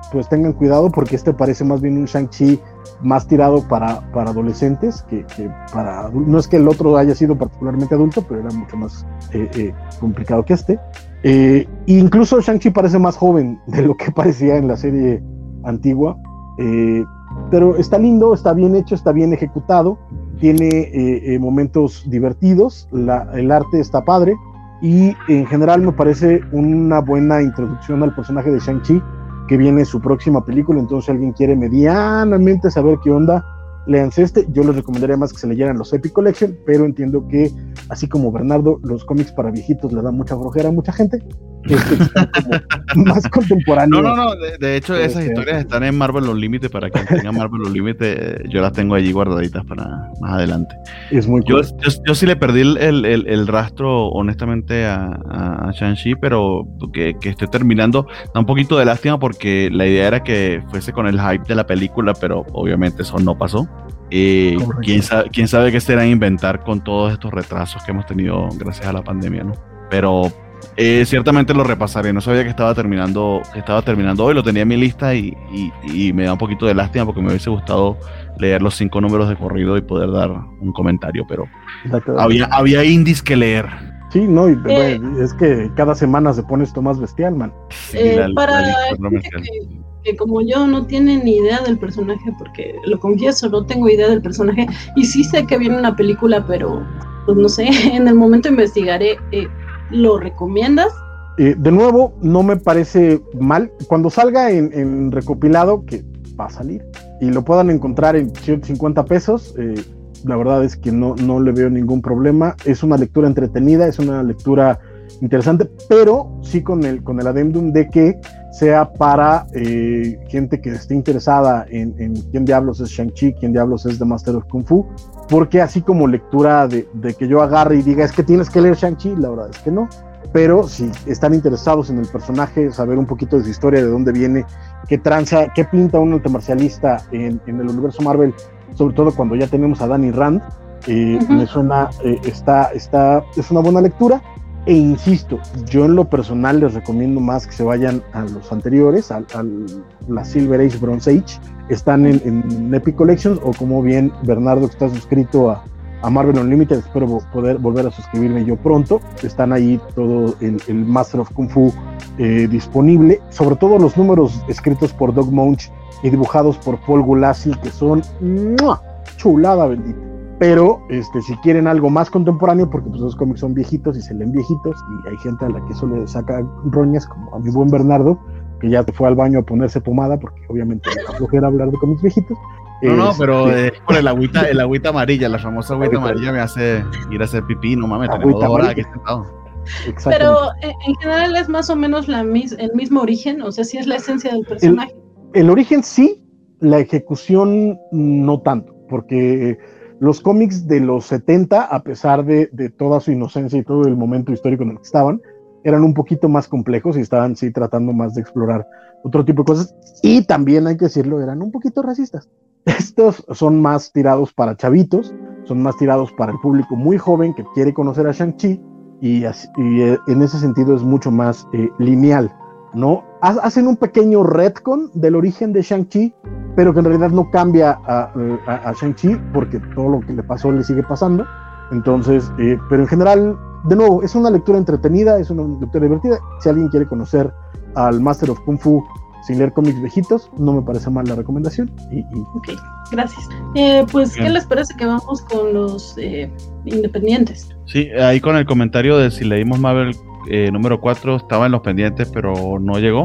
pues tengan cuidado porque este parece más bien un Shang-Chi más tirado para, para adolescentes que, que para adultos. No es que el otro haya sido particularmente adulto, pero era mucho más eh, eh, complicado que este. Eh, incluso Shang-Chi parece más joven de lo que parecía en la serie antigua, eh, pero está lindo, está bien hecho, está bien ejecutado, tiene eh, eh, momentos divertidos, la, el arte está padre y en general me parece una buena introducción al personaje de Shang-Chi, que viene su próxima película. Entonces si alguien quiere medianamente saber qué onda, léanse este. Yo les recomendaría más que se leyeran los Epic Collection, pero entiendo que, así como Bernardo, los cómics para viejitos le dan mucha flojera a mucha gente. Este está como más contemporáneo. No, no, no, de, de hecho esas este, historias están en Marvel Unlimited. Para quien tenga Marvel Unlimited, yo las tengo allí guardaditas para más adelante. Es muy yo, cool. yo, yo sí le perdí el, el, el, el rastro, honestamente, a, a, a Shang-Chi, pero que, que esté terminando, da un poquito de lástima porque la idea era que fuese con el hype de la película, pero obviamente eso no pasó. Eh, ¿quién, sabe, quién sabe qué serán inventar con todos estos retrasos que hemos tenido gracias a la pandemia, ¿no? Pero eh, ciertamente lo repasaré. No sabía que estaba terminando que estaba terminando hoy, lo tenía en mi lista y, y, y me da un poquito de lástima porque me hubiese gustado leer los cinco números de corrido y poder dar un comentario, pero había, había indies que leer. Sí, no, y, eh, bueno, es que cada semana se pone esto más bestial, man. Sí, eh, la, para la gente que, que como yo no tiene ni idea del personaje, porque lo confieso, no tengo idea del personaje, y sí sé que viene una película, pero pues no sé, en el momento investigaré. Eh, ¿Lo recomiendas? Eh, de nuevo, no me parece mal. Cuando salga en, en recopilado, que va a salir, y lo puedan encontrar en ciento cincuenta pesos, eh, la verdad es que no, no le veo ningún problema. Es una lectura entretenida, es una lectura interesante, pero sí con el, con el adendum de que sea para eh, gente que esté interesada en, en quién diablos es Shang-Chi, quién diablos es The Master of Kung Fu, porque así como lectura de, de que yo agarre y diga es que tienes que leer Shang-Chi, la verdad es que no. Pero si están interesados en el personaje, saber un poquito de su historia, de dónde viene, qué tranza, qué pinta un artemarcialista en, en el universo Marvel, sobre todo cuando ya tenemos a Danny Rand, eh, uh-huh. me suena, eh, está, está, es una buena lectura. E insisto, yo en lo personal les recomiendo más que se vayan a los anteriores, a, a la Silver Age, Bronze Age. Están en, en Epic Collections, o como bien Bernardo, que está suscrito a, a Marvel Unlimited, espero poder volver a suscribirme yo pronto. Están ahí todo el, el Master of Kung Fu eh, disponible, sobre todo los números escritos por Doug Moench y dibujados por Paul Gulacy, que son ¡mua! Chulada bendita. Pero este, si quieren algo más contemporáneo, porque pues los cómics son viejitos y se leen viejitos, y hay gente a la que eso le saca roñas, como a mi buen Bernardo, que ya se fue al baño a ponerse pomada, porque obviamente es flojera hablar de cómics viejitos. No, no, pero es por el agüita, el agüita amarilla, la famosa agüita amarilla me hace ir a hacer pipí, no mames, tenemos dos horas aquí sentado. Pero en general es más o menos la mis, el mismo origen, o sea, sí es la esencia del personaje. El, el origen sí, la ejecución no tanto, porque los cómics de los setenta, a pesar de, de toda su inocencia y todo el momento histórico en el que estaban, eran un poquito más complejos y estaban sí tratando más de explorar otro tipo de cosas, y también hay que decirlo, eran un poquito racistas. Estos son más tirados para chavitos, son más tirados para el público muy joven que quiere conocer a Shang-Chi, y, así, y eh, en ese sentido es mucho más eh, lineal, ¿no? Hacen un pequeño retcon del origen de Shang-Chi, pero que en realidad no cambia a, a, a Shang-Chi, porque todo lo que le pasó le sigue pasando. Entonces, eh, pero en general, de nuevo, es una lectura entretenida, es una lectura divertida. Si alguien quiere conocer al Master of Kung Fu sin leer cómics viejitos, no me parece mal la recomendación. Y, y... Ok, gracias. Eh, pues, ¿qué les parece que vamos con los eh, independientes? Sí, ahí con el comentario de si leímos Marvel eh, número cuatro, estaba en los pendientes, pero no llegó.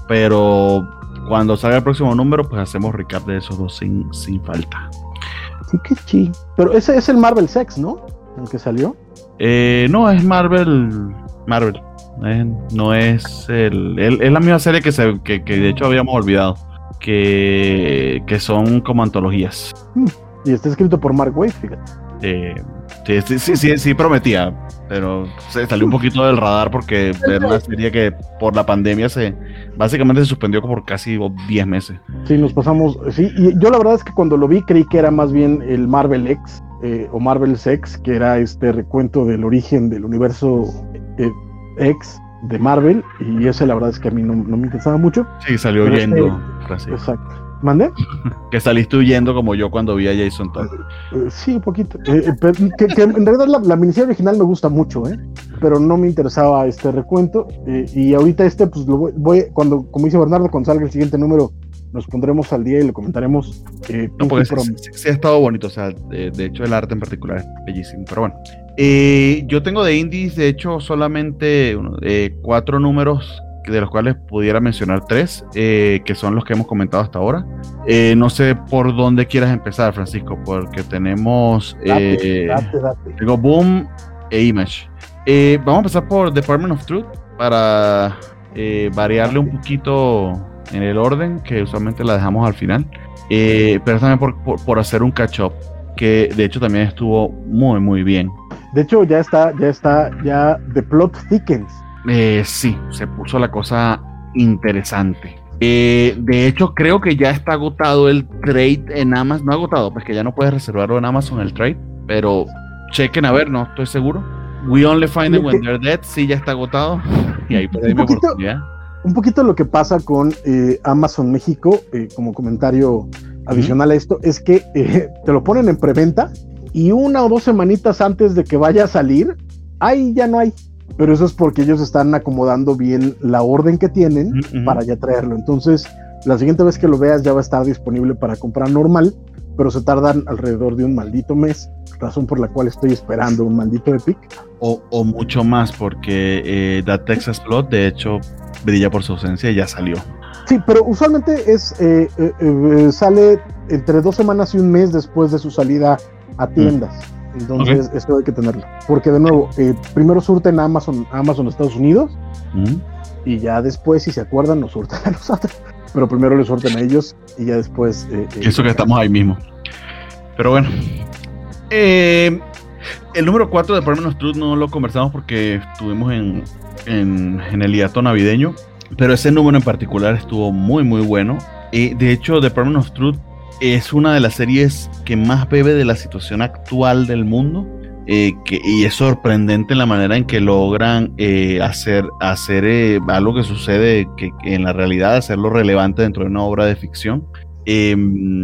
Pero cuando salga el próximo número, pues hacemos recap de esos dos sin, sin falta. Sí, qué chi. Pero ese es el Marvel Sex, ¿no? El que salió. Eh, no, es Marvel. Marvel. Es, no es el, el. Es la misma serie que, se, que, que de hecho habíamos olvidado. Que, que son como antologías. Hmm. Y está escrito por Mark Waid, fíjate. Eh, sí, sí, sí, sí, sí prometía. Pero se salió un poquito del radar porque era una serie que por la pandemia se básicamente se suspendió por casi diez meses. Sí, nos pasamos. Sí, y yo la verdad es que cuando lo vi creí que era más bien el Marvel X eh, o Marvel Sex, que era este recuento del origen del universo eh, X, de Marvel, y ese la verdad es que a mí no, no me interesaba mucho. Sí, salió Pero huyendo. este, exacto. ¿Mande? Que saliste huyendo como yo cuando vi a Jason Todd. Eh, sí, un poquito. Eh, eh, pero que, que en realidad la, la miniserie original me gusta mucho, ¿eh? Pero no me interesaba este recuento. Eh, y ahorita este, pues lo voy, voy, cuando, como dice Bernardo, cuando salga el siguiente número, nos pondremos al día y lo comentaremos. Eh, no, porque sí, sí, sí ha estado bonito, o sea, de, de hecho el arte en particular es bellísimo, pero bueno. Eh, yo tengo de indies, de hecho, solamente uno, eh, cuatro números, de los cuales pudiera mencionar tres, eh, que son los que hemos comentado hasta ahora. Eh, no sé por dónde quieras empezar, Francisco, porque tenemos eh, date, date, date. tengo Boom e Image. Eh, vamos a empezar por Department of Truth para eh, variarle un poquito en el orden, que usualmente la dejamos al final, eh, pero también por, por, por hacer un catch-up, que de hecho también estuvo muy muy bien. De hecho ya está, ya está, ya The Plot Thickens. Eh, sí, se puso la cosa interesante. Eh, de hecho, creo que ya está agotado el trade en Amazon. No agotado, pues que ya no puedes reservarlo en Amazon el trade. Pero chequen a ver, no estoy seguro. We Only Find Them When They're Dead, sí, ya está agotado. Y ahí perdí mi oportunidad. Un poquito lo que pasa con eh, Amazon México, eh, como comentario adicional uh-huh. a esto, es que eh, te lo ponen en preventa y una o dos semanitas antes de que vaya a salir, ahí ya no hay. Pero eso es porque ellos están acomodando bien la orden que tienen uh-huh. para ya traerlo. Entonces, la siguiente vez que lo veas ya va a estar disponible para comprar normal, pero se tardan alrededor de un maldito mes, razón por la cual estoy esperando un maldito Epic. O, o mucho más, porque eh, That Texas Plot, de hecho, brilla por su ausencia y ya salió. Sí, pero usualmente es eh, eh, eh, sale entre dos semanas y un mes después de su salida a tiendas. Mm. Entonces, okay. esto hay que tenerlo. Porque, de nuevo, eh, primero surten a Amazon, Amazon Estados Unidos, mm. y ya después, si se acuerdan, nos surten a nosotros. Pero primero les surten a ellos, y ya después... Eh, eh, Eso que estamos ahí mismo. Pero bueno. Eh, el número cuatro de Department of Truth no lo conversamos porque estuvimos en, en, en el hiato navideño. Pero ese número en particular estuvo muy, muy bueno. Eh, de hecho, Department of Truth es una de las series que más bebe de la situación actual del mundo, eh, que, y es sorprendente la manera en que logran eh, hacer, hacer eh, algo que sucede que, que en la realidad, hacerlo relevante dentro de una obra de ficción. Eh,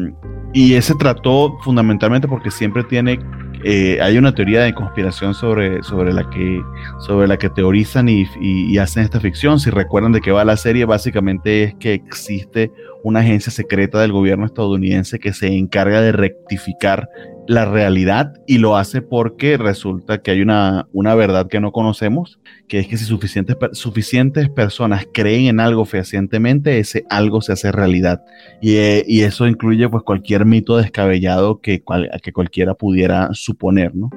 y ese trató fundamentalmente porque siempre tiene, eh, hay una teoría de conspiración sobre, sobre, la, que, sobre la que teorizan y, y, y hacen esta ficción. Si recuerdan de qué va la serie, básicamente es que existe una agencia secreta del gobierno estadounidense que se encarga de rectificar la realidad, y lo hace porque resulta que hay una, una verdad que no conocemos, que es que si suficientes, suficientes personas creen en algo fehacientemente, ese algo se hace realidad, y, eh, y eso incluye pues cualquier mito descabellado que, cual, que cualquiera pudiera suponer, ¿no?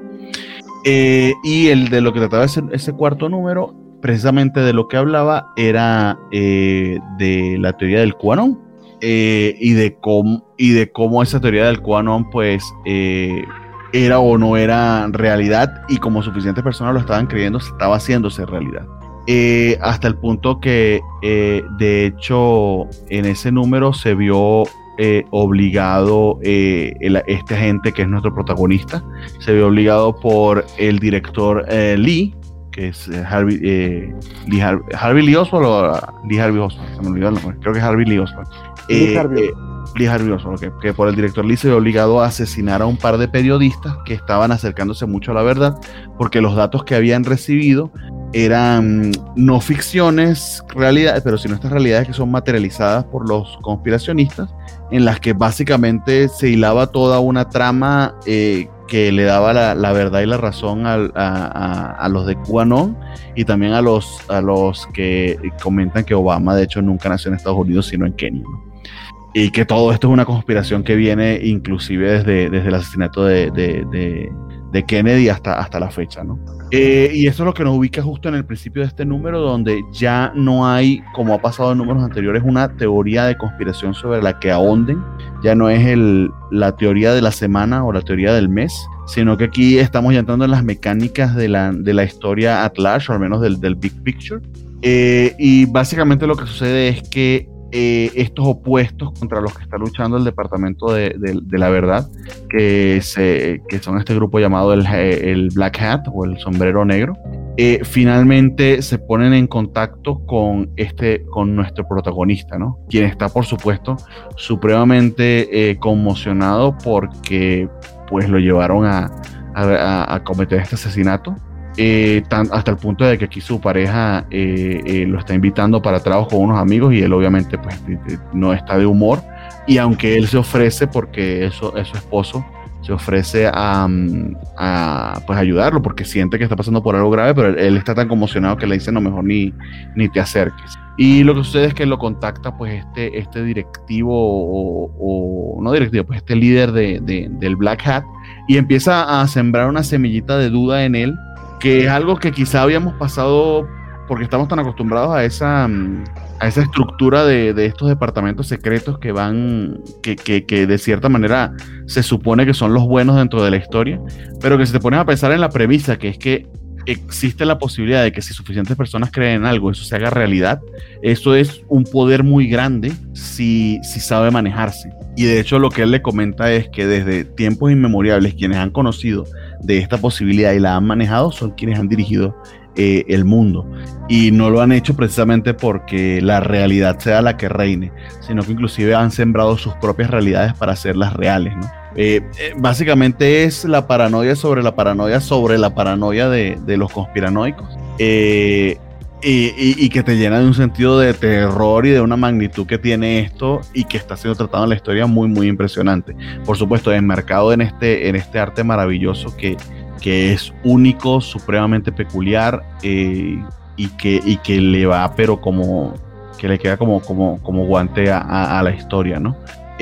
Eh, y el de lo que trataba ese, ese cuarto número, precisamente de lo que hablaba, era eh, de la teoría del QAnon. Eh, y, de cómo, y de cómo esa teoría del QAnon pues eh, era o no era realidad, y como suficientes personas lo estaban creyendo, se estaba haciéndose realidad, eh, hasta el punto que eh, de hecho en ese número se vio eh, obligado eh, el, este agente que es nuestro protagonista, se vio obligado por el director eh, Lee, que es Harvey, eh, Lee Harvey, Harvey Lee Oswald o Lee Harvey Oswald, se me olvidó el nombre, creo que es Harvey Lee Oswald. Eh, eh, Lee Harvey Oswald, okay, que por el director Lee se vio obligado a asesinar a un par de periodistas que estaban acercándose mucho a la verdad, porque los datos que habían recibido eran no ficciones, realidades, pero sino estas realidades que son materializadas por los conspiracionistas, en las que básicamente se hilaba toda una trama eh, que le daba la, la verdad y la razón a, a, a, a los de QAnon, y también a los, a los que comentan que Obama de hecho nunca nació en Estados Unidos sino en Kenia, ¿no? Y que todo esto es una conspiración que viene inclusive desde, desde el asesinato de, de, de, de Kennedy hasta, hasta la fecha, ¿no? Eh, y eso es lo que nos ubica justo en el principio de este número, donde ya no hay, como ha pasado en números anteriores, una teoría de conspiración sobre la que ahonden. Ya no es el, la teoría de la semana o la teoría del mes, sino que aquí estamos ya entrando en las mecánicas de la, de la historia at large, o al menos del, del big picture. Eh, y básicamente lo que sucede es que Eh, estos opuestos contra los que está luchando el Departamento de, de, de la Verdad, que, se, que son este grupo llamado el, el Black Hat o el Sombrero Negro, eh, finalmente se ponen en contacto con, este, con nuestro protagonista, ¿no? Quien está, por supuesto, supremamente eh, conmocionado porque pues, lo llevaron a, a, a cometer este asesinato. Eh, tan, hasta el punto de que aquí su pareja eh, eh, lo está invitando para trabajo con unos amigos y él obviamente pues no está de humor, y aunque él se ofrece porque eso es su esposo, se ofrece a, a pues ayudarlo porque siente que está pasando por algo grave, pero él, él está tan conmocionado que le dice no, mejor ni, ni te acerques. Y lo que sucede es que lo contacta pues este, este directivo o, o no directivo, pues este líder de, de, del Black Hat, y empieza a sembrar una semillita de duda en él, que es algo que quizá habíamos pasado porque estamos tan acostumbrados a esa, a esa estructura de, de estos departamentos secretos que van, que, que, que de cierta manera se supone que son los buenos dentro de la historia, pero que si te pones a pensar en la premisa, que es que existe la posibilidad de que si suficientes personas creen en algo, eso se haga realidad, eso es un poder muy grande si, si sabe manejarse. Y de hecho lo que él le comenta es que desde tiempos inmemoriales quienes han conocido de esta posibilidad y la han manejado son quienes han dirigido eh, el mundo, y no lo han hecho precisamente porque la realidad sea la que reine, sino que inclusive han sembrado sus propias realidades para hacerlas reales, ¿no? Eh, eh, básicamente es la paranoia sobre la paranoia sobre la paranoia de, de los conspiranoicos, eh, y, y, y que te llena de un sentido de terror y de una magnitud que tiene esto y que está siendo tratado en la historia muy muy impresionante, por supuesto enmarcado en este, en este arte maravilloso que, que es único, supremamente peculiar, eh, y, que, y que le va pero como que le queda como, como, como guante a, a, a la historia, ¿no?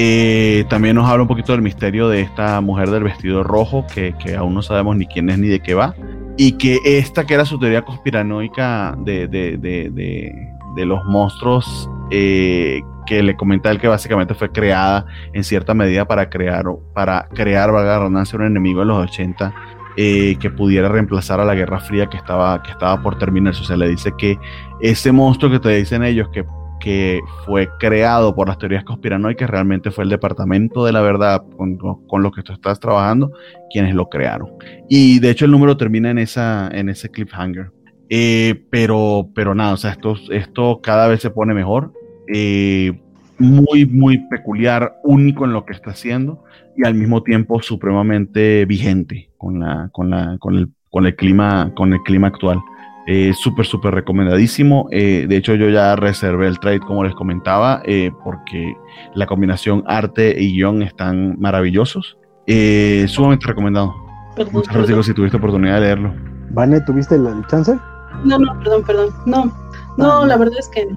Eh, también nos habla un poquito del misterio de esta mujer del vestido rojo, que, que aún no sabemos ni quién es ni de qué va, y que esta que era su teoría conspiranoica de, de, de, de, de los monstruos, eh, que le comenta él que básicamente fue creada en cierta medida para crear, para crear, valga la redundancia, un enemigo en los ochenta, eh, que pudiera reemplazar a la Guerra Fría que estaba, que estaba por terminarse. O sea, le dice que ese monstruo que te dicen ellos que que fue creado por las teorías conspiranoicas realmente fue el Departamento de la Verdad con, con lo que tú estás trabajando, quienes lo crearon. Y de hecho el número termina en, esa, en ese cliffhanger. Eh, pero, pero nada, o sea, esto, esto cada vez se pone mejor, eh, muy, muy peculiar, único en lo que está haciendo y al mismo tiempo supremamente vigente con, la, con, la, con, el, con, el, clima, con el clima actual. Eh, súper, súper recomendadísimo. Eh, de hecho, yo ya reservé el trade, como les comentaba, eh, porque la combinación arte y guión están maravillosos. Eh, sumamente recomendado. Perdón, Muchas gracias, perdón. Si tuviste oportunidad de leerlo. Vane, ¿tuviste el, el chance? No, no, perdón, perdón. No, no, ah, la verdad es que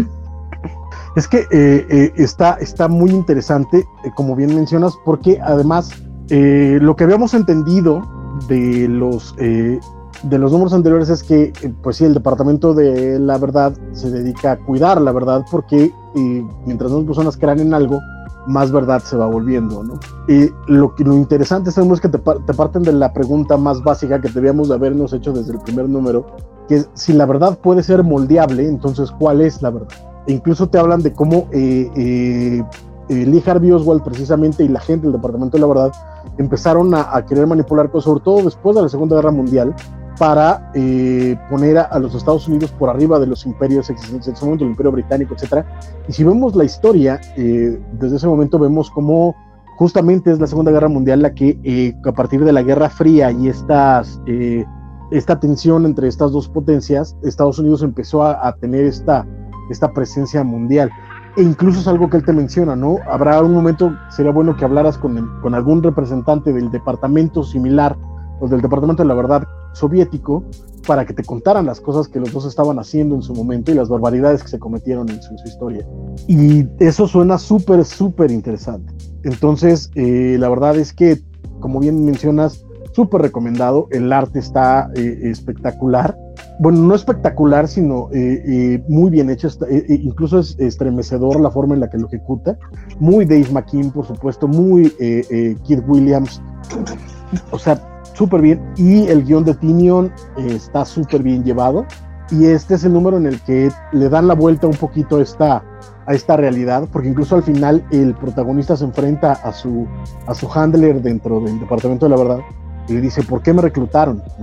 es que eh, eh, está, está muy interesante, eh, como bien mencionas, porque además eh, lo que habíamos entendido de los eh, de los números anteriores es que, pues sí, el Departamento de la Verdad se dedica a cuidar la verdad, porque eh, mientras más personas crean en algo, más verdad se va volviendo, ¿no? Y lo, que, lo interesante es que te, te parten de la pregunta más básica que debíamos de habernos hecho desde el primer número, que es, si la verdad puede ser moldeable, entonces, ¿cuál es la verdad? E incluso te hablan de cómo eh, eh, eh, Lee Harvey Oswald, precisamente, y la gente del Departamento de la Verdad empezaron a, a querer manipular cosas, sobre todo después de la Segunda Guerra Mundial, para eh, poner a, a los Estados Unidos por arriba de los imperios existentes en ese momento, el Imperio Británico, etcétera. Y si vemos la historia, eh, desde ese momento vemos cómo justamente es la Segunda Guerra Mundial la que, eh, a partir de la Guerra Fría y estas, eh, esta tensión entre estas dos potencias, Estados Unidos empezó a, a tener esta, esta presencia mundial. E incluso es algo que él te menciona, ¿no? Habrá un momento, sería bueno que hablaras con, con algún representante del departamento similar, o del Departamento de la Verdad soviético, para que te contaran las cosas que los dos estaban haciendo en su momento y las barbaridades que se cometieron en su, en su historia. Y eso suena súper, súper interesante. Entonces, eh, la verdad es que, como bien mencionas, súper recomendado. El arte está eh, espectacular. Bueno, no espectacular, sino eh, eh, muy bien hecho. Está, eh, incluso es estremecedor la forma en la que lo ejecuta. Muy Dave McKean, por supuesto. Muy eh, eh, Keith Williams. O sea, súper bien. Y el guión de Tinion eh, está súper bien llevado. Y este es el número en el que le dan la vuelta un poquito a esta, a esta realidad, porque incluso al final el protagonista se enfrenta a su, a su handler dentro del Departamento de la Verdad y le dice, ¿por qué me reclutaron? ¿No?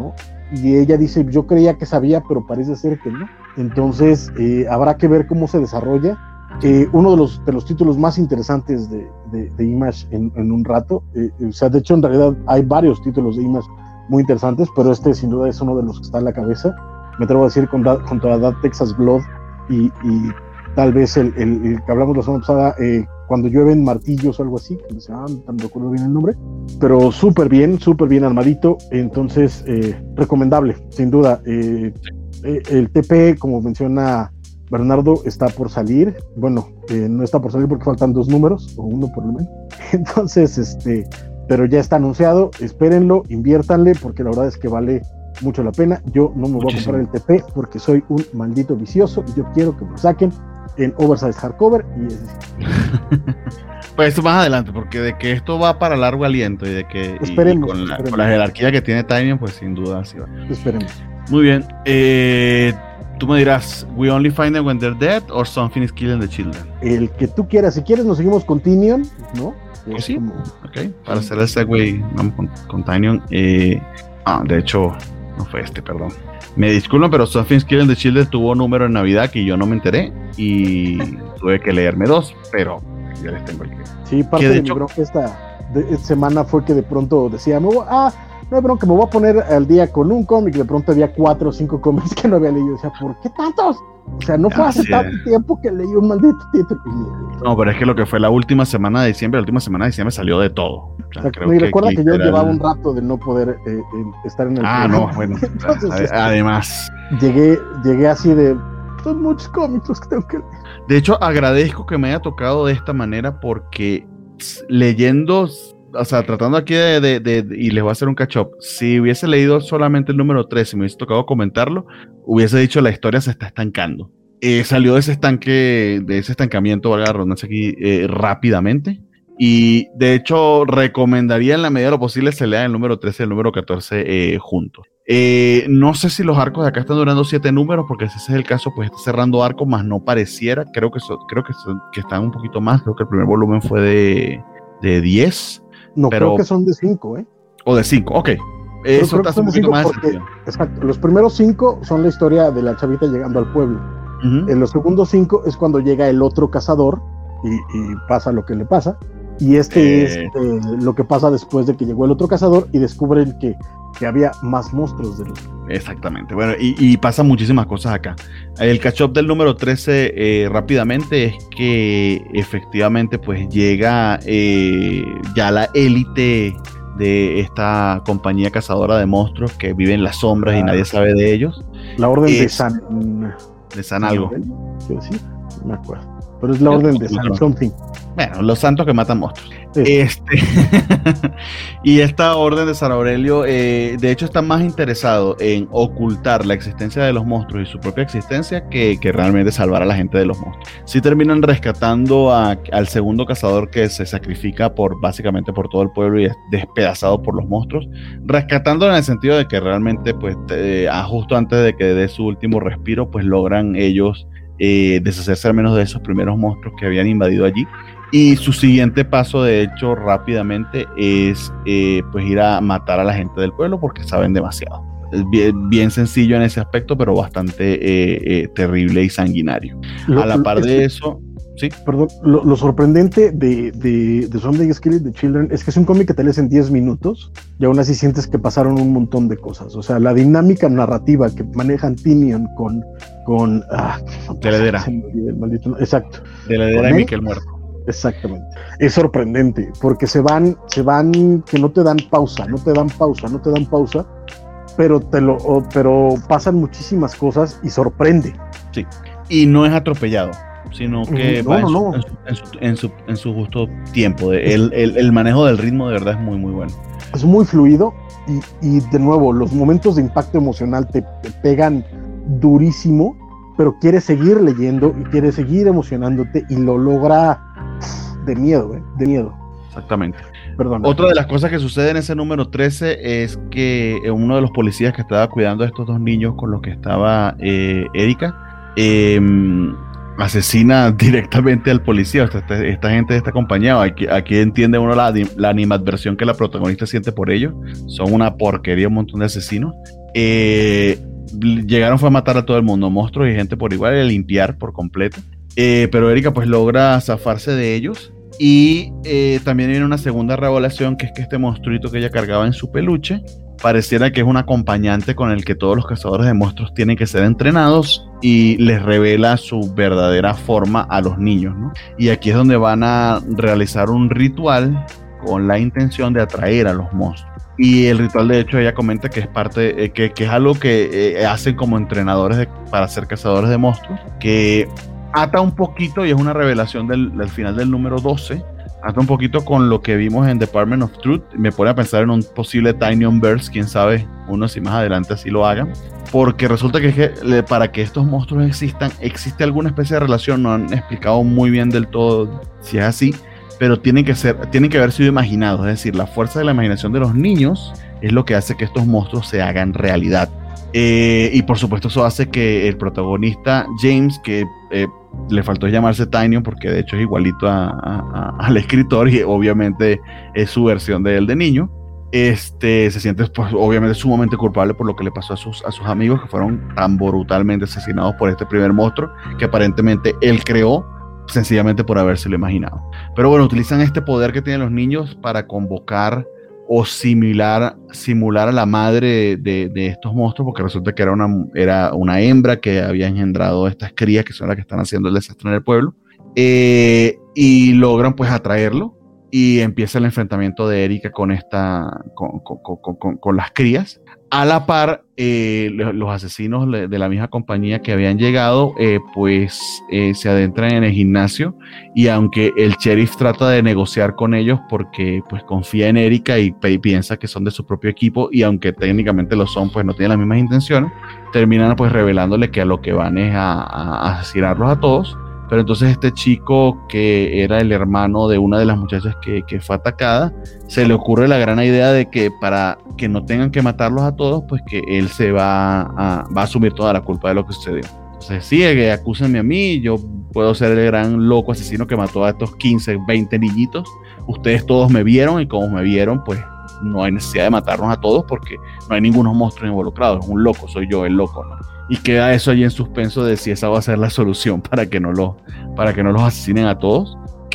y ella dice, yo creía que sabía, pero parece ser que no. Entonces, eh, habrá que ver cómo se desarrolla. Eh, uno de los, de los títulos más interesantes de, de, de Image en, en un rato, eh, o sea, de hecho, en realidad hay varios títulos de Image muy interesantes, pero este sin duda es uno de los que está en la cabeza. Me atrevo a decir contra, contra That Texas Blood y, y tal vez el, el, el que hablamos la semana pasada, eh, cuando llueven martillos o algo así, que se llaman, no recuerdo bien el nombre, pero súper bien, súper bien armadito, entonces eh, recomendable, sin duda. Eh, eh, el T P, como menciona Bernardo, está por salir, bueno, eh, no está por salir porque faltan dos números, o uno por lo menos, entonces, este, pero ya está anunciado, espérenlo, inviértanle, porque la verdad es que vale mucho la pena. Yo no me voy Muchísimo. a comprar el T P porque soy un maldito vicioso y yo quiero que me lo saquen en oversize hardcover y es pues esto más adelante, porque de que esto va para largo aliento y de que esperemos, y con, la, esperemos. con la jerarquía que tiene Timing, pues sin duda sí va. Esperemos. Muy bien, eh, tú me dirás, we only find them when they're dead or something is killing the children. El que tú quieras, si quieres nos seguimos con Tinion, ¿no? Pues sí, como... ok, para hacer el segue, vamos con, con Tinion. Eh, ah, de hecho, no fue este, perdón. Me disculpan, pero Something's Killing the Children tuvo número en Navidad que yo no me enteré y tuve que leerme dos, pero ya les tengo el que. Sí, parte que de, de mi hecho... bronca esta, de esta semana fue que de pronto decía, me voy, ah, no hay bronca, me voy a poner al día con un cómic, de pronto había cuatro o cinco cómics que no había leído, o sea, ¿por qué tantos? O sea, no fue ah, hace sí. tanto tiempo que leí un maldito título. No, pero es que lo que fue la última semana de diciembre, la última semana de diciembre salió de todo. O sea, o sea, creo y que recuerda que literal... yo llevaba un rato de no poder eh, eh, estar en el Ah, programa. no, bueno, Entonces, a- este, además. llegué, llegué así de, son muchos cómics los que tengo que leer. De hecho, agradezco que me haya tocado de esta manera porque leyendo, o sea, tratando aquí de, de, de, de y les voy a hacer un catch up, si hubiese leído solamente el número tres y me hubiese tocado comentarlo, hubiese dicho la historia se está estancando. Eh, salió de ese estanque, de ese estancamiento, valga la redundancia aquí, eh, rápidamente. Y de hecho, recomendaría en la medida de lo posible se lean el número trece y el número catorce eh, juntos. Eh, no sé si los arcos de acá están durando siete números, porque si ese es el caso, pues está cerrando arcos, más no pareciera. Creo que, so, creo que, son, que están un poquito más. Creo que el primer volumen fue de, de diez. No, pero, creo que son de cinco, ¿eh? O de cinco, ok. Pero eso está un poquito más porque, sentido. Exacto, los primeros cinco son la historia de la chavita llegando al pueblo. Uh-huh. En los segundos cinco es cuando llega el otro cazador y, y pasa lo que le pasa. Y este eh... es eh, lo que pasa después de que llegó el otro cazador y descubren que, que había más monstruos de los... Exactamente. Bueno, y, y pasan muchísimas cosas acá. El catch-up del número trece eh, rápidamente es que efectivamente pues llega eh, ya la élite de esta compañía cazadora de monstruos que vive en las sombras ah, y nadie sabe de ellos. La orden es, de San... De San algo. ¿Quiero decir? No me acuerdo. Pero es la orden de San Something. Bueno, los santos que matan monstruos. Sí. Este y esta orden de San Aurelio, eh, de hecho, está más interesado en ocultar la existencia de los monstruos y su propia existencia que, que realmente salvar a la gente de los monstruos. Sí terminan rescatando a, al segundo cazador que se sacrifica por básicamente por todo el pueblo y es despedazado por los monstruos, rescatándolo en el sentido de que realmente, pues, eh, justo antes de que dé su último respiro, pues logran ellos Eh, deshacerse al menos de esos primeros monstruos que habían invadido allí. Y su siguiente paso, de hecho, rápidamente es eh, pues ir a matar a la gente del pueblo porque saben demasiado. Es bien, bien sencillo en ese aspecto, pero bastante eh, eh, terrible y sanguinario. Lo, a la par de eso, sí. Perdón, lo, lo sorprendente de, de, de Something's Killing the Children es que es un cómic que te lees en diez minutos y aún así sientes que pasaron un montón de cosas. O sea, la dinámica narrativa que manejan Tinion con con ah, de la heredera. Exacto. De la heredera de Miquel Muerto. Exactamente. Es sorprendente porque se van, se van, que no te dan pausa, no te dan pausa, no te dan pausa, pero te lo, pero pasan muchísimas cosas y sorprende. Sí. Y no es atropellado, sino que no, va no, en, su, no. En, su, en, su, en, su, en su justo tiempo. El, el, el manejo del ritmo de verdad es muy, muy bueno. Es muy fluido y, y de nuevo, los momentos de impacto emocional te, te pegan durísimo, pero quiere seguir leyendo y quiere seguir emocionándote y lo logra de miedo, ¿eh? de miedo. Exactamente. Perdón. Otra de las cosas que sucede en ese número trece es que uno de los policías que estaba cuidando a estos dos niños con los que estaba eh, Erika, eh, asesina directamente al policía. O sea, esta, esta gente está acompañada. Aquí, aquí entiende uno la, la animadversión que la protagonista siente por ellos. Son una porquería, un montón de asesinos. Eh, llegaron fue a matar a todo el mundo, monstruos y gente por igual, y a limpiar por completo. Eh, pero Erika pues logra zafarse de ellos. Y eh, también viene una segunda revelación, que es que este monstruito que ella cargaba en su peluche pareciera que es un acompañante con el que todos los cazadores de monstruos tienen que ser entrenados, y les revela su verdadera forma a los niños, ¿no? Y aquí es donde van a realizar un ritual con la intención de atraer a los monstruos. Y el ritual, de hecho, ella comenta que es parte, eh, que, que es algo que eh, hacen como entrenadores de, para ser cazadores de monstruos, que ata un poquito, y es una revelación del, del final del número doce, ata un poquito con lo que vimos en Department of Truth. Me pone a pensar en un posible Tinion Verse, quién sabe, uno si más adelante así lo hagan, porque resulta que, es que para que estos monstruos existan, existe alguna especie de relación. No han explicado muy bien del todo si es así, pero tienen que ser, tienen que haber sido imaginados. Es decir, la fuerza de la imaginación de los niños es lo que hace que estos monstruos se hagan realidad. Eh, y por supuesto eso hace que el protagonista James, que eh, le faltó llamarse Tinion porque de hecho es igualito a, a, a, al escritor, y obviamente es su versión de él de niño, este, se siente pues, obviamente sumamente culpable por lo que le pasó a sus, a sus amigos, que fueron tan brutalmente asesinados por este primer monstruo que aparentemente él creó sencillamente por habérselo imaginado. Pero bueno, utilizan este poder que tienen los niños para convocar o similar, simular a la madre de, de estos monstruos, porque resulta que era una, era una hembra que había engendrado estas crías que son las que están haciendo el desastre en el pueblo, eh, y logran pues atraerlo, y empieza el enfrentamiento de Erika con, esta, con, con, con, con, con las crías. A la par, eh, los asesinos de la misma compañía que habían llegado, eh, pues eh, se adentran en el gimnasio, y aunque el sheriff trata de negociar con ellos porque pues confía en Erika y, y piensa que son de su propio equipo, y aunque técnicamente lo son, pues no tienen las mismas intenciones, terminan pues revelándole que a lo que van es a, a asesinarlos a todos. Pero entonces este chico, que era el hermano de una de las muchachas que, que fue atacada, se le ocurre la gran idea de que para que no tengan que matarlos a todos, pues que él se va a, va a asumir toda la culpa de lo que sucedió. Entonces sí, que acúsenme a mí, yo puedo ser el gran loco asesino que mató a estos quince, veinte niñitos. Ustedes todos me vieron, y como me vieron, pues no hay necesidad de matarnos a todos porque no hay ninguno monstruo involucrado, es un loco, soy yo el loco, ¿no? Y queda eso allí en suspenso de si esa va a ser la solución para que no, lo, para que no los asesinen a todos.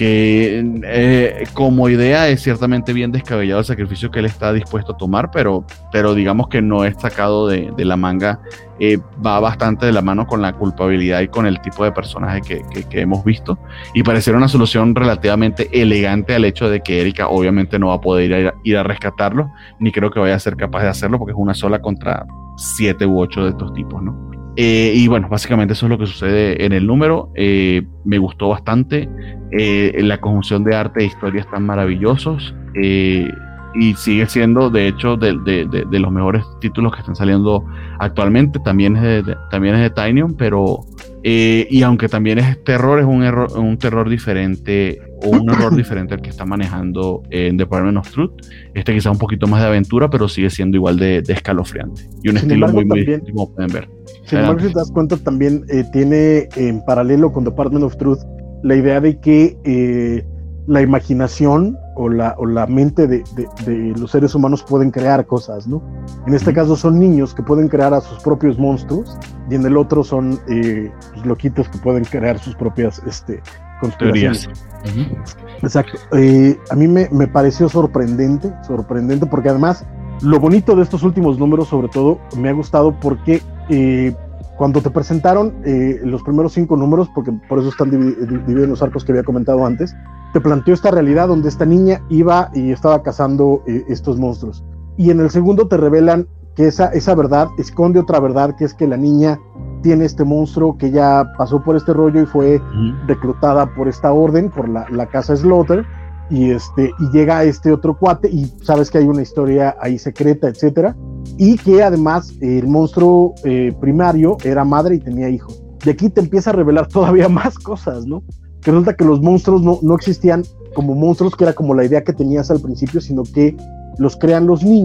Que eh, como idea es ciertamente bien descabellado el sacrificio que él está dispuesto a tomar, pero, pero digamos que no es sacado de, de la manga, eh, va bastante de la mano con la culpabilidad y con el tipo de personaje que, que, que hemos visto, y pareciera una solución relativamente elegante al hecho de que Erika obviamente no va a poder ir a, ir a rescatarlo, ni creo que vaya a ser capaz de hacerlo, porque es una sola contra siete u ocho de estos tipos, ¿no? Eh, y bueno, básicamente eso es lo que sucede en el número. Eh, me gustó bastante. Eh, la conjunción de arte e historia están maravillosos, eh, y sigue siendo, de hecho, de, de, de, de los mejores títulos que están saliendo actualmente. También es de, de, también es de Tinion, pero eh, y aunque también es terror, es un error, un terror diferente, o un error diferente al que está manejando en Department of Truth. Este quizá un poquito más de aventura, pero sigue siendo igual de, de escalofriante, y un Sin estilo embargo, muy, también, muy, como pueden ver. Sin embargo, si te das cuenta, también eh, tiene en paralelo con Department of Truth la idea de que eh, la imaginación o la, o la mente de, de, de los seres humanos pueden crear cosas, ¿no? En este uh-huh. caso son niños que pueden crear a sus propios monstruos, y en el otro son eh, pues, loquitos que pueden crear sus propias este, conspiraciones. Uh-huh. Exacto. Eh, a mí me, me pareció sorprendente, sorprendente, porque además lo bonito de estos últimos números, sobre todo, me ha gustado porque eh, cuando te presentaron eh, los primeros cinco números, porque por eso están divididos en los arcos que había comentado antes, te planteó esta realidad donde esta niña iba y estaba cazando eh, estos monstruos. Y en el segundo te revelan que esa, esa verdad esconde otra verdad, que es que la niña tiene este monstruo, que ya pasó por este rollo y fue uh-huh. reclutada por esta orden, por la, la casa Slaughter, y, este, y llega a este otro cuate, y sabes que hay una historia ahí secreta, etcétera, y que además eh, el monstruo eh, primario era madre y tenía hijos. Y aquí te empieza a revelar todavía más cosas, ¿no? Que resulta que los monstruos no, no existían como monstruos, que era como la idea que tenías al principio, sino que los crean los niños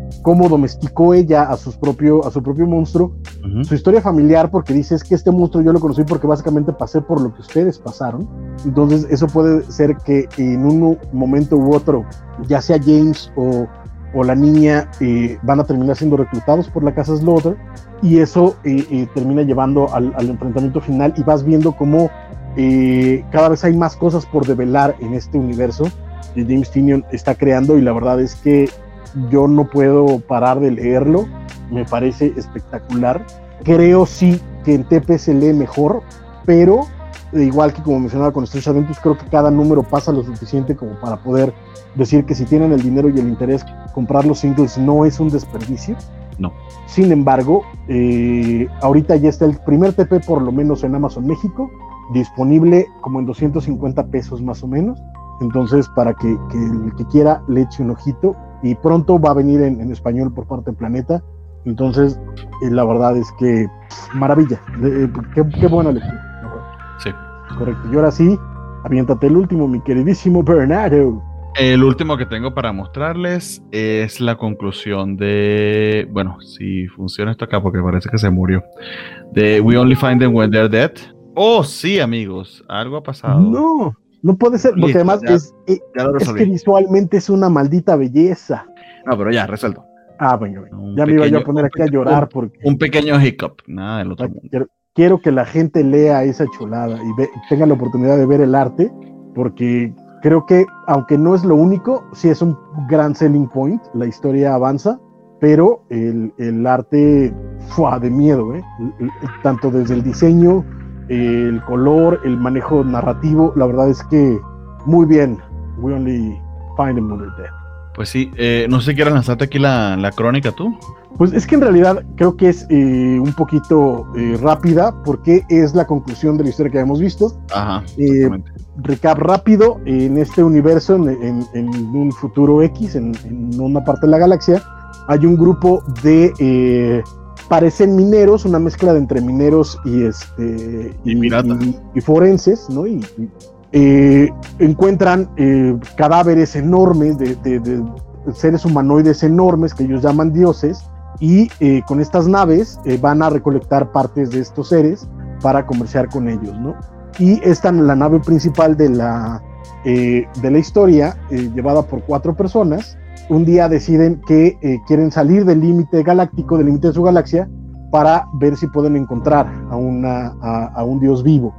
cómo domesticó ella a, sus propio, a su propio monstruo, uh-huh. su historia familiar, porque dice, es que este monstruo yo lo conocí porque básicamente pasé por lo que ustedes pasaron, entonces eso puede ser que en un momento u otro, ya sea James o, o la niña, eh, van a terminar siendo reclutados por la casa Slaughter, y eso eh, eh, termina llevando al, al enfrentamiento final, y vas viendo cómo eh, cada vez hay más cosas por develar en este universo que James Tynion está creando, y la verdad es que yo no puedo parar de leerlo, me parece espectacular. Creo sí que en T P se lee mejor, pero igual que como mencionaba con Strange Adventures, creo que cada número pasa lo suficiente como para poder decir que si tienen el dinero y el interés, comprar los singles no es un desperdicio. No. Sin embargo, eh, ahorita ya está el primer T P, por lo menos en Amazon México, disponible como en doscientos cincuenta pesos más o menos. Entonces, para que, que el que quiera le eche un ojito, y pronto va a venir en, en español por parte de Planeta. Entonces, eh, la verdad es que pff, maravilla, eh, qué, qué buena lectura. Sí. Correcto. Y ahora sí, aviéntate el último, mi queridísimo Bernardo. El último que tengo para mostrarles es la conclusión de, bueno, si funciona esto acá porque parece que se murió, de We Only Find Them When They're Dead. Oh, sí, amigos, algo ha pasado. No. No puede ser, porque Listo, además ya, es, ya es que visualmente es una maldita belleza. No, pero ya, resuelto. Ah, bueno, bueno. ya pequeño, me iba yo a poner aquí a llorar un, porque... Un pequeño hiccup, nada del otro mundo. Quiero, quiero que la gente lea esa chulada y ve, tenga la oportunidad de ver el arte, porque creo que, aunque no es lo único, sí es un gran selling point, la historia avanza, pero el, el arte, ¡fua!, de miedo, ¿eh? Tanto desde el diseño, el color, el manejo narrativo, la verdad es que muy bien. We Only Find Them When They're Dead. Pues sí, eh, no sé si quieres lanzarte aquí la, la crónica tú. Pues es que en realidad creo que es eh, un poquito eh, rápida, porque es la conclusión de la historia que habíamos visto. Ajá, eh, recap rápido, en este universo, en, en, en un futuro X, en, en una parte de la galaxia, hay un grupo de... Eh, parecen mineros, una mezcla de entre mineros y este y, y, y, y forenses, ¿no? Y, y eh, encuentran eh, cadáveres enormes de, de, de seres humanoides enormes que ellos llaman dioses, y eh, con estas naves eh, van a recolectar partes de estos seres para comerciar con ellos, ¿no? Y esta es la nave principal de la, eh, de la historia, eh, llevada por cuatro personas. Un día deciden que eh, quieren salir del límite galáctico, del límite de su galaxia, para ver si pueden encontrar a, una, a, a un dios vivo.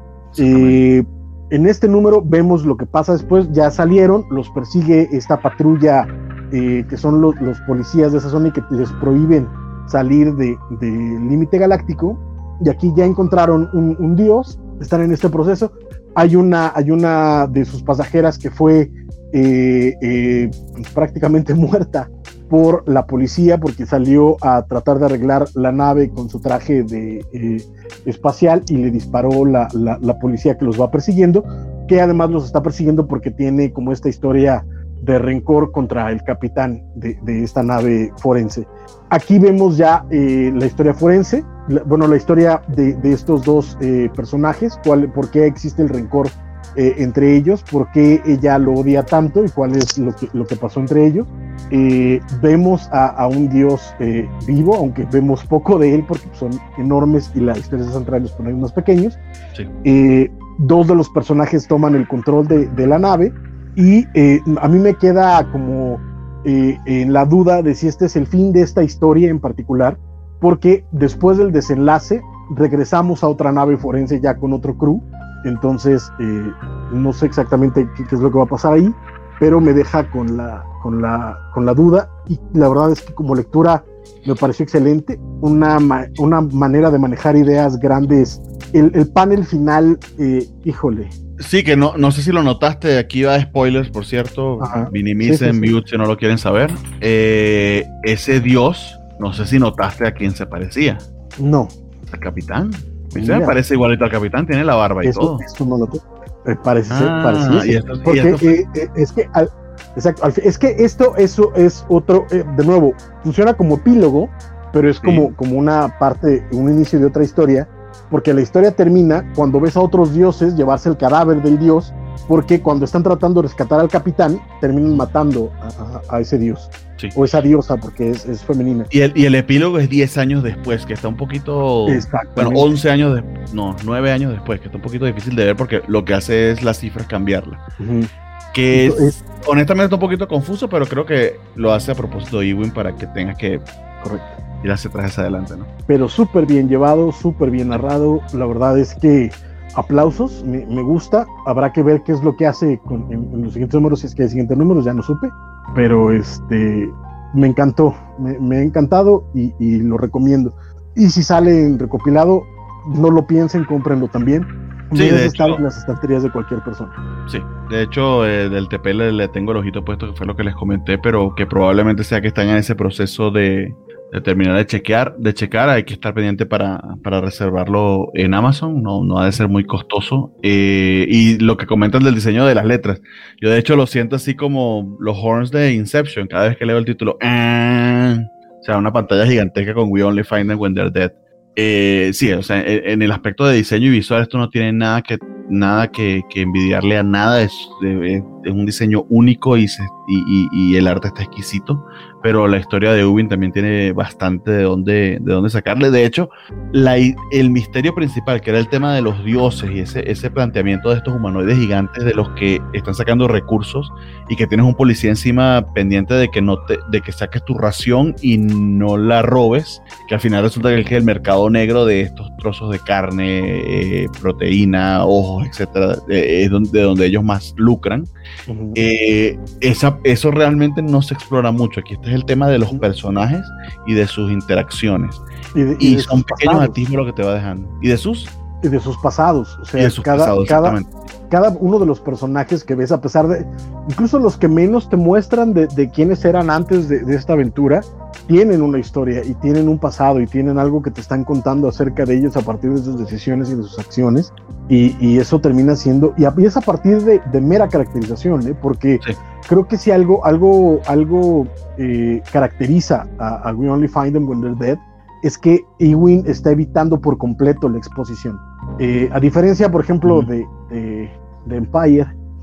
Eh, en este número vemos lo que pasa después. Ya salieron, los persigue esta patrulla, eh, que son los, los policías de esa zona y que les prohíben salir del de límite galáctico. Y aquí ya encontraron un, un dios, están en este proceso. Hay una, hay una de sus pasajeras que fue eh, eh, pues prácticamente muerta por la policía, porque salió a tratar de arreglar la nave con su traje de eh, espacial, y le disparó la, la, la policía que los va persiguiendo, que además los está persiguiendo porque tiene como esta historia de rencor contra el capitán de, de esta nave forense. Aquí vemos ya eh, la historia forense, la, bueno, la historia de, de estos dos eh, personajes, cuál, por qué existe el rencor eh, entre ellos, por qué ella lo odia tanto y cuál es lo que, lo que pasó entre ellos. Eh, vemos a, a un dios eh, vivo, aunque vemos poco de él porque son enormes y la historia se centra en los personajes más pequeños. Sí. Eh, dos de los personajes toman el control de, de la nave, y eh, a mí me queda como eh, en la duda de si este es el fin de esta historia en particular, porque después del desenlace regresamos a otra nave forense ya con otro crew. Entonces eh, no sé exactamente qué, qué es lo que va a pasar ahí, pero me deja con la, con la, con la duda, y la verdad es que como lectura me pareció excelente, una, ma- una manera de manejar ideas grandes. El, el panel final, eh, híjole. Sí, que no, no sé si lo notaste, aquí va spoilers, por cierto, Ajá. minimicen, Sí, sí, sí. mute si no lo quieren saber. Eh, ese dios, no sé si notaste a quién se parecía, No, al capitán. A mí se Mira. me parece igualito al capitán, tiene la barba y eso, todo. eso no lo tengo. Eh, parece ser, Ah, parecía y ser. esto- y porque esto fue- eh, eh, es que al, exacto, al fin- es que esto eso es otro, eh, de nuevo, funciona como epílogo, pero es Sí. como, como una parte, un inicio de otra historia, porque la historia termina cuando ves a otros dioses llevarse el cadáver del dios porque cuando están tratando de rescatar al capitán, terminan matando a, a, a ese dios. Sí. O esa diosa, porque es, es femenina. Y el, y el epílogo es diez años después, que está un poquito... Bueno, once años, de, no, nueve años después, que está un poquito difícil de ver porque lo que hace es las cifras cambiarlas. Uh-huh. Que es, es, honestamente está un poquito confuso, pero creo que lo hace a propósito de Ewing para que tengas que correcto. ir hacia atrás, hacia adelante, ¿no? Pero súper bien llevado, súper bien narrado. La verdad es que aplausos, me, me gusta. Habrá que ver qué es lo que hace con, en, en los siguientes números, si es que hay siguientes números, ya no supe. Pero este me encantó, me, me ha encantado y, y lo recomiendo. Y si sale en recopilado, no lo piensen, cómprenlo también. Sí, de hecho, estar en las estanterías de cualquier persona. Sí, de hecho, eh, del T P le, le tengo el ojito puesto, que fue lo que les comenté, pero que probablemente sea que están en ese proceso de, de terminar de chequear, de checar, hay que estar pendiente para, para reservarlo en Amazon, no, no ha de ser muy costoso. Eh, y lo que comentan del diseño de las letras, yo de hecho lo siento así como los horns de Inception, cada vez que leo el título, ¡ah! O sea, una pantalla gigantesca con We Only Find Them When They're Dead. Eh, sí, o sea, en, en el aspecto de diseño y visual esto no tiene nada que nada que, que envidiarle a nada, es, es, es un diseño único y, se, y, y, y el arte está exquisito, pero la historia de Ewing también tiene bastante de dónde, de dónde sacarle. De hecho, la, el misterio principal, que era el tema de los dioses y ese, ese planteamiento de estos humanoides gigantes de los que están sacando recursos y que tienes un policía encima pendiente de que, no te, de que saques tu ración y no la robes, que al final resulta que es el mercado negro de estos trozos de carne, eh, proteína, ojos, etcétera, eh, es donde, de donde ellos más lucran. Uh-huh. eh, esa, eso realmente no se explora mucho. Aquí este es el tema de los personajes y de sus interacciones y, de, y, y de son pequeños atisbos lo que te va dejando y de sus y de sus pasados, o sea, y de sus cada, pasados, cada, cada uno de los personajes que ves, a pesar de incluso los que menos te muestran de, de quiénes eran antes de, de esta aventura, tienen una historia y tienen un pasado y tienen algo que te están contando acerca de ellos a partir de sus decisiones y de sus acciones, y, y eso termina siendo, y, a, y es a partir de, de mera caracterización, ¿eh? Porque sí. Creo que si algo, algo, algo eh, caracteriza a, a We Only Find Them When They're Dead, es que Ewing está evitando por completo la exposición. Eh, a diferencia, por ejemplo, mm. de, de, de Empire,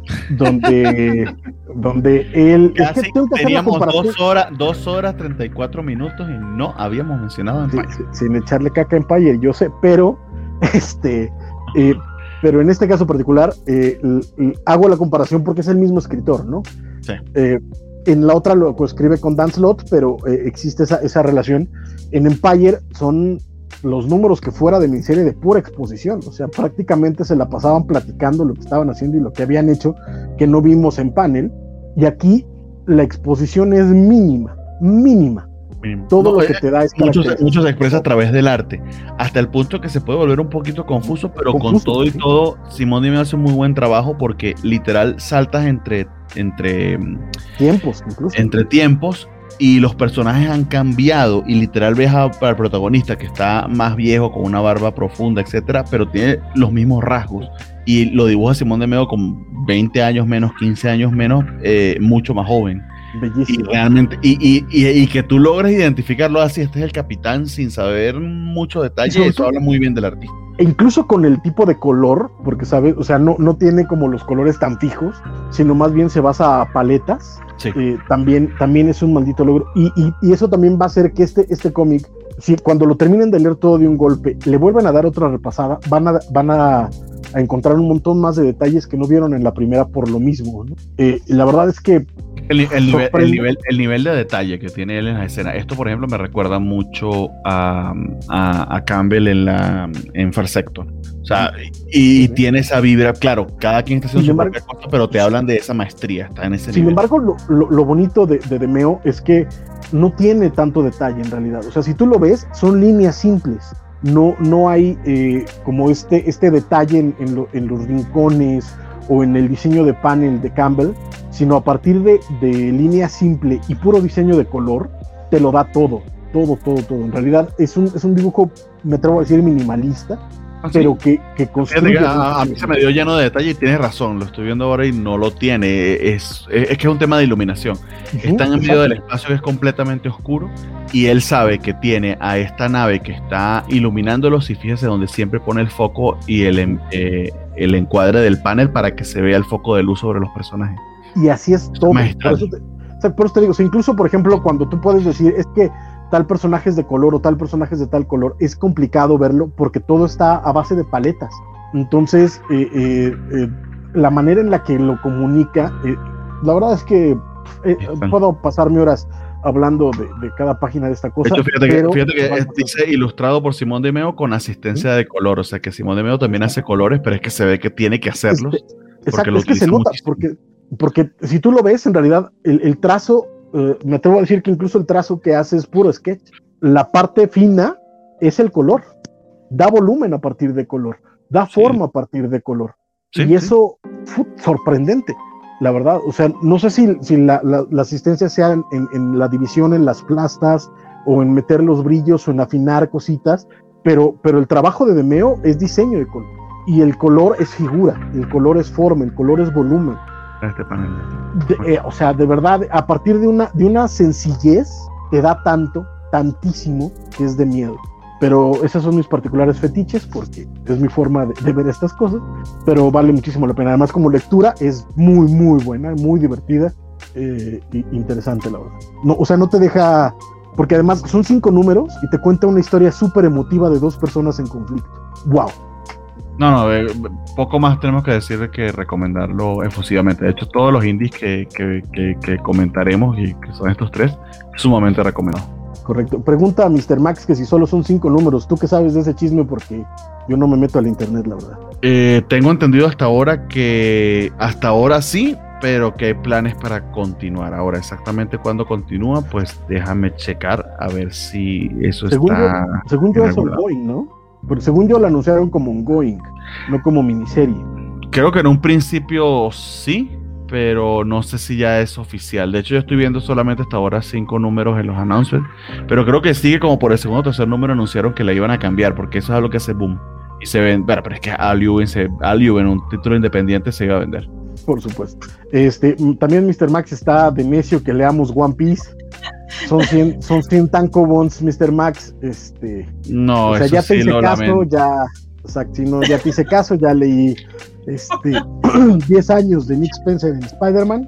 donde, donde él... Casi es que tengo que teníamos dos horas, dos horas, treinta y cuatro minutos y no habíamos mencionado a Empire. Sí, sí, sin echarle caca a Empire, yo sé, pero, este, eh, pero en este caso particular, eh, l, l, hago la comparación porque es el mismo escritor, ¿no? Sí. Eh, en la otra lo coescribe con Dan Slott, pero eh, existe esa, esa relación. En Empire son los números que fuera de miniserie de pura exposición, o sea, prácticamente se la pasaban platicando lo que estaban haciendo y lo que habían hecho, que no vimos en panel, y aquí la exposición es mínima, mínima. Mínimo. Todo no, lo que te da es mucho, mucho se expresa a través del arte, hasta el punto que se puede volver un poquito confuso, pero confuso, con todo y sí. todo, Simón Dime hace un muy buen trabajo porque literal saltas entre entre tiempos, incluso. entre tiempos y los personajes han cambiado y literal ves al protagonista que está más viejo con una barba profunda, etcétera, pero tiene los mismos rasgos y lo dibuja Simón de Meo con veinte años menos, quince años menos, eh, mucho más joven. Bellísimo. Y realmente, y, y, y, y que tú logres identificarlo así, este es el capitán sin saber mucho detalle, eso habla muy bien del artista. E incluso con el tipo de color, porque sabes, o sea, no, no tiene como los colores tan fijos, sino más bien se basa a paletas. Sí. Eh, también, también es un maldito logro. Y, y, y eso también va a hacer que este, este cómic, si cuando lo terminen de leer todo de un golpe, le vuelvan a dar otra repasada, van a, van a, a encontrar un montón más de detalles que no vieron en la primera por lo mismo, ¿no? Eh, la verdad es que El, el, nivel, el, nivel, el nivel de detalle que tiene él en la escena, esto por ejemplo me recuerda mucho a, a, a Campbell en la en Far Sector, o sea, y, y tiene esa vibra, claro, cada quien está haciendo su propia cosa, pero te hablan de esa maestría, está en ese sin nivel. embargo, lo, lo, lo bonito de, de Demeo es que no tiene tanto detalle en realidad, o sea, si tú lo ves, son líneas simples, no, no hay eh, como este, este detalle en, en, lo, en los rincones o en el diseño de panel de Campbell, sino a partir de, de línea simple y puro diseño de color, te lo da todo, todo, todo, todo. En realidad es un, es un dibujo, me atrevo a decir, minimalista, ¿ah, sí? Pero que, que construye... A, a mí se me dio lleno de detalle y tienes razón, lo estoy viendo ahora y no lo tiene, es, es, es que es un tema de iluminación. Uh-huh, está en el medio del espacio que es completamente oscuro y él sabe que tiene a esta nave que está iluminándolos y fíjese donde siempre pone el foco y el... Eh, el encuadre del panel para que se vea el foco de luz sobre los personajes. Y así es todo. Por eso, te, o sea, por eso te digo, o sea, incluso por ejemplo cuando tú puedes decir es que tal personaje es de color o tal personaje es de tal color, es complicado verlo porque todo está a base de paletas. Entonces eh, eh, eh, la manera en la que lo comunica, eh, la verdad es que eh, puedo pasarme horas hablando de, de cada página de esta cosa. De hecho, fíjate pero, que, fíjate que es, dice ilustrado por Simón de Meo con asistencia ¿sí? de color, o sea que Simón de Meo también hace colores, pero es que se ve que tiene que hacerlos. Este, exacto, lo es que se nota, porque, porque si tú lo ves, en realidad, el, el trazo, eh, me atrevo a decir que incluso el trazo que hace es puro sketch. La parte fina es el color, da volumen a partir de color, da sí. forma a partir de color. Sí, y eso, sí. uf, sorprendente. La verdad, o sea, no sé si, si la, la, la asistencia sea en, en, en la división en las plastas o en meter los brillos o en afinar cositas, pero, pero el trabajo de Demeo es diseño de color y el color es figura, el color es forma, el color es volumen. Este panel. De, eh, o sea, de verdad, a partir de una, de una sencillez te da tanto, tantísimo, que es de miedo. Pero esas son mis particulares fetiches porque es mi forma de, de ver estas cosas, pero vale muchísimo la pena. Además, como lectura es muy, muy buena, muy divertida e eh, interesante, la verdad. No, o sea, no te deja, porque además son cinco números y te cuenta una historia súper emotiva de dos personas en conflicto. ¡Wow! No, no, eh, poco más tenemos que decir que recomendarlo efusivamente. De hecho, todos los indies que, que, que, que comentaremos y que son estos tres, sumamente recomendados. Correcto. Pregunta a mister Max que si solo son cinco números. ¿Tú qué sabes de ese chisme? Porque yo no me meto al internet, la verdad. Eh, tengo entendido hasta ahora que hasta ahora sí, pero que hay planes para continuar. Ahora, exactamente cuándo continúa, pues déjame checar a ver si eso según está... Yo, según yo es ongoing, ¿no? Porque según yo lo anunciaron como ongoing, no como miniserie. Creo que en un principio sí, pero no sé si ya es oficial. De hecho, yo estoy viendo solamente hasta ahora cinco números en los announcements, pero creo que sigue como por el segundo o tercer número anunciaron que la iban a cambiar, porque eso es algo que hace boom. Y se ven, bueno, pero es que Aliu en un título independiente se iba a vender. Por supuesto. Este, también mister Max está de necio que leamos One Piece. Son cien, son cien tankobons, mister Max. Este, no, o sea, eso ya te sí hice lo caso, lamento. ya, exacto, si no, ya te hice caso, ya leí este diez años de Nick Spencer en Spider-Man.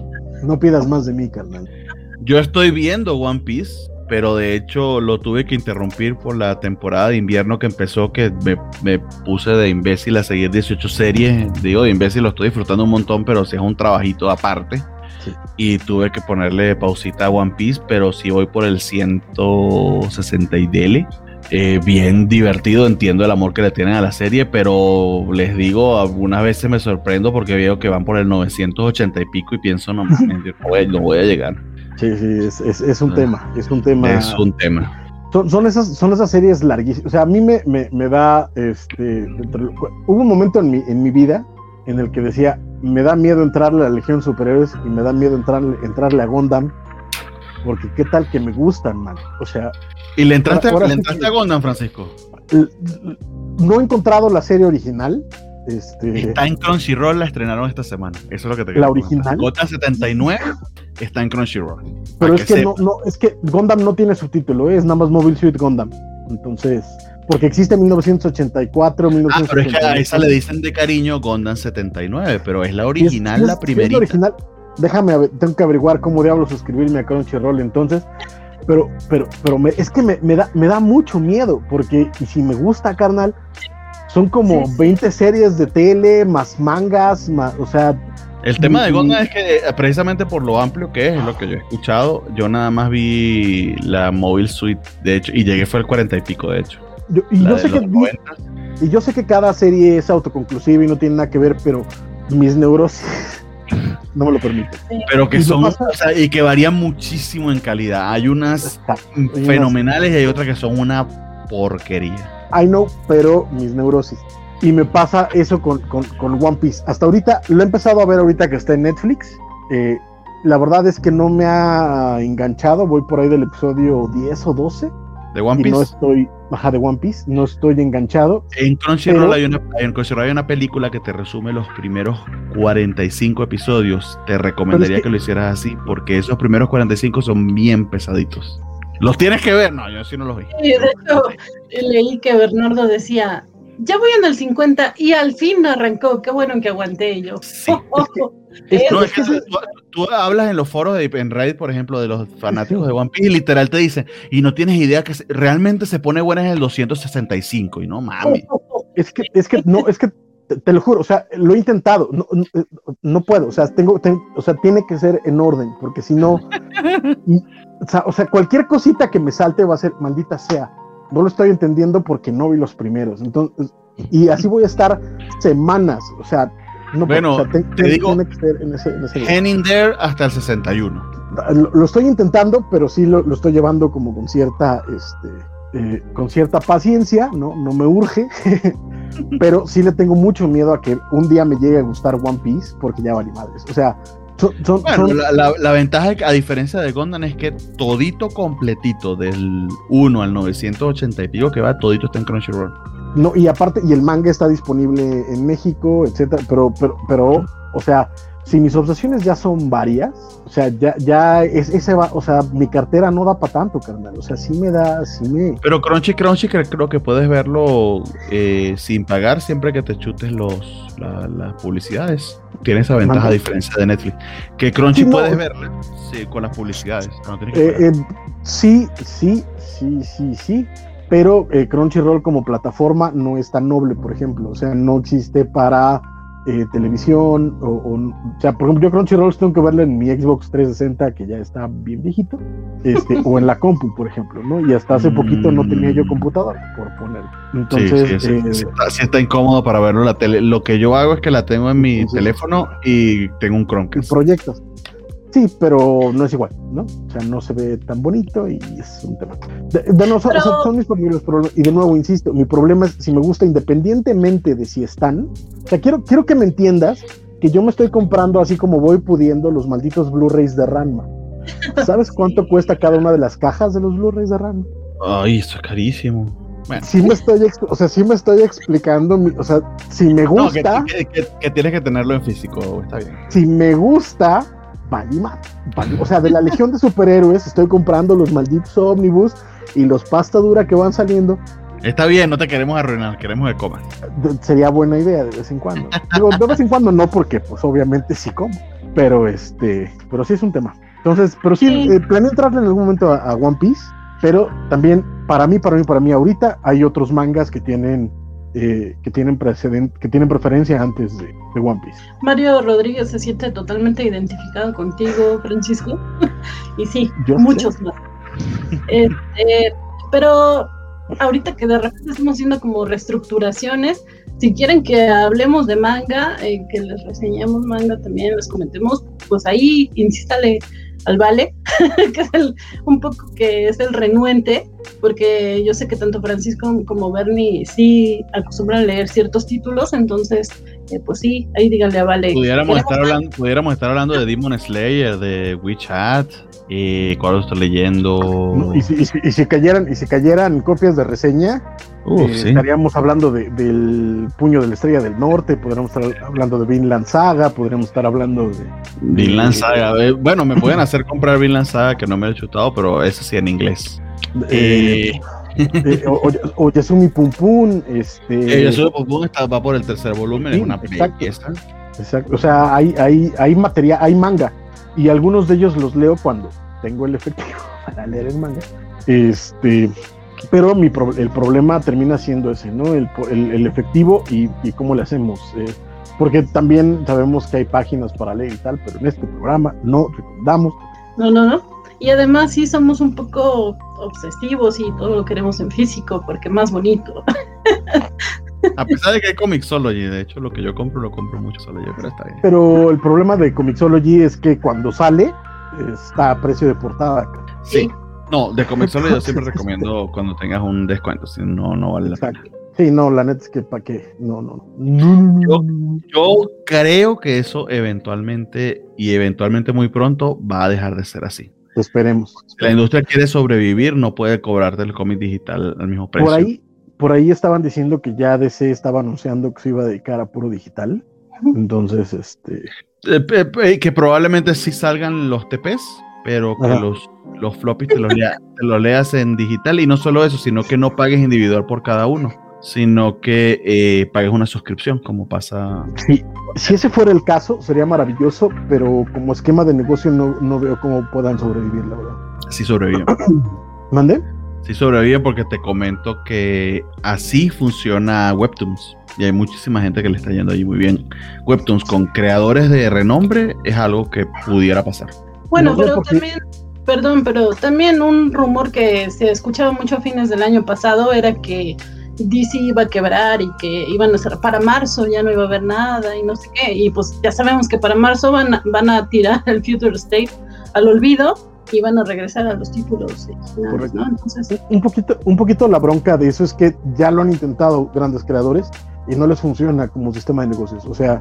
No pidas más de mí, carnal. Yo estoy viendo One Piece, pero de hecho lo tuve que interrumpir por la temporada de invierno que empezó, que me, me puse de imbécil a seguir dieciocho series. Digo, de imbécil lo estoy disfrutando un montón, pero sí es un trabajito aparte. Sí. Y tuve que ponerle pausita a One Piece, pero sí voy por el ciento sesenta y dele. Eh, bien divertido, entiendo el amor que le tienen a la serie, pero les digo, algunas veces me sorprendo porque veo que van por el novecientos ochenta y pico y pienso, no, man, no, voy, no voy a llegar. Sí, sí, es, es, es un no. tema, es un tema. Es un tema. Son, son, esas, son esas series larguísimas. O sea, a mí me, me, me da, este, entre, hubo un momento en mi, en mi vida en el que decía, me da miedo entrarle a la Legión de Superhéroes y me da miedo entrarle, entrarle a Gundam, porque qué tal que me gustan, man. O sea... ¿Y le entraste, ahora, ahora ¿le entraste sí que, a Gundam, Francisco? No he encontrado la serie original. Este... Está en Crunchyroll, la estrenaron esta semana. Eso es lo que te quiero La original. Gundam setenta y nueve está en Crunchyroll. Pero es que, que no, no, es que Gundam no tiene subtítulo, ¿eh? Es nada más Mobile Suit Gundam. Entonces, porque existe mil novecientos ochenta y cuatro, mil novecientos ochenta y cinco. Ah, pero es que a esa le dicen de cariño Gundam setenta y nueve, pero es la original, es, es, la primerita. Es la original. Déjame, tengo que averiguar cómo diablos suscribirme a Crunchyroll entonces. Pero, pero, pero me, es que me, me, da, me da mucho miedo, porque y si me gusta, carnal, son como sí, sí. veinte series de tele, más mangas, más, o sea... El tema de Gundam es que precisamente por lo amplio que es, es lo que yo he escuchado, yo nada más vi la Mobile Suite, de hecho, y llegué fue el cuarenta y pico, de hecho. Yo, y, yo sé que vi, y yo sé que cada serie es autoconclusiva y no tiene nada que ver, pero mis neurosis... no me lo permite. Pero que son, pasa, o sea, y que varían muchísimo en calidad. Hay unas hay fenomenales unas... y hay otras que son una porquería. I know, pero mis neurosis. Y me pasa eso con, con, con One Piece. Hasta ahorita, lo he empezado a ver ahorita que está en Netflix. Eh, la verdad es que no me ha enganchado. Voy por ahí del episodio diez o doce. ¿De One Piece? Y no estoy, ajá, de One Piece, no estoy enganchado. En Crunchyroll, pero... hay una, en Crunchyroll hay una película que te resume los primeros cuarenta y cinco episodios. Te recomendaría es que... que lo hicieras así, porque esos primeros cuarenta y cinco son bien pesaditos. ¿Los tienes que ver? No, yo sí no los vi. Sí, de hecho, leí que Bernardo decía, ya voy en el cincuenta y al fin arrancó. Qué bueno que aguanté yo. Sí. Oh, oh. Es que, no, es que tú, tú hablas en los foros de en Reddit, por ejemplo, de los fanáticos de One Piece y literal te dicen, y no tienes idea que se, realmente se pone buena en el doscientos sesenta y cinco y no mames. Es que, es que, no, es que te, te lo juro, o sea, lo he intentado, no, no, no puedo, o sea, tengo, tengo, o sea, tiene que ser en orden, porque si no, y, o, sea, o sea, cualquier cosita que me salte va a ser, maldita sea, no lo estoy entendiendo porque no vi los primeros, entonces, y así voy a estar semanas, o sea, no, bueno, o sea, te, te digo, tiene que ser en ese, en ese hang in there hasta el sesenta y uno. Lo, lo estoy intentando, pero sí lo, lo estoy llevando como con cierta, este, eh, con cierta paciencia, no, no me urge, pero sí le tengo mucho miedo a que un día me llegue a gustar One Piece, porque ya vale madres, o sea, son, son, bueno, son... La, la, la ventaja, a diferencia de Gundam, es que todito completito, del uno al novecientos ochenta y pico que va, todito está en Crunchyroll. No, y aparte, y el manga está disponible en México, etcétera, pero, pero, pero, o sea, si mis obsesiones ya son varias, o sea, ya, ya es, ese va, o sea, mi cartera no da para tanto, carnal, o sea, sí me da, sí me... Pero Crunchy, Crunchy creo, creo que puedes verlo eh, sin pagar siempre que te chutes los, la, las publicidades. Tiene esa ventaja ¿Manda? A diferencia de Netflix. Que Crunchy sí, puedes no, verla sí, con las publicidades. No tienes que eh, eh, sí, sí, sí, sí, sí. Pero eh, Crunchyroll como plataforma no es tan noble, por ejemplo, o sea, no existe para eh, televisión, o, o, o sea, por ejemplo, yo Crunchyroll tengo que verlo en mi Xbox trescientos sesenta, que ya está bien viejito, este, o en la compu, por ejemplo, ¿no? Y hasta hace poquito no tenía yo computadora, por ponerlo. Entonces, sí, sí, eh, sí, está, sí está incómodo para verlo en la tele. Lo que yo hago es que la tengo en mi entonces, teléfono y tengo un Chromecast. Proyectos. Sí, pero no es igual, ¿no? O sea, no se ve tan bonito y es un tema. De, de no, son, pero... son, son mis problemas, y de nuevo, insisto, mi problema es si me gusta independientemente de si están. O sea, quiero, quiero que me entiendas que yo me estoy comprando así como voy pudiendo los malditos Blu-rays de Ranma. ¿Sabes cuánto cuesta cada una de las cajas de los Blu-rays de Ranma? Ay, esto es carísimo. Bueno. Sí me estoy, o sea, sí me estoy explicando, o sea, si me gusta... No, que, que, que, que tienes que tenerlo en físico, está bien. Si me gusta... Vale, vale. O sea, de la legión de superhéroes estoy comprando los malditos ómnibus y los pasta dura que van saliendo. Está bien, no te queremos arruinar, queremos que comas. Sería buena idea de vez en cuando. Digo, de vez en cuando no, porque pues obviamente sí como, pero este, pero sí es un tema. Entonces, pero sí, sí. Eh, planeo entrarle en algún momento a, a One Piece, pero también para mí, para mí, para mí ahorita hay otros mangas que tienen Eh, que tienen precedente, que tienen preferencia antes de, de One Piece. Mario Rodríguez se siente totalmente identificado contigo, Francisco. Y sí, Yo muchos sé. más. Este, pero ahorita que de repente estamos haciendo como reestructuraciones, si quieren que hablemos de manga, eh, que les reseñemos manga también, les comentemos, pues ahí insístale al Vale, que es el, un poco que es el renuente, porque yo sé que tanto Francisco como Bernie sí acostumbran a leer ciertos títulos, entonces, eh, pues sí, ahí díganle a Vale. Pudiéramos estar hablando, pudiéramos estar hablando de Demon Slayer, de WeChat, eh, ¿cuál estoy leyendo? No, y, si, y, si, y si cayeran, y si cayeran copias de reseña, Uf, eh, sí. estaríamos hablando de, del Puño de la Estrella del Norte, podríamos estar hablando de Vinland Saga, podríamos estar hablando de Vinland Saga. Eh, bueno, me pueden hacer comprar Vinland Saga, que no me lo he chutado, pero eso sí en inglés. Eh, eh, o, o, o Yasumi Pum Pum, este. Eh, Yasumi Pum Pum está, va por el tercer volumen, sí, es una exacto, exacto. O sea, hay, hay, hay material, hay manga, y algunos de ellos los leo cuando tengo el efectivo para leer el manga. Este, pero mi pro, el problema termina siendo ese, ¿no? El, el, el efectivo y, y cómo le hacemos. Eh, porque también sabemos que hay páginas para leer y tal, pero en este programa no recomendamos. No, no, no. Y además sí somos un poco obsesivos y todo lo queremos en físico porque es más bonito. A pesar de que hay Comixology, de hecho lo que yo compro lo compro mucho solo yo, pero está bien. Pero el problema de Comixology es que cuando sale está a precio de portada. Sí. No, de Comixology yo siempre recomiendo cuando tengas un descuento, si no, no vale Exacto. la pena. Sí, no, la neta es que para qué. No, no, no. Yo, yo creo que eso eventualmente y eventualmente muy pronto va a dejar de ser así. Esperemos. Si la industria quiere sobrevivir, no puede cobrarte el cómic digital al mismo precio. Por ahí, por ahí estaban diciendo que ya D C estaba anunciando que se iba a dedicar a puro digital. Entonces, este. Eh, eh, que probablemente sí salgan los T Ps, pero que Ajá. los, los floppies te los, lea, te los leas en digital. Y no solo eso, sino que no pagues individual por cada uno. sino que eh, pagues una suscripción, como pasa. Sí, si ese fuera el caso, sería maravilloso, pero como esquema de negocio no, no veo cómo puedan sobrevivir, la verdad. Sí sobreviven. ¿Mande? Sí sobreviven porque te comento que así funciona Webtoons. Y hay muchísima gente que le está yendo allí muy bien. Webtoons con creadores de renombre es algo que pudiera pasar. Bueno, No sé pero por qué. también, perdón, pero también un rumor que se escuchaba mucho a fines del año pasado era que D C iba a quebrar y que iban a cerrar para marzo, ya no iba a haber nada y no sé qué. Y pues ya sabemos que para marzo van a, van a tirar el Future State al olvido y van a regresar a los títulos originales, ¿no? Entonces, Un poquito, un poquito la bronca de eso es que ya lo han intentado grandes creadores y no les funciona como sistema de negocios. O sea,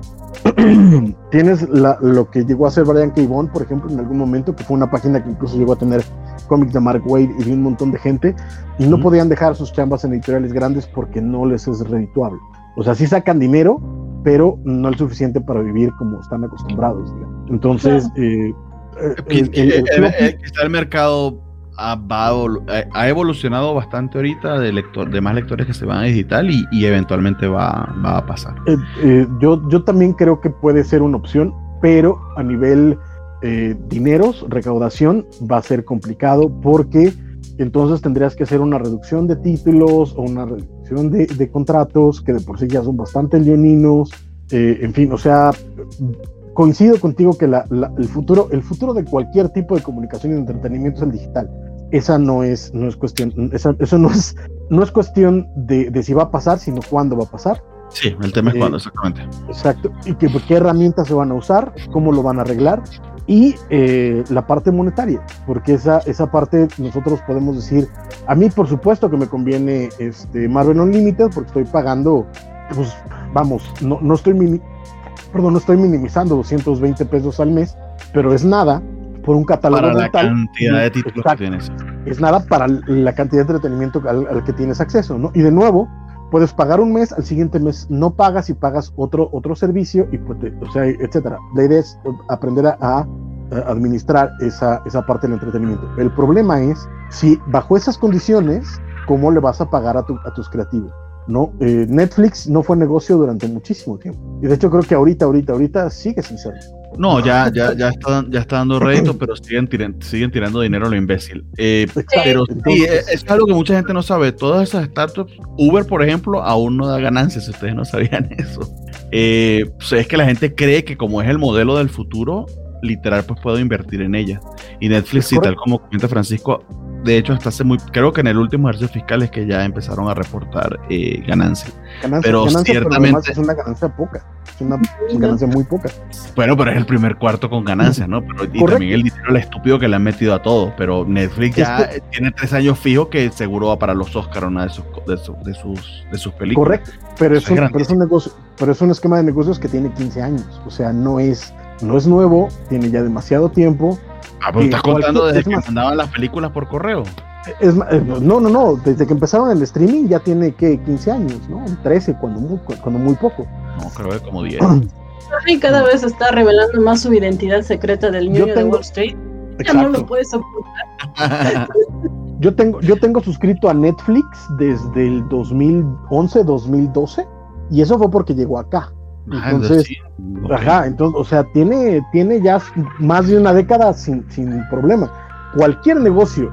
tienes la, lo que llegó a hacer Brian K. Vaughan, por ejemplo, en algún momento, que fue una página que incluso llegó a tener cómics de Mark Waid y de un montón de gente, y no Mm. podían dejar sus chambas en editoriales grandes porque no les es redituable. O sea, sí sacan dinero, pero no es suficiente para vivir como están acostumbrados, digamos. Entonces, eh, eh, el- el- el- El- el- quizá el mercado ha, va evolu- ha evolucionado bastante ahorita de lector, de más lectores que se van a digital y, y eventualmente va, va a pasar. Eh, eh, yo, yo también creo que puede ser una opción, pero a nivel eh, dineros, recaudación, va a ser complicado porque entonces tendrías que hacer una reducción de títulos o una reducción de, de contratos que de por sí ya son bastante leoninos, eh, en fin, o sea, coincido contigo que la, la, el futuro, el futuro de cualquier tipo de comunicación y de entretenimiento es el digital. Esa no es, no es cuestión, esa, eso no es, no es cuestión de, de si va a pasar, sino cuándo va a pasar. Sí, el tema es Eh, cuándo, exactamente. Exacto, y que, qué herramientas se van a usar, cómo lo van a arreglar, y eh, la parte monetaria, porque esa, esa parte nosotros podemos decir, a mí por supuesto que me conviene este Marvel Unlimited, porque estoy pagando, pues vamos, no, no estoy mini, perdón, no estoy minimizando doscientos veinte pesos al mes, pero es nada por un catálogo Para la brutal. cantidad de títulos Exacto. que tienes. Es nada para la cantidad de entretenimiento al, al que tienes acceso, ¿no? Y de nuevo, puedes pagar un mes, al siguiente mes no pagas y pagas otro, otro servicio, y pues, te, o sea, etcétera. La idea es aprender a, a administrar esa, esa parte del entretenimiento. El problema es, si bajo esas condiciones, ¿cómo le vas a pagar a, tu, a tus creativos? ¿No? Eh, Netflix no fue negocio durante muchísimo tiempo. Y de hecho creo que ahorita, ahorita, ahorita sigue sin serlo. No, ya, ya, ya, está, ya está dando rédito, pero siguen, tiran, siguen tirando dinero a lo imbécil. Eh, pero sí, Entonces, es algo que mucha gente no sabe. Todas esas startups, Uber, por ejemplo, aún no da ganancias, si ustedes no sabían eso. Eh, pues es que la gente cree que como es el modelo del futuro, literal, pues puedo invertir en ella. Y Netflix, sí, tal como comenta Francisco, de hecho, hasta hace muy, creo que en el último ejercicio fiscal es que ya empezaron a reportar eh, ganancias. Ganancia, pero ganancia, ciertamente pero es una ganancia poca, es una ganancia muy poca. Bueno, pero es el primer cuarto con ganancias, ¿no? Pero, y Correcto. también el dinero el estúpido que le han metido a todo. Pero Netflix ya Es que, tiene tres años fijo que seguro va para los Oscar una de sus, de, su, de sus, de sus películas. Correcto, pero es, Eso es un, pero es un negocio, pero es un esquema de negocios que tiene quince años, o sea, no es, no es nuevo, tiene ya demasiado tiempo. Ah, pero Eh, estás contando cualquier- desde es que más- mandaban las películas por correo. Es, ma- eh, no, no, no, desde que empezaron el streaming ya tiene que quince años, ¿no? trece cuando muy, cuando muy poco. No, creo que como diez. y cada vez está revelando más su identidad secreta del Yo ñoño de tengo- Wall Street. Ya no lo Exacto. puedes ocultar. Yo tengo, yo tengo suscrito a Netflix desde el dos mil once, dos mil doce, y eso fue porque llegó acá. Ah, Entonces, sí. ajá, entonces, o sea, tiene, tiene ya más de una década sin, sin problema. Cualquier negocio,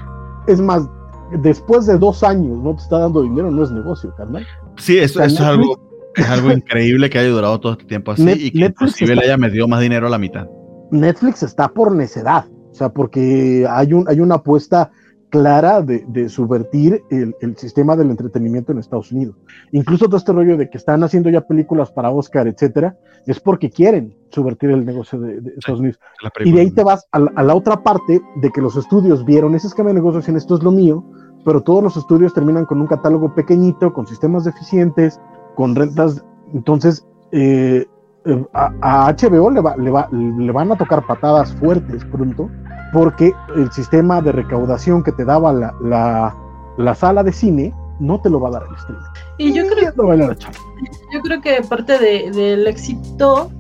es más, después de dos años no te está dando dinero, no es negocio, carnal. Sí, eso, O sea, eso es Netflix- algo, es algo increíble que haya durado todo este tiempo así Net- y que Netflix inclusive está- le haya metido más dinero a la mitad. Netflix está por necedad, o sea, porque hay, un, hay una apuesta clara de, de subvertir el, el sistema del entretenimiento en Estados Unidos. Incluso todo este rollo de que están haciendo ya películas para Oscar, etcétera, es porque quieren subvertir el negocio de, de Estados Unidos. Las Y de ahí películas. te vas a la, a la otra parte de que los estudios vieron ese esquema de negocios y en esto es lo mío, pero todos los estudios terminan con un catálogo pequeñito, con sistemas deficientes, con rentas. Entonces, eh, eh, a, a H B O le, va, le, va, le van a tocar patadas fuertes pronto, porque el sistema de recaudación que te daba la, la, la sala de cine no te lo va a dar el streaming. Y yo creo, No vale la chamba. yo creo que parte de, del éxito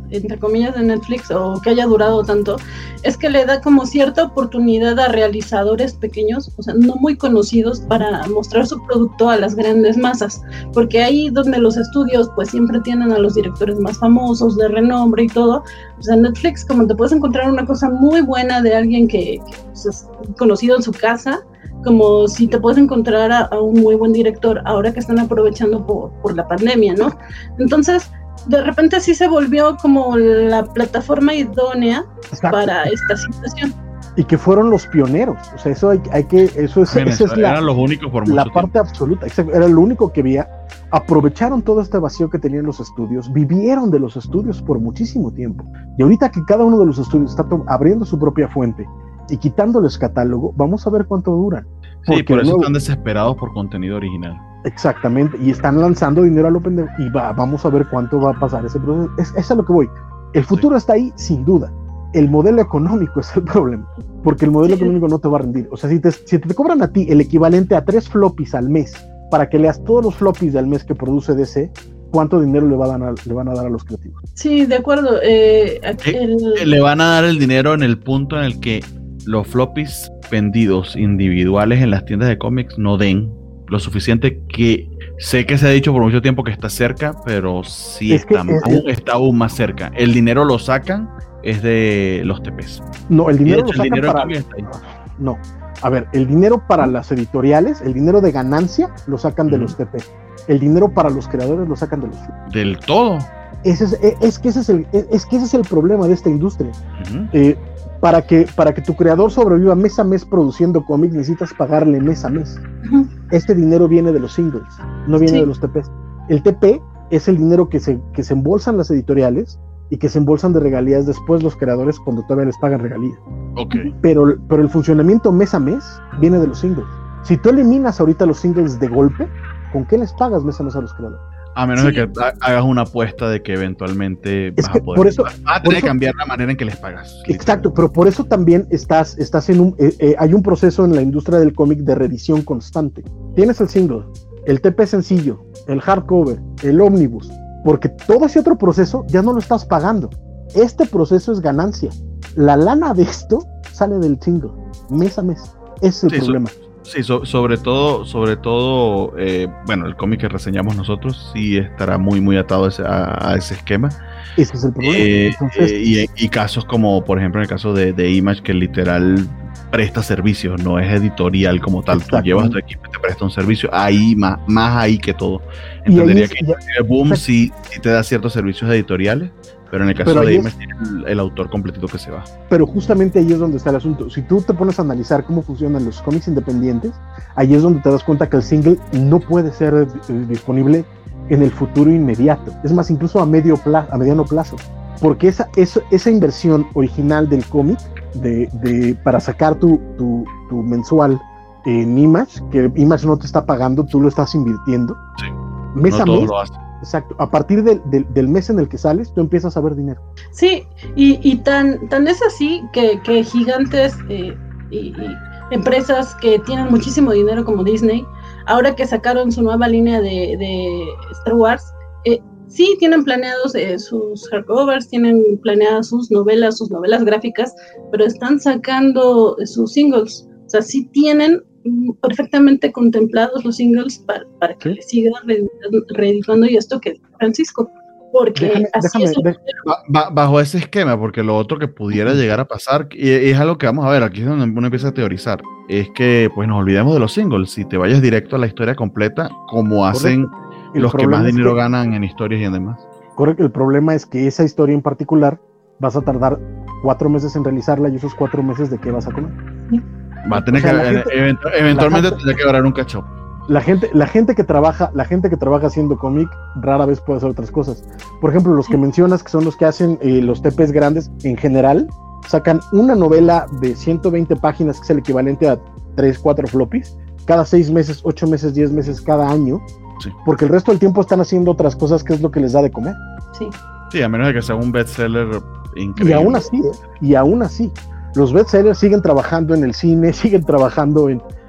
entre comillas, de Netflix, o que haya durado tanto, es que le da como cierta oportunidad a realizadores pequeños, o sea, no muy conocidos, para mostrar su producto a las grandes masas, porque ahí donde los estudios pues siempre tienen a los directores más famosos, de renombre y todo. O sea, Netflix, como te puedes encontrar una cosa muy buena de alguien que, que pues, es conocido en su casa, como si te puedes encontrar a, a un muy buen director ahora que están aprovechando por, por la pandemia, ¿no? Entonces, de repente sí se volvió como la plataforma idónea Exacto. para esta situación. Y que fueron los pioneros, o sea, eso hay, hay que, eso es, Bien, esa es la, eran los únicos por mucho la tiempo. parte absoluta, exacto, era lo único que había. Aprovecharon todo este vacío que tenían los estudios, vivieron de los estudios por muchísimo tiempo, y ahorita que cada uno de los estudios está to- abriendo su propia fuente y quitándoles catálogo, vamos a ver cuánto duran. Sí, por eso nuevo, están desesperados por contenido original. Exactamente, y están lanzando dinero a lo pendejo, y va, vamos a ver cuánto va a pasar ese proceso. Es, es a lo que voy. El futuro sí. está ahí, sin duda. El modelo económico es el problema, porque el modelo sí. económico no te va a rendir. O sea, si te, si te cobran a ti el equivalente a tres floppies al mes para que leas todos los floppies del mes que produce D C, ¿cuánto dinero le, va a dar a, le van a dar a los creativos? Sí, de acuerdo. Eh, el... Le van a dar el dinero en el punto en el que los floppies vendidos individuales en las tiendas de cómics no den lo suficiente, que sé que se ha dicho por mucho tiempo que está cerca, pero sí es está, es, aún, está aún más cerca. El dinero lo sacan es de los T Ps. No, el dinero lo el sacan dinero para... No, a ver, el dinero para las editoriales, el dinero de ganancia lo sacan de uh-huh. los T P. El dinero para los creadores lo sacan de los... Del todo. Ese es, es, es, que ese es, el, es que ese es el problema de esta industria. Uh-huh. Eh, para que, para que tu creador sobreviva mes a mes produciendo cómics, necesitas pagarle mes a mes. Uh-huh. Este dinero viene de los singles, no viene sí. de los T Ps. El T P es el dinero que se, que se embolsan las editoriales y que se embolsan de regalías después los creadores cuando todavía les pagan regalías. Okay. Pero, pero el funcionamiento mes a mes viene de los singles. Si tú eliminas ahorita los singles de golpe, ¿con qué les pagas mes a mes a los creadores? A menos sí. de que hagas una apuesta de que eventualmente vas a poder. Por eso, vas a tener que cambiar la manera en que les pagas. Exacto, pero por eso también estás, estás en un, eh, eh, hay un proceso en la industria del cómic de revisión constante. Tienes el single, el T P sencillo, el hardcover, el ómnibus, porque todo ese otro proceso ya no lo estás pagando. Este proceso es ganancia. La lana de esto sale del single, mes a mes. Ese es el sí, problema. So- Sí, so, sobre todo, sobre todo, eh, bueno, el cómic que reseñamos nosotros sí estará muy, muy atado a ese, a, a ese esquema. Ese es el problema. Eh, Entonces, eh, y, y casos como, por ejemplo, en el caso de, de Image, que literal presta servicios, no es editorial como tal. Tú llevas tu equipo y te presta un servicio, ahí más, más ahí que todo. Entendería es, que ya, Boom sí, sí te da ciertos servicios editoriales, pero en el caso de Image es el, el autor completito que se va. Pero justamente ahí es donde está el asunto. Si tú te pones a analizar cómo funcionan los cómics independientes, ahí es donde te das cuenta que el single no puede ser eh, disponible en el futuro inmediato. Es más, incluso a medio plazo, a mediano plazo. Porque esa, esa, esa inversión original del cómic de, de, para sacar tu, tu, tu mensual en Image, que Image no te está pagando, tú lo estás invirtiendo. Sí. Mes no a todo mes. Lo hace. Exacto, a partir del, del, del mes en el que sales, tú empiezas a ver dinero. Sí, y, y tan, tan es así que, que gigantes eh, y, y empresas que tienen muchísimo dinero como Disney, ahora que sacaron su nueva línea de, de Star Wars, eh, sí tienen planeados eh, sus hardcovers, tienen planeadas sus novelas, sus novelas gráficas, pero están sacando sus singles. O sea, sí tienen perfectamente contemplados los singles para, para que ¿sí? le sigan reeditando y esto que Francisco, porque déjame, así déjame, es el... bajo ese esquema, porque lo otro que pudiera llegar a pasar, y es algo que vamos a ver, aquí es donde uno empieza a teorizar, es que pues nos olvidemos de los singles, si te vayas directo a la historia completa, como hacen los que más dinero que, ganan en historias y demás. Correcto, el problema es que esa historia en particular vas a tardar cuatro meses en realizarla y esos cuatro meses de qué vas a comer. Sí. Va a tener o sea, que gente, event- eventualmente tendrá que durar un cacho. La gente, la gente que trabaja, la gente que trabaja haciendo cómic rara vez puede hacer otras cosas. Por ejemplo, los que mencionas que son los que hacen eh, los T Ps grandes, en general, sacan una novela de ciento veinte páginas, que es el equivalente a tres, cuatro floppies, cada seis meses, ocho meses, diez meses, cada año, sí. Porque el resto del tiempo están haciendo otras cosas que es lo que les da de comer. Sí. Sí, a menos de que sea un bestseller increíble. Y aún así, ¿eh? y aún así. Los bestsellers siguen trabajando en el cine, siguen trabajando en,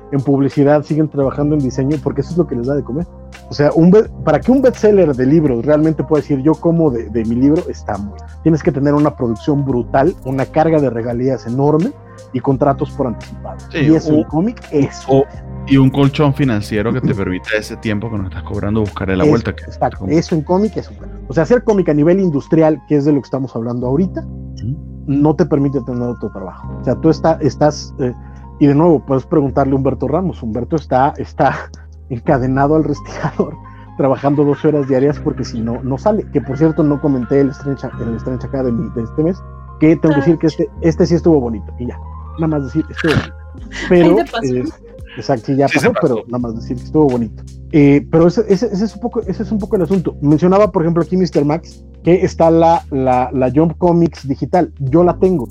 en publicidad, siguen trabajando en diseño, porque eso es lo que les da de comer. O sea, un be- para que un bestseller de libros realmente pueda decir yo como de, de mi libro, está muy. Tienes que tener una producción brutal, una carga de regalías enorme y contratos por anticipado. Sí, y eso o- en cómic, eso. o- y un colchón financiero que te permita ese tiempo que nos estás cobrando buscarle la Eso, vuelta. Que, exacto, eso en cómic es súper. O sea, hacer cómic a nivel industrial, que es de lo que estamos hablando ahorita, no te permite tener otro trabajo. O sea, tú está, estás, eh, y de nuevo, puedes preguntarle a Humberto Ramos. Humberto está, está encadenado al respirador, trabajando doce horas diarias porque si no, no sale. Que por cierto, no comenté el Strange, el Strange Academy de este mes, que tengo que decir que este, este sí estuvo bonito, y ya, nada más decir, estuvo bonito. Pero, eh, exacto, sí, ya Sí, pasó, pasó. pero nada más decir que estuvo bonito. Eh, pero ese, ese, ese, es un poco, ese es un poco el asunto. Mencionaba, por ejemplo, aquí míster Max, que está la, la, la Jump Comics digital. Yo la tengo.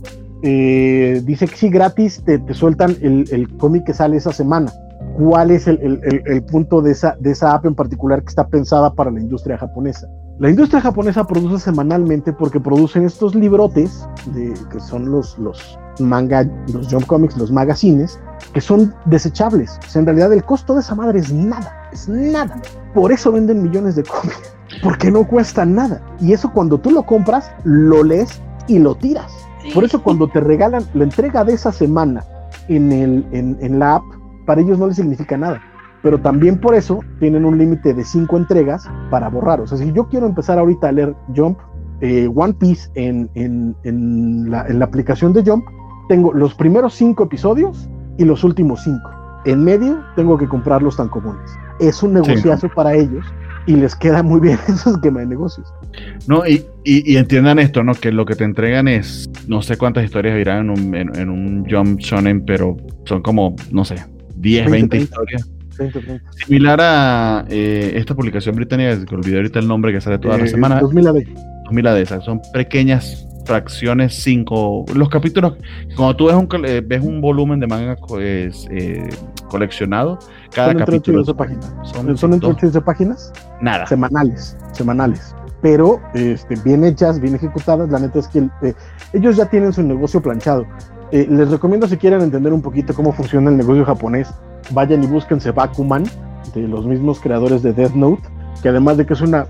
Eh, dice que sí, gratis, te, te sueltan el, el cómic que sale esa semana. ¿Cuál es el, el, el, el punto de esa, de esa app en particular que está pensada para la industria japonesa? La industria japonesa produce semanalmente porque producen estos librotes, de, que son los, los manga, los Jump Comics, los magazines, que son desechables. O sea, en realidad el costo de esa madre es nada, es nada. Por eso venden millones de cómics, porque no cuesta nada. Y eso cuando tú lo compras, lo lees y lo tiras. Sí. Por eso cuando te regalan la entrega de esa semana en, el, en, en la app, para ellos no les significa nada. Pero también por eso tienen un límite de cinco entregas para borrar. O sea, si yo quiero empezar ahorita a leer Jump, eh, One Piece en, en, en, la, en la aplicación de Jump, tengo los primeros cinco episodios y los últimos cinco. En medio tengo que comprar los tan comunes. Es un negociazo sí, para ellos y les queda muy bien ese esquema de negocios. No, y, y, y entiendan esto, ¿no? Que lo que te entregan es, no sé cuántas historias irán en un, en, en un Jump Shonen, pero son como, no sé, diez, veinte historias. veinte, veinte. Similar a eh, esta publicación británica, que olvidé ahorita el nombre, que sale toda eh, la semana. dos mil A D. dos mil A D, esas son pequeñas fracciones, cinco. Los capítulos, cuando tú ves un, eh, ves un volumen de manga pues, eh, coleccionado, cada son capítulo. Entre páginas. Son, son entre dos, ocho páginas. Nada. Semanales, semanales. Pero este, bien hechas, bien ejecutadas. La neta es que eh, ellos ya tienen su negocio planchado. Eh, les recomiendo, si quieren entender un poquito cómo funciona el negocio japonés, vayan y búsquense Bakuman, de los mismos creadores de Death Note, que además de que es una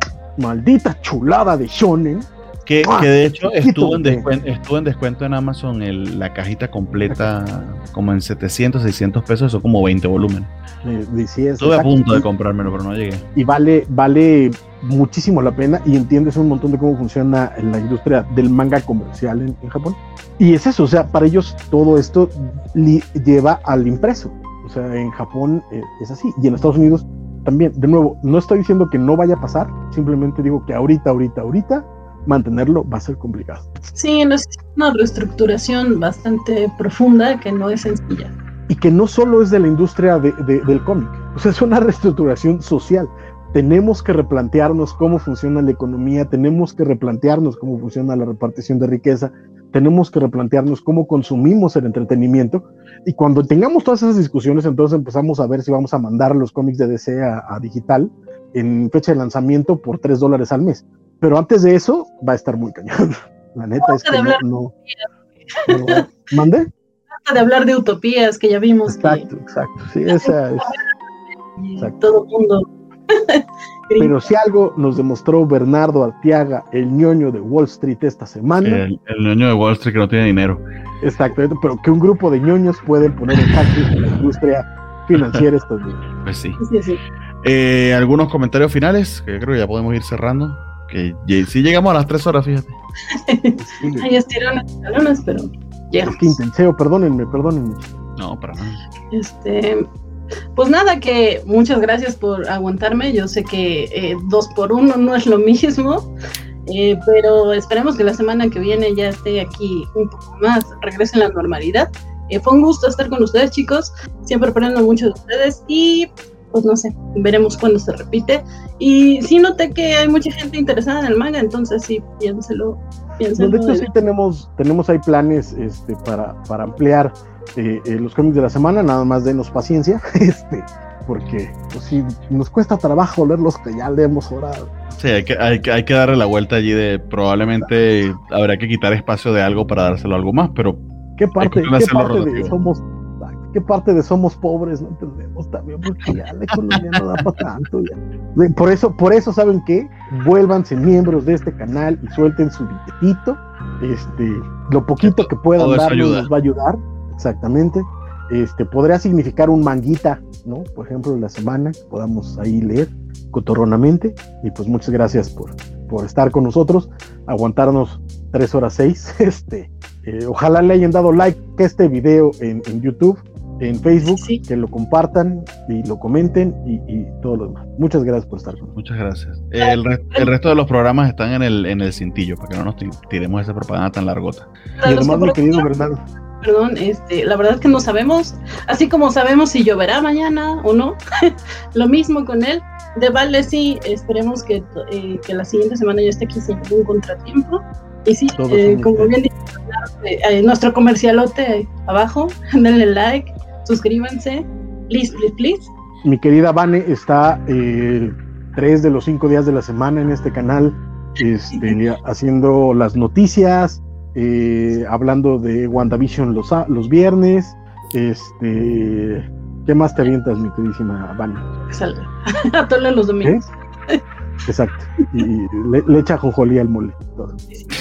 maldita chulada de shonen, que, ¡ah! que de hecho estuvo en, de... descuento, estuvo en descuento en Amazon el, la cajita completa como en setecientos, seiscientos pesos, eso como veinte volúmenes. Eh, eh, sí, es Estuve exacto. a punto de comprármelo, pero no llegué. Y vale, vale muchísimo la pena, y entiendes un montón de cómo funciona la industria del manga comercial en, en Japón. Y es eso, o sea, para ellos todo esto li- lleva al impreso. O sea, en Japón eh, es así, y en Estados Unidos también. De nuevo, no estoy diciendo que no vaya a pasar, simplemente digo que ahorita, ahorita, ahorita, mantenerlo va a ser complicado. Sí, no, es una reestructuración bastante profunda que no es sencilla. Y que no solo es de la industria de, de, del cómic, o sea, es una reestructuración social. Tenemos que replantearnos cómo funciona la economía, tenemos que replantearnos cómo funciona la repartición de riqueza, tenemos que replantearnos cómo consumimos el entretenimiento, y cuando tengamos todas esas discusiones, entonces empezamos a ver si vamos a mandar los cómics de D C a, a digital en fecha de lanzamiento por tres dólares al mes. Pero antes de eso va a estar muy cañón. La neta es que no, no, no, no. ¿Mande? De hablar de utopías que ya vimos. Exacto, que... exacto. Sí, esa es. Exacto. Todo el mundo. Pero si algo nos demostró Bernardo Arteaga, el ñoño de Wall Street esta semana. El, el ñoño de Wall Street que no tiene dinero. Exactamente, pero que un grupo de ñoños pueden poner en jaque la industria financiera estos días. Pues sí. sí, sí. Eh, algunos comentarios finales, que creo que ya podemos ir cerrando. Que si llegamos a las tres horas, fíjate. Sí. Hay estirones y talones, pero llegamos. Es que intenseo, perdónenme, perdónenme. No, para nada. Este, pues nada, que muchas gracias por aguantarme. Yo sé que eh, dos por uno no es lo mismo, eh, pero esperemos que la semana que viene ya esté aquí un poco más, regrese a la normalidad. Eh, fue un gusto estar con ustedes, chicos. Siempre aprendo mucho de ustedes y pues no sé, veremos cuándo se repite. Y sí noté que hay mucha gente interesada en el manga, entonces sí, piénselo. piénselo de hecho, de... sí tenemos, tenemos ahí planes este, para, para ampliar eh, eh, los cómics de la semana, nada más denos paciencia, este, porque pues, sí, nos cuesta trabajo leer los que ya leemos ahora. Sí, hay que, hay, que, hay que darle la vuelta allí de probablemente habrá que quitar espacio de algo para dárselo a algo más, pero ¿qué parte, ¿qué parte de somos? qué parte de somos pobres no entendemos también, porque ya la economía no da para tanto. Ya. Por eso, por eso, ¿saben qué? Vuélvanse miembros de este canal y suelten su billetito. Este, lo poquito que puedan darnos nos va a ayudar, exactamente. Este, podría significar un manguita, ¿no? Por ejemplo, la semana que podamos ahí leer cotorronamente. Y pues muchas gracias por, por estar con nosotros, aguantarnos tres horas seis. Este, eh, ojalá le hayan dado like a este video en, en YouTube, en Facebook, sí, sí. Que lo compartan y lo comenten y, y todo lo demás. Muchas gracias por estar con nosotros. Muchas gracias. El, re- el resto de los programas están en el, en el cintillo, para que no nos tiremos esa propaganda tan largota. Y además, mi querido Bernardo. Perdón, este, la verdad es que no sabemos, así como sabemos si lloverá mañana o no, lo mismo con él. De Vale, sí, esperemos que, eh, que la siguiente semana ya esté aquí sin ningún contratiempo. Y sí, eh, como bien dice, eh, nuestro comercialote abajo, denle like, suscríbanse, please, please, please. Mi querida Vane está eh, tres de los cinco días de la semana en este canal, este, haciendo las noticias, eh, hablando de WandaVision los, los viernes. Este, ¿qué más te avientas, mi queridísima Vane? A todos los domingos. ¿Eh? Exacto. Y le, le echa jonjolí al mole. Todo.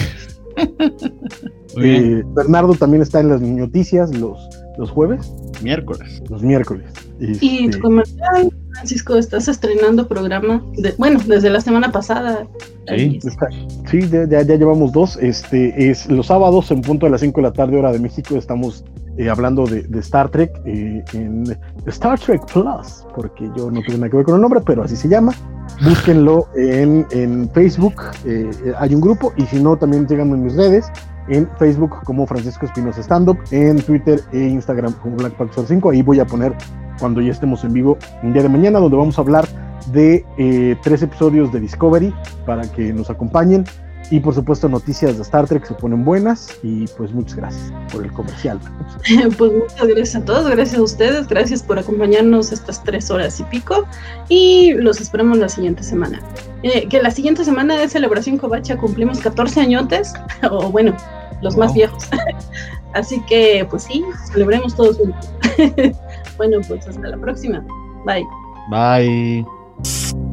Eh, Bernardo también está en las noticias los, los jueves. Miércoles. Los miércoles. Este... Y tu comercial, Francisco, estás estrenando programa. De, bueno, desde la semana pasada. Sí, está, sí ya, ya, ya llevamos dos. Este es los sábados en punto de las cinco de la tarde, hora de México. Estamos eh, hablando de, de Star Trek eh, en Star Trek Plus, porque yo no tuve nada que ver con el nombre, pero así se llama. Búsquenlo en, en Facebook, eh, hay un grupo, y si no, también llegan en mis redes, en Facebook como Francisco Espinosa Stand Up, en Twitter e Instagram como Black Panther cinco. Ahí voy a poner cuando ya estemos en vivo un día de mañana, donde vamos a hablar de eh, tres episodios de Discovery para que nos acompañen, y por supuesto noticias de Star Trek se ponen buenas. Y pues muchas gracias por el comercial. Pues muchas gracias a todos, gracias a ustedes, gracias por acompañarnos estas tres horas y pico, y los esperamos la siguiente semana. Eh, que la siguiente semana de Celebración Covacha cumplimos catorce añotes, o bueno, los wow. más viejos. Así que pues sí, celebremos todos juntos. Bueno, pues hasta la próxima. Bye. Bye.